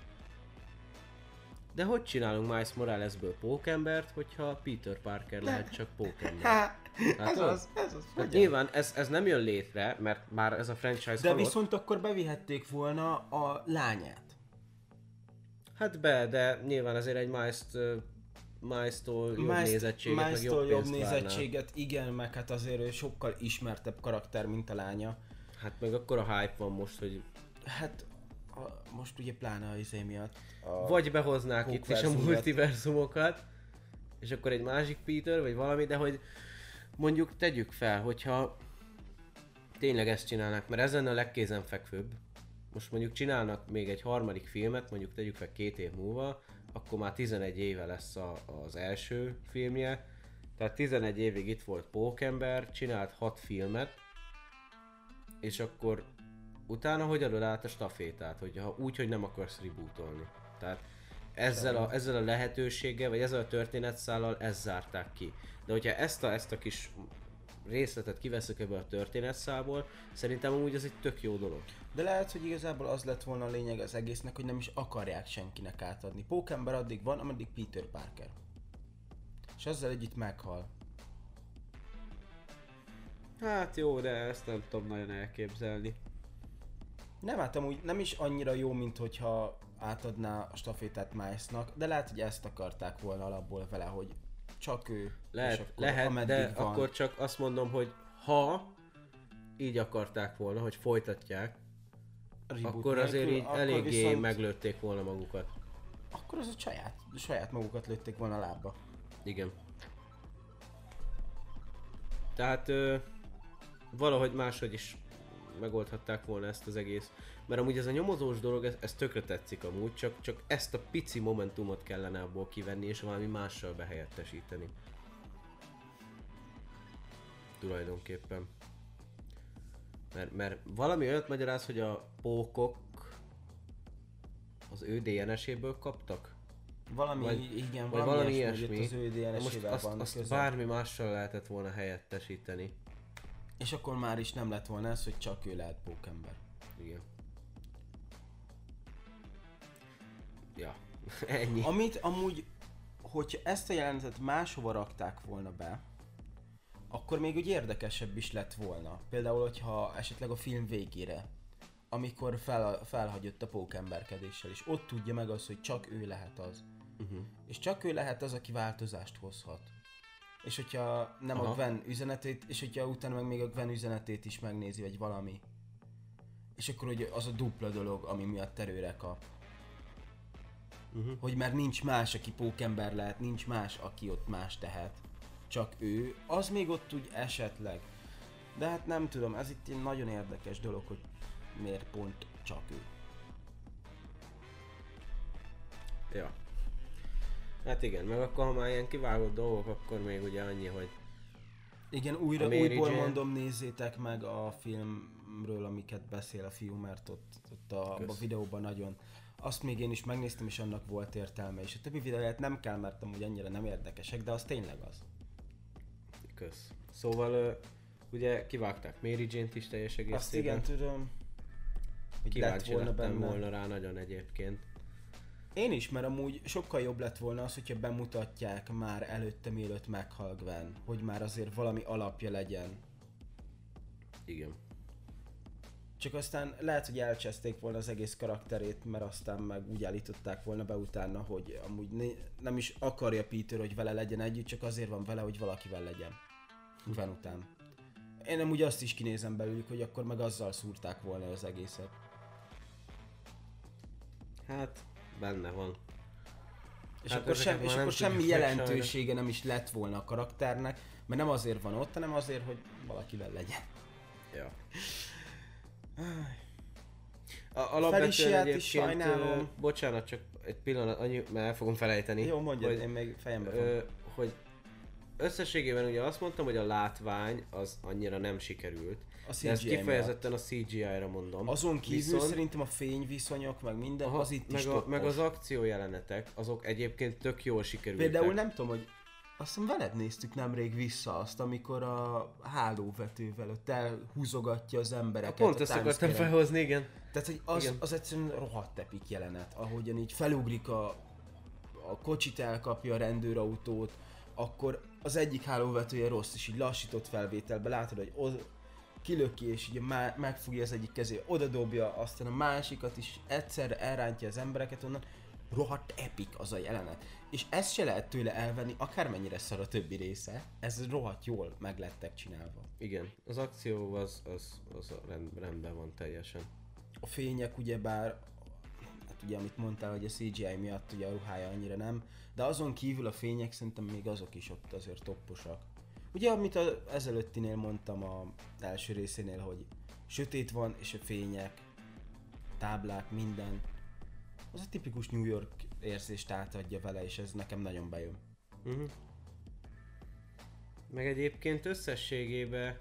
De hogy csinálunk Miles Moralesből pókembert, hogyha Peter Parker lehet csak pókember? Ez az. Hát nyilván ez nem jön létre, mert már ez a franchise de halott. Viszont akkor bevihették volna a lányát. Hát de nyilván azért egy Miles-tól jobb nézettséget, meg jobb jobb pénzt nézettséget, igen, meg hát azért ő sokkal ismertebb karakter, mint a lánya. Hát meg akkor a hype van most, hogy... Hát most ugye pláne a izé miatt. Vagy behoznák itt is a multiverzumokat, és akkor egy másik Peter, vagy valami, de hogy mondjuk tegyük fel, hogyha tényleg ezt csinálnák, mert ez lenne a legkézenfekvőbb. Most mondjuk csinálnak még egy harmadik filmet, mondjuk tegyük fel 2 év múlva, akkor már 11 éve lesz az első filmje. Tehát 11 évig itt volt pókember, csinált 6 filmet, és akkor utána hogy adod át a stafétát, hogyha úgy, hogy nem akarsz rebootolni. Tehát ezzel a lehetőséggel, vagy ezzel a történetszállal ezt zárták ki. De hogyha ezt a kis részletet kiveszük ebből a történetszálból, szerintem amúgy ez egy tök jó dolog. De lehet, hogy igazából az lett volna a lényeg az egésznek, hogy nem is akarják senkinek átadni. Pókember addig van, ameddig Peter Parker. És ezzel együtt meghal. Hát jó, de ezt nem tudom nagyon elképzelni. Nem, hát amúgy nem is annyira jó, mint hogyha átadná a stafétát Milesnak, de lehet, hogy ezt akarták volna alapból vele, hogy csak ő, lehet, és akkor lehet, de van. Akkor csak azt mondom, hogy ha így akarták volna, hogy folytatják, reboot akkor nélkül, azért így akkor eléggé viszont... meglőtték volna magukat. Akkor az a saját magukat lőtték volna a lábba. Igen. Tehát valahogy máshogy is megoldhatták volna ezt az egész. Mert amúgy ez a nyomozós dolog, ez tökre tetszik amúgy, csak ezt a pici momentumot kellene abból kivenni és valami mással behelyettesíteni. Tulajdonképpen. Mert valami olyat magyaráz, hogy a pókok az ő DNS-éből kaptak? Valami ilyesmi. Az ő DNS-ével most azt bármi mással lehetett volna helyettesíteni. És akkor már is nem lett volna ez, hogy csak ő lehet pókember. Igen. Ja, ennyi. Amit amúgy, hogyha ezt a jelenetet máshova rakták volna be, akkor még úgy érdekesebb is lett volna. Például, hogyha esetleg a film végére, amikor felhagyott a pókemberkedéssel, és ott tudja meg az, hogy csak ő lehet az. És csak ő lehet az, aki változást hozhat. És hogyha nem a Gwen üzenetét, és hogyha utána meg még a Gwen üzenetét is megnézi, vagy valami. És akkor hogy az a dupla dolog, ami miatt erőre kap. Hogy már nincs más, aki pókember lehet, nincs más, aki ott más tehet. Csak ő, az még ott úgy esetleg. De hát nem tudom, ez itt egy nagyon érdekes dolog, hogy miért pont csak ő. Ja. Hát igen, meg akkor ha már ilyen kivágott dolgok, akkor még ugye annyi, hogy... Igen, újból mondom, nézzétek meg a filmről, amiket beszél a fiú, mert ott a videóban nagyon... Azt még én is megnéztem, és annak volt értelme, és a többi videóját nem kell, mert amúgy annyira nem érdekesek, de az tényleg az. Kösz. Szóval ugye kivágták Mary Jane-t is teljes egészében. Azt igen, tudom. Kíváncsi lettem volna rá nagyon egyébként. Én is, mert amúgy sokkal jobb lett volna az, hogyha bemutatják már előtte, mielőtt meghal Gwen, hogy már azért valami alapja legyen. Igen. Csak aztán lehet, hogy elcseszték volna az egész karakterét, mert aztán meg úgy állították volna be utána, hogy amúgy nem is akarja Peter, hogy vele legyen együtt, csak azért van vele, hogy valakivel legyen. Gwen után. Én amúgy azt is kinézem belőlük, hogy akkor meg azzal szúrták volna az egészet. Hát, benne van. És hát akkor semmi jelentősége nem is lett volna a karakternek, mert nem azért van ott, hanem azért, hogy valakivel legyen. Ja. Alapvetően egyébként, sajnálom. Bocsánat, csak egy pillanat, mert el fogom felejteni. Jó, mondjad, én még fejembe fogom. Hogy összességében ugye azt mondtam, hogy a látvány az annyira nem sikerült. De ezt kifejezetten a CGI-ra mondom. Azon kívül szerintem a fényviszonyok, meg minden, az itt is toppos. Meg az akciójelenetek, azok egyébként tök jól sikerültek. Például nem tudom, hogy azt hiszem veled néztük nemrég vissza azt, amikor a hálóvetővel ott elhúzogatja az embereket. Pont ezt akartam felhozni, igen. Tehát, hogy az egyszerűen rohadt epik jelenet, ahogyan így felugrik a kocsit, elkapja a rendőrautót, akkor az egyik hálóvetője rossz, és így lassított felvételbe látod, hogy kilöki, és így megfogja az egyik kezébe, oda dobja, aztán a másikat is egyszerre elrántja az embereket onnan. Rohadt epik az a jelenet. És ezt se lehet tőle elvenni, akármennyire szar a többi része, ez rohadt jól meg lettek csinálva. Igen, az akció az rendben van teljesen. A fények ugyebár, hát ugye amit mondtál, hogy a CGI miatt ugye a ruhája annyira nem, de azon kívül a fények szerintem még azok is ott azért topposak. Ugye amit ezelőttinél mondtam az első részénél, hogy sötét van és a fények, táblák, minden. Az a tipikus New York érzést átadja vele, és ez nekem nagyon bejön. Meg egyébként összességében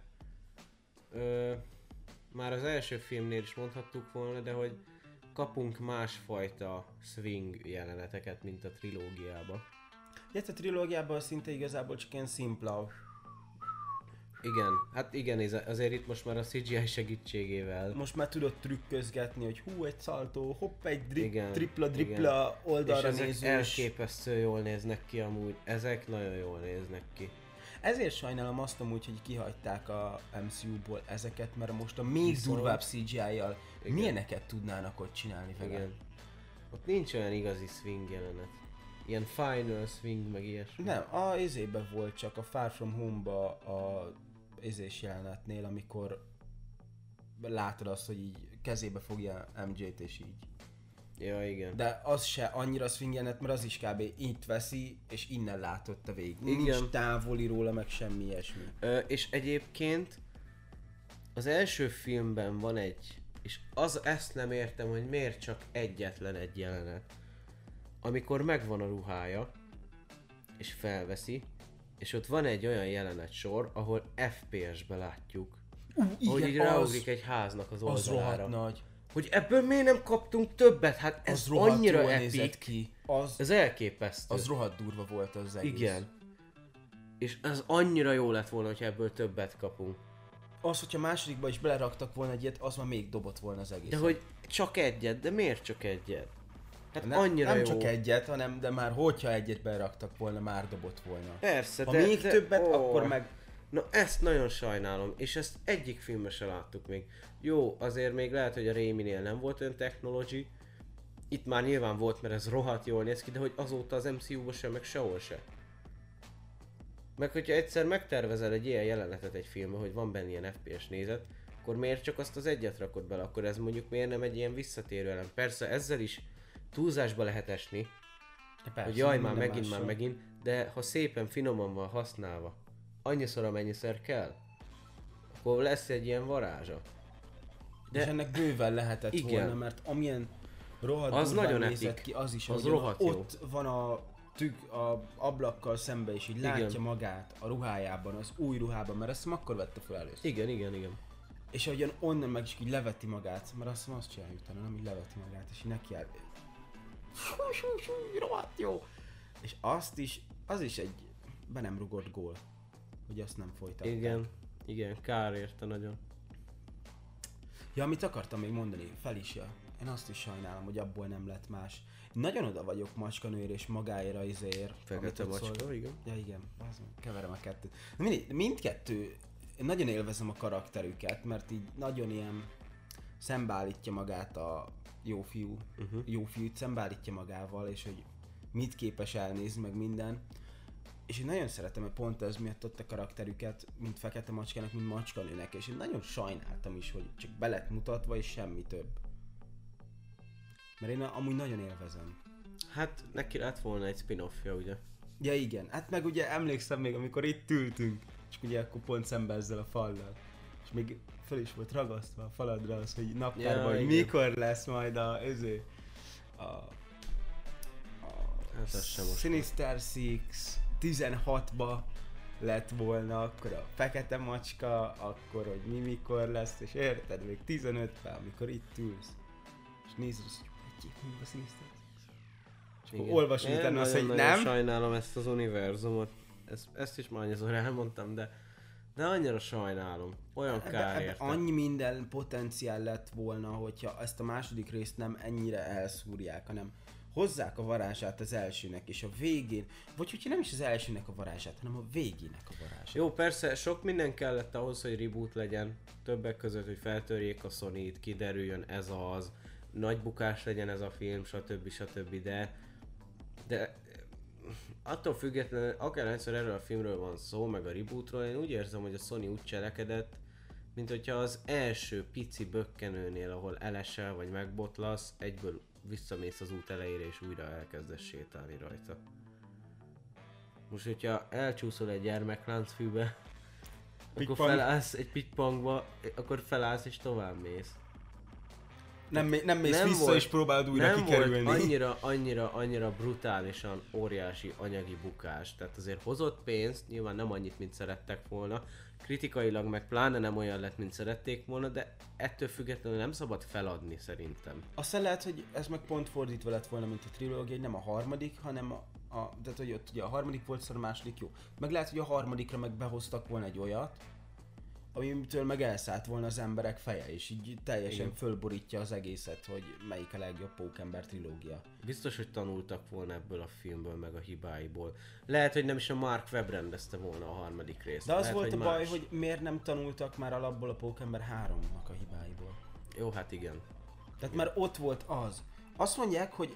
már az első filmnél is mondhattuk volna, de hogy kapunk másfajta swing jeleneteket, mint a trilógiába. Ja, a trilógiában szinte igazából csak ilyen szimpla. Igen, hát igen, azért itt most már a CGI segítségével. Most már tudod trükközgetni, hogy hú, egy szaltó, hopp, egy tripla oldalra nézős. És ezek elképesztő jól néznek ki amúgy, ezek nagyon jól néznek ki. Ezért sajnálom azt amúgy, hogy kihagyták a MCU-ból ezeket, mert most a még durvább CGI-jal milyeneket tudnának ott csinálni vele. Igen. Ott nincs olyan igazi swing jelenet. Ilyen final swing, meg ilyesmi. Nem, a izében volt csak a Far From Home-ba a izés jelenetnél, amikor látod azt, hogy így kezébe fogja MJ-t és így. Ja, igen. De az se annyira swing jelenet, mert az is kb. Itt veszi, és innen látott a végig. Igen. Nincs távoli róla, meg semmi ilyesmi. És egyébként Az első filmben van egy, és ezt nem értem, hogy miért csak egyetlen egy jelenet. Amikor megvan a ruhája, és felveszi, és ott van egy olyan jelenet sor, ahol FPS-be látjuk, hogy így ráugrik egy háznak az Az oldalára. rohadt nagy. Hogy ebből miért nem kaptunk többet? Hát ez Az rohadt annyira jól nézett epic. ki. Ez elképesztő. Az rohadt durva volt az egész. Igen. És ez annyira jó lett volna, hogy ebből többet kapunk. Az, hogyha másodikba is beleraktak volna egyet, az már még dobott volna az egész. De hogy csak egyet, de miért csak egyet? Hát nem, annyira nem jó. csak egyet, hanem de már hogyha egyet beraktak volna, már dobott volna. Persze, Ha de... még többet, akkor meg... Na ezt nagyon sajnálom, és ezt egyik filmben se láttuk még. Jó, azért még lehet, hogy a Raimi-nél nem volt olyan technology. Itt már nyilván volt, mert ez rohadt jól néz ki, de hogy azóta az MCU-ban sem, meg sehol se. Meg hogyha egyszer megtervezel egy ilyen jelenetet egy filmben, hogy van benne ilyen FPS nézet, akkor miért csak azt az egyet rakod bele? Akkor ez mondjuk miért nem egy ilyen visszatérő elem? Persze ezzel is túlzásba lehet esni, Persze, hogy jaj, minden mással. már megint, de ha szépen finoman van használva, annyiszor amennyiszer kell, akkor lesz egy ilyen varázsa. És ennek bőven lehetett igen. volna, mert amilyen rohadt Az durván nagyon nézett epic. ki, az is, Az ahogyan rohadt jó. ott van a ablakkal szembe, és így Igen. látja magát a ruhájában, az új ruhában, mert azt hiszem akkor vette fel először. Igen. És ahogyan onnan meg is így leveti magát, mert azt hiszem azt csinálja utána, nem így leveti magát, és így neki áll. Rohadt jó! És azt is, az is egy be nem rugott gól, hogy azt nem folytatták. Igen, kár érte nagyon. Ja, amit akartam még mondani, Felicia. Én azt is sajnálom, hogy abból nem lett más. Nagyon oda vagyok macskanőr és magáért a izéért. Fekete amit ott macska, szól. igen. Ja igen, keverem a kettőt. Mindkettő, én nagyon élvezem a karakterüket, mert így nagyon ilyen szembeállítja magát a jó fiút szembeállítja magával, és hogy mit képes elnézni, meg minden. És én nagyon szeretem, hogy pont ez miatt ott a karakterüket, mint fekete macskának, mint macskanőnek, és én nagyon sajnáltam is, hogy csak be lett mutatva, és semmi több. Mert én amúgy nagyon élvezem. Hát neki lett volna egy spin-offja, ugye? Ja igen, hát meg ugye emlékszem még, amikor itt ültünk, és ugye akkor pont szembe ezzel a fallal. És még fel is volt ragasztva a faladra az, hogy naptárban, hogy igen. mikor lesz majd a Hát az sem most. Sinister Six 16-ba lett volna, akkor a fekete macska, akkor hogy mi mikor lesz, és érted, még 15-ben, amikor itt ülsz. És nézed azt, hogy egy év múlva Sinister Six. És akkor olvasom utána azt, hogy nagyon nem. sajnálom ezt az univerzumot. Ezt is már annyiszor elmondtam, de annyira sajnálom. Olyan kár érte. Annyi minden potenciál lett volna, hogyha ezt a második részt nem ennyire elszúrják, hanem hozzák a varázsát az elsőnek, és a végén, vagy hogyha nem is az elsőnek a varázsát, hanem a végének a varázsát. Jó, persze, sok minden kellett ahhoz, hogy reboot legyen. Többek között, hogy feltörjék a Sony-t, kiderüljön ez az, nagy bukás legyen ez a film, stb. De attól függetlenül, akár egyszer erről a filmről van szó, meg a rebootról, én úgy érzem, hogy a Sony úgy cselekedett, mint hogyha az első pici bökkenőnél, ahol elesel vagy megbotlasz, egyből visszamész az út elejére és újra elkezdesz sétálni rajta. Most, hogyha elcsúszol egy gyermekláncfűbe, akkor felállsz egy pitpangba, akkor felállsz és tovább mész. Nem mész nem vissza volt- és próbálod újra Nem kikerülni. volt annyira brutálisan óriási anyagi bukás. Tehát azért hozott pénzt, nyilván nem annyit, mint szerettek volna. Kritikailag meg pláne nem olyan lett, mint szerették volna, de ettől függetlenül nem szabad feladni szerintem. Aztán lehet, hogy ez meg pont fordítva lett volna, mint a trilógia, hogy nem a harmadik, hanem tehát, hogy ott ugye a harmadik volt, szóval a második jó. Meg lehet, hogy a harmadikra meg behoztak volna egy olyat, amitől meg elszállt volna az emberek feje, és így teljesen Igen. fölborítja az egészet, hogy melyik a legjobb Pókember trilógia. Biztos, hogy tanultak volna ebből a filmből, meg a hibáiból. Lehet, hogy nem is a Mark Webb rendezte volna a harmadik részt. De az Lehet, volt a hogy baj, más. hogy miért nem tanultak már alapból a Pókember 3-nak a hibáiból. Jó, hát igen. Tehát már ott volt az. Azt mondják, hogy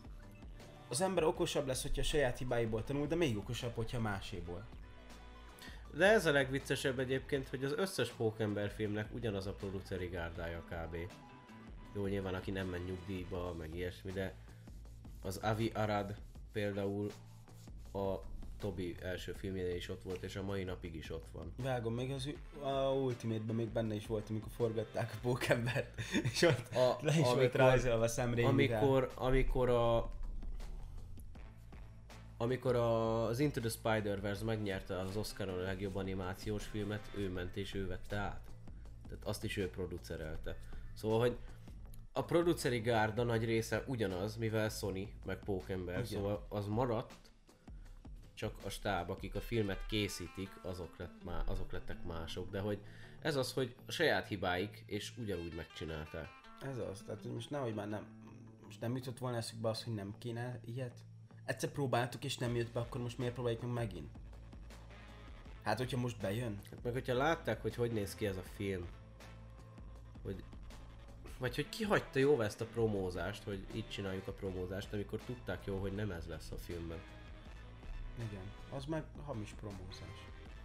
az ember okosabb lesz, hogyha a saját hibáiból tanul, de még okosabb, hogyha máséból. De ez a legviccesebb egyébként, hogy az összes Pókember filmnek ugyanaz a produceri gárdája kb. Jó, nyilván aki nem ment nyugdíjba, meg ilyesmi, de az Avi Arad például a Toby első filmjénél is ott volt, és a mai napig is ott van. Vágom, még a Ultimate-ben még benne is volt, amikor forgatták a Pókembert, és ott le is volt rajzolva Sam Raimi-vel. Amikor az Into the Spider-Verse megnyerte az Oscaron a legjobb animációs filmet, ő ment és ő vette át. Tehát azt is ő producerelte. Szóval, hogy a produceri gárda nagy része ugyanaz, mivel Sony, meg Pókember, szóval az maradt, csak a stáb, akik a filmet készítik, azok lettek mások, de hogy ez az, hogy a saját hibáik, és ugyanúgy megcsinálták. Ez az, tehát hogy most nehogy már most nem jutott volna eszükbe az, hogy nem kéne ilyet? Egyszer próbáltuk és nem jött be, akkor most miért próbáljuk meg megint? Hát, hogyha most bejön? Hát meg hogyha látták, hogy néz ki ez a film, vagy hogy kihagyta jóvá ezt a promózást, hogy így csináljuk a promózást, amikor tudták jó, hogy nem ez lesz a filmben. Igen, az meg hamis promózás.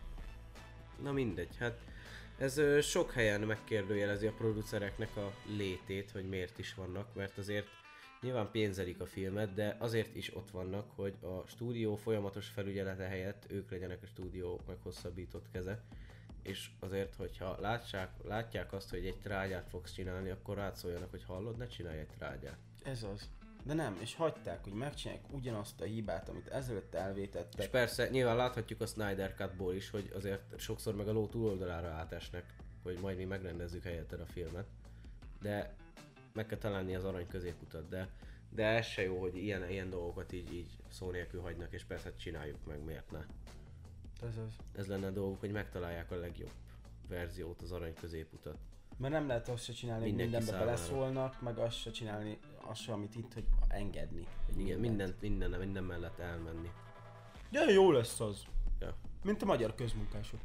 Na mindegy, hát ez sok helyen megkérdőjelezi a producereknek a létét, hogy miért is vannak, mert azért nyilván pénzelik a filmet, de azért is ott vannak, hogy a stúdió folyamatos felügyelete helyett ők legyenek a stúdió meghosszabbított keze. És azért, hogyha látják azt, hogy egy trágyát fogsz csinálni, akkor rád szóljanak, hogy hallod, ne csinálj egy trágyát. Ez az. De nem, és hagyták, hogy megcsinálják ugyanazt a hibát, amit ezelőtt elvétettek. És persze, nyilván láthatjuk a Snyder Cut-ból is, hogy azért sokszor meg a ló túloldalára átesnek, hogy majd mi megrendezzük helyetted a filmet. De meg kell találni az arany középutat, de ez se jó, hogy ilyen dolgokat így szó nélkül hagynak, és persze csináljuk meg, miért ne. Ez az. Ez lenne a dolguk, hogy megtalálják a legjobb verziót, az arany középutat. Mert nem lehet azt se csinálni, hogy mindenbe beleszólnak, meg azt se csinálni, azt se, amit itt, hogy engedni. Igen, minden mellett elmenni. De jó lesz az. Ja. Mint a magyar közmunkások.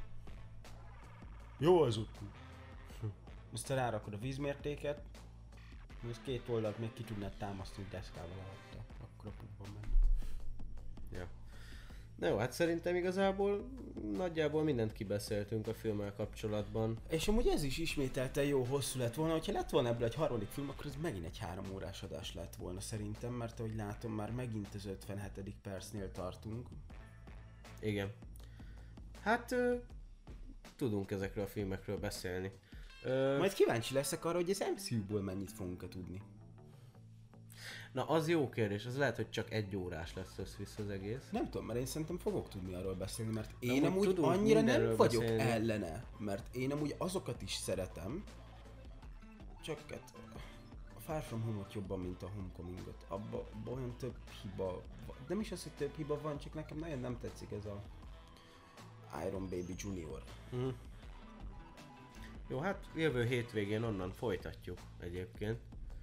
Jó az ott. Aztán rárakod a vízmértéket, most két oldalt még ki tudnád támasztani deszkával alatta. Akkor a pukban menne. Ja. Na jó, hát szerintem igazából nagyjából mindent kibeszéltünk a filmmel kapcsolatban. És amúgy ez is ismételten jó hosszú lett volna, hogyha lett volna ebből egy harmadik film, akkor ez megint egy 3 órás adás lett volna szerintem, mert ahogy látom, már megint az 57. percnél tartunk. Igen. Hát tudunk ezekről a filmekről beszélni. Majd kíváncsi leszek arra, hogy az MCU-ból mennyit fogunk tudni. Na az jó kérdés, az lehet, hogy csak 1 órás lesz össze az egész. Nem tudom, mert én szerintem fogok tudni arról beszélni, mert én amúgy annyira nem vagyok ellene, mert én amúgy azokat is szeretem, csak a Far From Home-ot jobban, mint a Homecomingot. Abban olyan több hiba, nem is az, hogy több hiba van, csak nekem nagyon nem tetszik ez a Iron Baby Junior. Mm. Jó, hát jövő hétvégén onnan folytatjuk egyébként.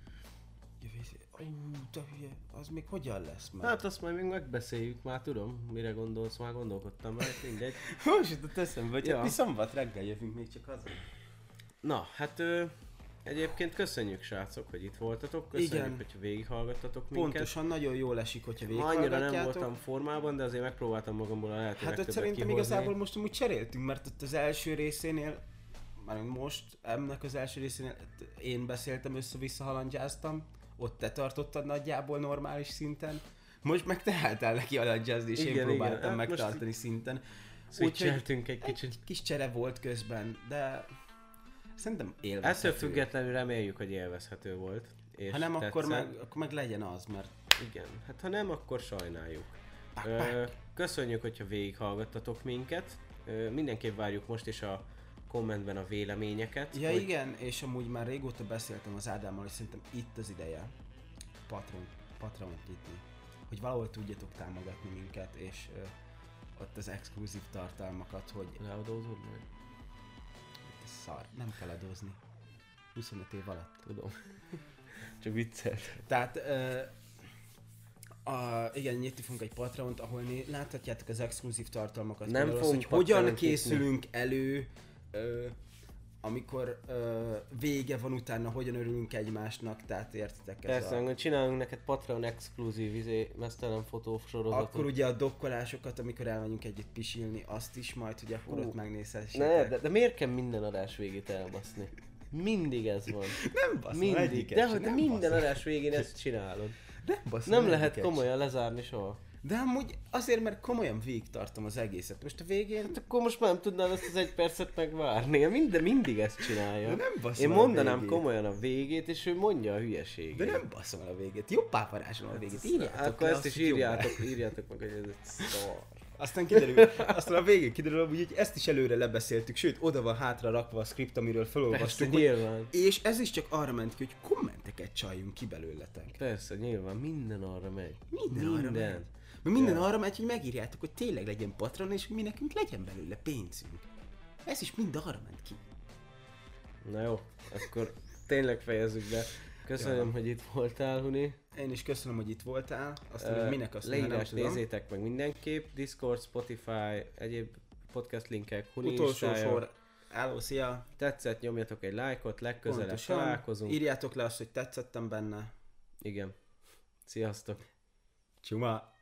De hülye, az még hogyan lesz már? Hát azt majd még megbeszéljük, már tudom, mire gondolsz, már gondolkodtam, mert mindegy. Most jutott eszembe, hogy ja. Mi szombat reggel jövünk még csak haza. Na, hát egyébként köszönjük srácok, hogy itt voltatok, köszönjük, hogy végighallgattatok minket. Pontosan, nagyon jól esik, hogyha végighallgatjátok. Annyira nem voltam formában, de azért megpróbáltam magamból a lehető legtöbbet kihozni. Hát szerintem igazából most amúgy cseréltünk, mert ott az első részénél, már most ennek az első részénél én beszéltem, össze-vissza halandzsáztam. Ott te tartottad nagyjából normális szinten, most meg te álltál neki halandzsázni, és én próbáltam megtartani szinten. Switcheltünk egy kicsit. Egy kis csere volt közben, de szerintem élvezhető. Ettől függetlenül reméljük, hogy élvezhető volt. És ha nem, akkor meg legyen az, mert... Igen, hát ha nem, akkor sajnáljuk. Köszönjük, hogyha végighallgattatok minket. Mindenképp várjuk most is a kommentben a véleményeket. Ja hogy... igen, és amúgy már régóta beszéltem az Ádámmal, hogy szerintem itt az ideje Patreont nyitni, hogy valahol tudjatok támogatni minket, és ott az exkluzív tartalmakat, hogy... Leadózod majd? Ez szar, nem kell adózni. 25 év alatt. Tudom. Csak viccelt. Tehát... igen, nyitni fogunk egy Patreont, ahol láthatjátok az exkluzív tartalmakat. Nem fogunk, hogy hogyan készülünk elő, amikor vége van utána, hogyan örülünk egymásnak, tehát értitek ez persze, csinálunk neked Patreon exkluzív mesztelen fotósorozatot. Akkor ugye a dokkolásokat, amikor elmegyünk együtt pisilni, azt is majd, hogy akkor ott megnézhessétek. Ne, de miért kell minden adás végét elbaszni? Mindig ez van. Nem baszom, mindig. De minden adás végén ezt csinálod. Nem lehet komolyan lezárni soha. De amúgy azért, mert komolyan végig tartom az egészet. Most a végén... Hát akkor most már nem tudnál ezt az 1 percet megvárni. Mindig ezt csinálja. De nem baszom Én el a mondanám végét. komolyan a végét, és ő mondja a hülyeségét. De nem baszom el a végét. Jobbá varázsolom a végét. Írjátok Akkor le ezt azt, is hogy jobbá. írjátok meg, hogy ez egy szar. Aztán a végén kiderül, hogy ezt is előre lebeszéltük, sőt, oda van hátra rakva a script, amiről Persze, felolvastuk. hogy- nyilván. És ez is csak arra ment ki, hogy kommenteket csaljunk ki belőletek. Persze, nyilván. Minden arra megy. Minden arra megy. Mert minden arra megy, hogy megírjátok, hogy tényleg legyen Patreon, és hogy mi nekünk legyen belőle pénzünk. Ez is mind arra ment ki. Na jó, akkor tényleg fejezzük be. Köszönöm, hogy itt voltál, Huni. Én is köszönöm, hogy itt voltál. Aztán hogy minek azt nem Leírást tudom. nézzétek meg mindenképp. Discord, Spotify, egyéb podcast linkek, Huni Utolsó Instája. sor. Álló, szia! Tetszett, nyomjatok egy lájkot, legközelebb Pontosan. találkozunk. Írjátok le azt, hogy tetszettem benne. Igen. Sziasztok! Csuma!